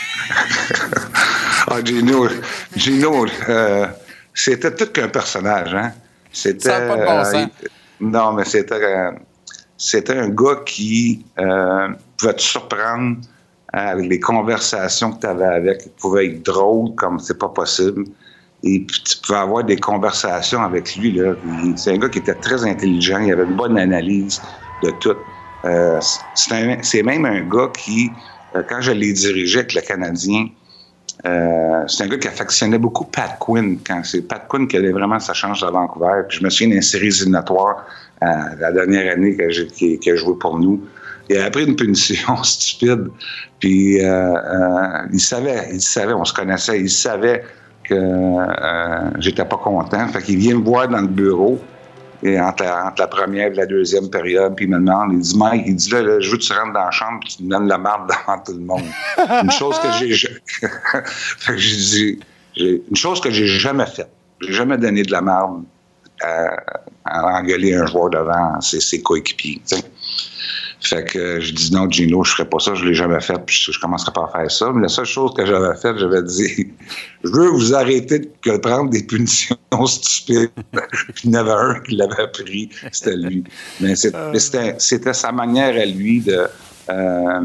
Ah, Gino, Gino, euh... c'était tout qu'un personnage, hein? C'était, ça n'a pas de bon sens. Euh, non, mais c'était, euh, c'était un gars qui euh, pouvait te surprendre avec les conversations que tu avais avec. Il pouvait être drôle comme c'est pas possible. Et puis tu pouvais avoir des conversations avec lui, là. C'est un gars qui était très intelligent. Il avait une bonne analyse de tout. Euh, c'est, un, c'est même un gars qui, euh, quand je l'ai dirigé avec le Canadien, Euh, c'est un gars qui affectionnait beaucoup Pat Quinn. Quand c'est Pat Quinn qui avait vraiment sa chance à Vancouver. Puis je me souviens d'une série éliminatoire euh, la dernière année que j'ai, qui, qui a joué pour nous. Il a pris une punition stupide. Puis euh, euh, il savait, il savait, on se connaissait, il savait que euh, j'étais pas content. Fait qu'il vient me voir dans le bureau. Et entre, la, entre la première et la deuxième période, puis il me demande, il dit, Mike, il dit, là, là je veux que tu rentres dans la chambre et tu me donnes la marde devant tout le monde. Une chose que j'ai... fait que j'ai dit, j'ai, une chose que j'ai jamais faite. J'ai jamais donné de la marde à, à engueuler un joueur devant ses, ses coéquipiers, t'sais. Fait que je dis non, Gino, je ferais pas ça, je l'ai jamais fait, puis je, je commencerai pas à faire ça. Mais la seule chose que j'avais faite, j'avais dit, je veux vous arrêter de prendre des punitions stupides. Puis il y en avait un qui l'avait pris, c'était lui. Mais, c'est, mais c'était, c'était sa manière à lui de, euh,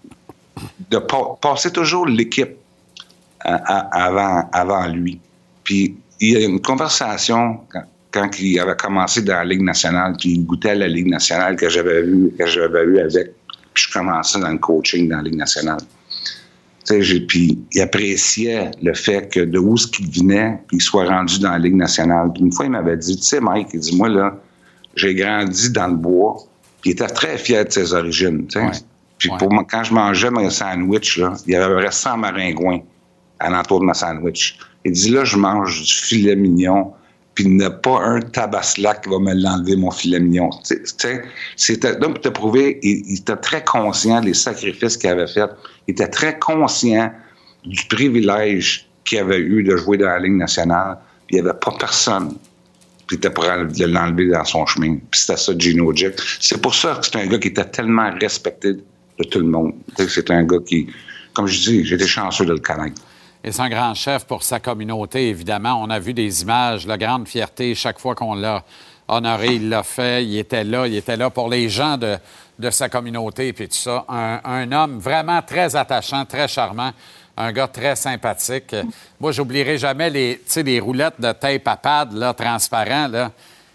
de pa- passer toujours l'équipe à, à, avant, avant lui. Puis il y a une conversation quand, quand il avait commencé dans la Ligue nationale, puis il goûtait à la Ligue nationale que j'avais vu, que j'avais vu avec, puis je commençais dans le coaching dans la Ligue nationale. Tu sais, j'ai, puis il appréciait le fait que de où ce qu'il venait, puis il soit rendu dans la Ligue nationale. Puis une fois, il m'avait dit, tu sais, Mike, il dit, moi, là, j'ai grandi dans le bois, puis il était très fier de ses origines, tu sais. Ouais. Puis ouais. pour moi, quand je mangeais mes sandwichs, là, il y avait resté cent maringouins à l'entour de ma sandwich. Il dit, là, je mange du filet mignon, puis il n'y a pas un tabaslac qui va me l'enlever, mon filet mignon. Tu sais, c'était, donc, pour te prouver, il, il était très conscient des sacrifices qu'il avait faits. Il était très conscient du privilège qu'il avait eu de jouer dans la Ligue nationale. Puis il n'y avait pas personne qui était pour l'enlever dans son chemin. Puis c'était ça, Gino Jack. C'est pour ça que c'est un gars qui était tellement respecté de tout le monde. Tu sais, c'est un gars qui, comme je dis, j'étais chanceux de le connaître. Et c'est un grand chef pour sa communauté, évidemment. On a vu des images, la grande fierté, chaque fois qu'on l'a honoré, il l'a fait, il était là, il était là pour les gens de, de sa communauté, puis tout ça. Un, un homme vraiment très attachant, très charmant, un gars très sympathique. Moi, j'oublierai jamais les, tu sais, les roulettes de tape à pad, là, transparent, là.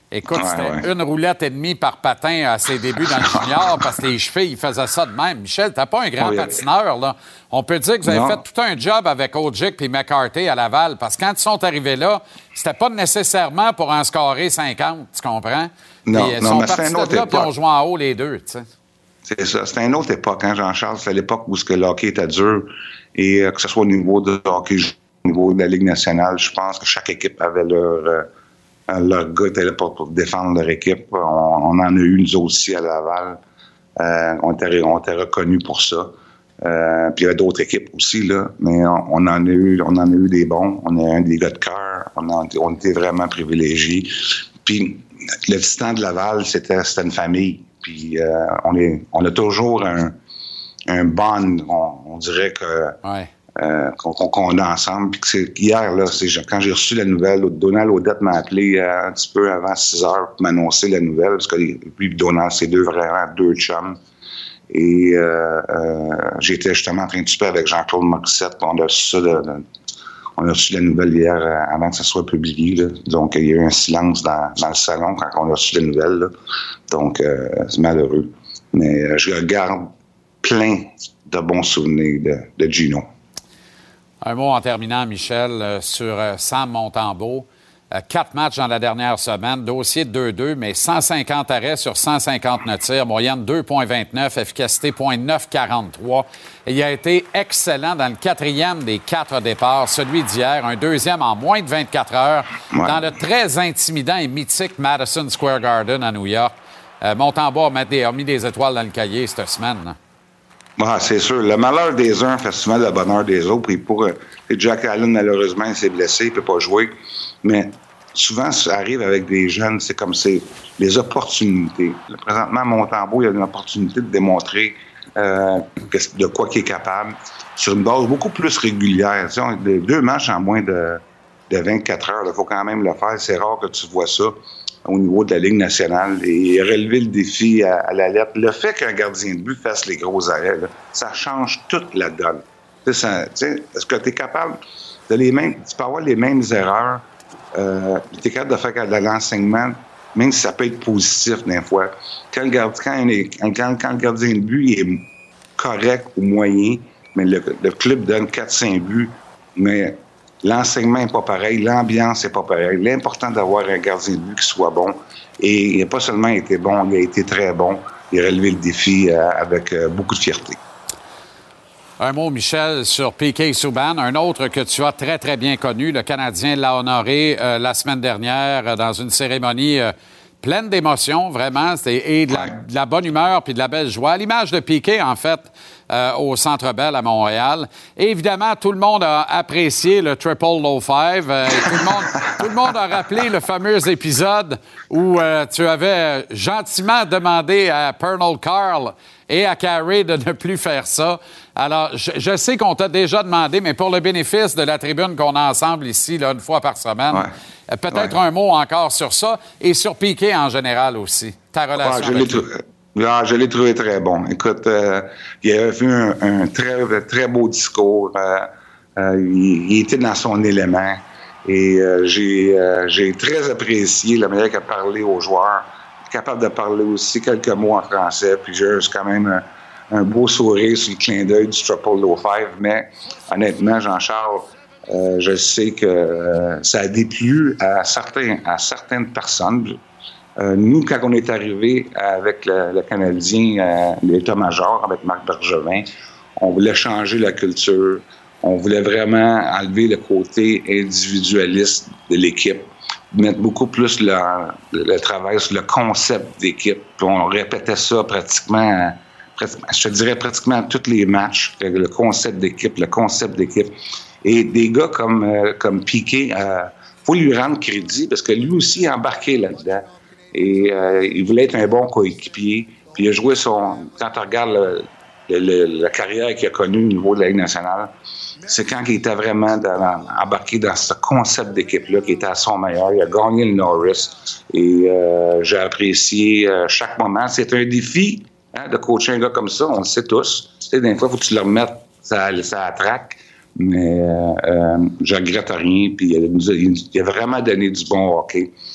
Écoute, Ouais, c'était ouais. une roulette et demie par patin à ses débuts dans le junior parce que les chevilles, il faisait ça de même. Michel, t'as pas un grand Oui. patineur, là. On peut dire que vous avez Non. fait tout un job avec Ojic et McCarthy à Laval parce que quand ils sont arrivés là, c'était pas nécessairement pour en scorer cinquante, tu comprends? Non, Puis, ils non, sont mais c'est partis une autre de là puis ils ont époque. joué en haut les deux, tu sais. C'est ça. C'était une autre époque, hein, Jean-Charles. C'était l'époque où ce que le hockey était dur. Et euh, que ce soit au niveau de hockey, au niveau de la Ligue nationale, je pense que chaque équipe avait leur, euh, leur gars était là pour, pour défendre leur équipe. On, on en a eu, nous aussi, à Laval. Euh, on, était, on était reconnus pour ça. Euh, puis il y avait d'autres équipes aussi, là. Mais on, on en a eu, on en a eu des bons. On a eu des gars de cœur. On, a- on était vraiment privilégiés. Puis le Titan de Laval, c'était, c'était une famille. Puis euh, on, est, on a toujours un, un bond, on, on dirait que Ouais. euh, qu'on, qu'on, qu'on a ensemble. Puis que c'est, hier, là, c'est, quand j'ai reçu la nouvelle, Donald Odette m'a appelé euh, un petit peu avant six heures pour m'annoncer la nouvelle, parce que lui et Donald, c'est deux vraiment deux chums. Et euh, euh, j'étais justement en train de souper avec Jean-Claude Morissette. On a reçu ça de, de- on a reçu la nouvelle hier euh, avant que ça soit publié. Là. Donc, il y a eu un silence dans, dans le salon quand on a reçu la nouvelle. Là. Donc, euh, c'est malheureux. Mais euh, je garde plein de bons souvenirs de, de Gino. Un mot en terminant, Michel, euh, sur euh, Sam Montembeault. Euh, quatre matchs dans la dernière semaine, dossier de deux deux, mais cent cinquante arrêts sur cent cinquante-neuf tirs, moyenne deux virgule vingt-neuf, efficacité zéro virgule neuf quarante-trois. Et il a été excellent dans le quatrième des quatre départs, celui d'hier, un deuxième en moins de vingt-quatre heures, Ouais. dans le très intimidant et mythique Madison Square Garden à New York. Euh, Montembeault a mis des- a mis des étoiles dans le cahier cette semaine, là. Ah, c'est sûr. Le malheur des uns fait souvent le bonheur des autres. Puis pour euh, Jack Allen, malheureusement, il s'est blessé, il ne peut pas jouer. Mais souvent, ça arrive avec des jeunes, c'est comme c'est les opportunités. Là, présentement, Montembeault, il a une opportunité de démontrer euh, que- de quoi il est capable sur une base beaucoup plus régulière. Tu sais, on- de- deux matchs en moins de, de vingt-quatre heures, il faut quand même le faire. C'est rare que tu vois ça au niveau de la Ligue nationale et relever le défi à, à la lettre. Le fait qu'un gardien de but fasse les gros arrêts, là, ça change toute la donne. Tu sais, ça- tu sais, est-ce que tu es capable de les mêmes, tu peux avoir les mêmes erreurs, euh, tu es capable de faire de l'enseignement, même si ça peut être positif des fois. Quand le, gard- quand, un- quand- quand le gardien de but est correct ou moyen, mais le, le club donne quatre cinq buts, mais l'enseignement n'est pas pareil, l'ambiance n'est pas pareil. L'important d'avoir un gardien de but qui soit bon. Et il n'a pas seulement été bon, il a été très bon. Il a relevé le défi euh, avec euh, beaucoup de fierté. Un mot, Michel, sur P K Subban, un autre que tu as très, très bien connu. Le Canadien l'a honoré euh, la semaine dernière euh, dans une cérémonie euh, pleine d'émotions, vraiment, c'était- et de la, de la bonne humeur puis de la belle joie. À l'image de Piquet, en fait, euh, au Centre Bell à Montréal. Et évidemment, tout le monde a apprécié le Triple Low Five. Euh, et tout, le monde, tout le monde a rappelé le fameux épisode où euh, tu avais gentiment demandé à Pernell Carl et à Carey de ne plus faire ça. Alors, je, je sais qu'on t'a déjà demandé, mais pour le bénéfice de la tribune qu'on a ensemble ici, là, une fois par semaine, euh, peut-être Ouais. un mot encore sur ça et sur Piquet en général aussi. Ta relation Ah, je avec l'ai lui. trou- ah, je l'ai trouvé très bon. Écoute, euh, il avait fait un, un très, très beau discours. Euh, euh, il, il était dans son élément. Et euh, j'ai, euh, j'ai très apprécié la manière qu'il a parlé aux joueurs. Capable de parler aussi quelques mots en français. Puis j'ai quand même un, un beau sourire sur le clin d'œil du Triple Low Five. Mais honnêtement, Jean-Charles, euh, je sais que euh, ça a déplu à, certains, à certaines personnes. Euh, nous, quand on est arrivé avec le, le Canadien, euh, l'état-major, avec Marc Bergevin, on voulait changer la culture. On voulait vraiment enlever le côté individualiste de l'équipe, mettre beaucoup plus le, le, le travail sur le concept d'équipe. Puis on répétait ça pratiquement, pratiquement, je te dirais pratiquement à tous les matchs, le concept d'équipe, le concept d'équipe. Et des gars comme, euh, comme Piquet, euh, faut lui rendre crédit parce que lui aussi est embarqué là-dedans. Et euh, il voulait être un bon coéquipier. Puis il a joué son... Quand tu regardes le, le, le, la carrière qu'il a connue au niveau de la Ligue nationale, c'est quand il était vraiment dans, embarqué dans ce concept d'équipe-là, qui était à son meilleur. Il a gagné le Norris. Et euh, j'ai apprécié euh, chaque moment. C'est un défi hein, de coacher un gars comme ça. On le sait tous. Tu sais, des fois, il faut que tu le remettes, ça, ça attraque. Mais euh, euh, je regrette rien. Puis il a, il a vraiment donné du bon hockey.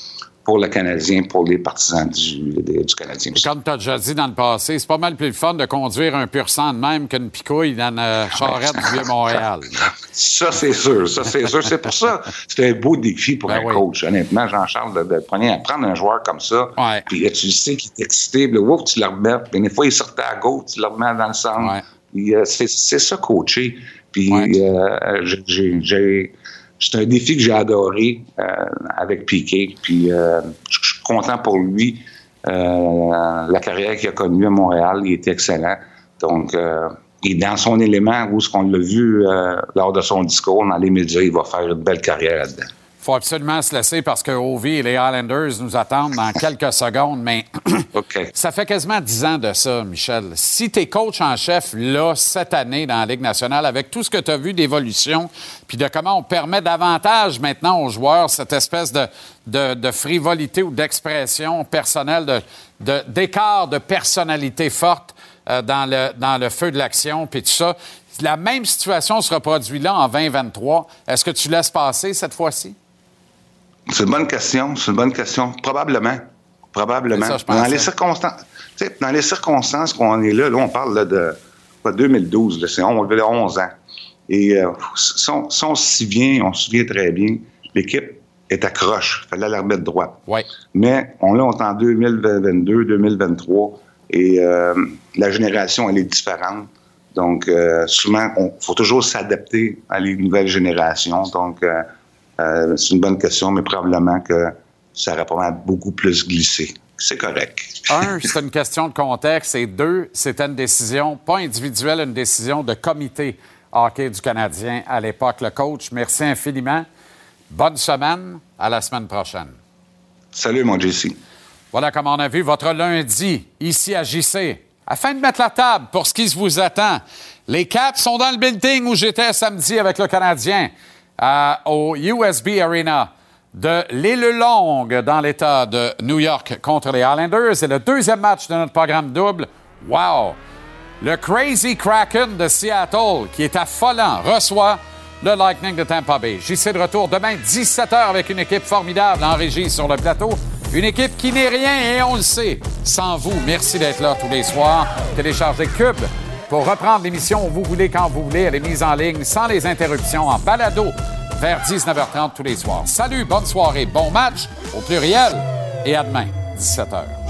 pour le Canadien, pour les partisans du, du Canadien. Comme tu as déjà dit dans le passé, c'est pas mal plus le fun de conduire un pur sang de même qu'une picouille dans une charrette du Vieux-Montréal. Ça, c'est sûr. Ça, c'est sûr. C'est pour ça c'est un beau défi pour ben un oui. coach. Honnêtement, Jean-Charles, de, de prendre un joueur comme ça, ouais. puis là, tu sais qu'il est excité, puis là, ouf, tu le remets. Puis des fois, il sortait à gauche, tu le remets dans le centre. Ouais. Puis, euh, c'est, c'est ça, coacher. Puis ouais. euh, j'ai... j'ai C'est un défi que j'ai adoré euh, avec Piquet. Puis euh, je suis content pour lui. Euh, la carrière qu'il a connue à Montréal, il était excellent. Donc, euh, il est dans son élément où ce qu'on l'a vu euh, lors de son discours dans les médias, il va faire une belle carrière là-dedans. Il faut absolument se laisser parce que Ovi et les Islanders nous attendent dans quelques secondes. Mais okay. Ça fait quasiment dix ans de ça, Michel. Si tu es coach en chef, là, cette année, dans la Ligue nationale, avec tout ce que tu as vu d'évolution, puis de comment on permet davantage maintenant aux joueurs cette espèce de, de, de frivolité ou d'expression personnelle, de, de, d'écart de personnalité forte euh, dans, le, dans le feu de l'action, puis tout ça, la même situation se reproduit là en vingt vingt-trois. Est-ce que tu laisses passer cette fois-ci? C'est une bonne question. C'est une bonne question. Probablement. Probablement. Ça, dans, les circonstances, dans les circonstances qu'on est là, là, on parle là, de quoi, deux mille douze, là, c'est on avait onze ans. Et euh, si, on, si on se souvient, on se souvient très bien, l'équipe est accroche. Il fallait la remettre droite. Ouais. Mais on, là, on est en deux mille vingt-deux, deux mille vingt-trois et euh, la génération, elle est différente. Donc, euh, souvent, il faut toujours s'adapter à les nouvelles générations. Donc, euh, Euh, c'est une bonne question, mais probablement que ça aurait probablement beaucoup plus glissé. C'est correct. Un, c'est une question de contexte. Et deux, c'était une décision, pas individuelle, une décision de comité hockey du Canadien à l'époque. Le coach, merci infiniment. Bonne semaine. À la semaine prochaine. Salut, mon J C. Voilà comme on a vu votre lundi ici à J C. Afin de mettre la table pour ce qui vous attend, les Caps sont dans le building où j'étais samedi avec le Canadien. Euh, au U S B Arena de l'Île Longue dans l'État de New York contre les Islanders. C'est le deuxième match de notre programme double. Wow! Le Crazy Kraken de Seattle, qui est affolant, reçoit le Lightning de Tampa Bay. J'y suis de retour demain, dix-sept heures, avec une équipe formidable en régie sur le plateau. Une équipe qui n'est rien, et on le sait, sans vous. Merci d'être là tous les soirs. Téléchargez Cube pour reprendre l'émission où vous voulez, quand vous voulez. Elle est mise en ligne sans les interruptions, en balado, vers dix-neuf heures trente tous les soirs. Salut, bonne soirée, bon match, au pluriel, et à demain, dix-sept heures.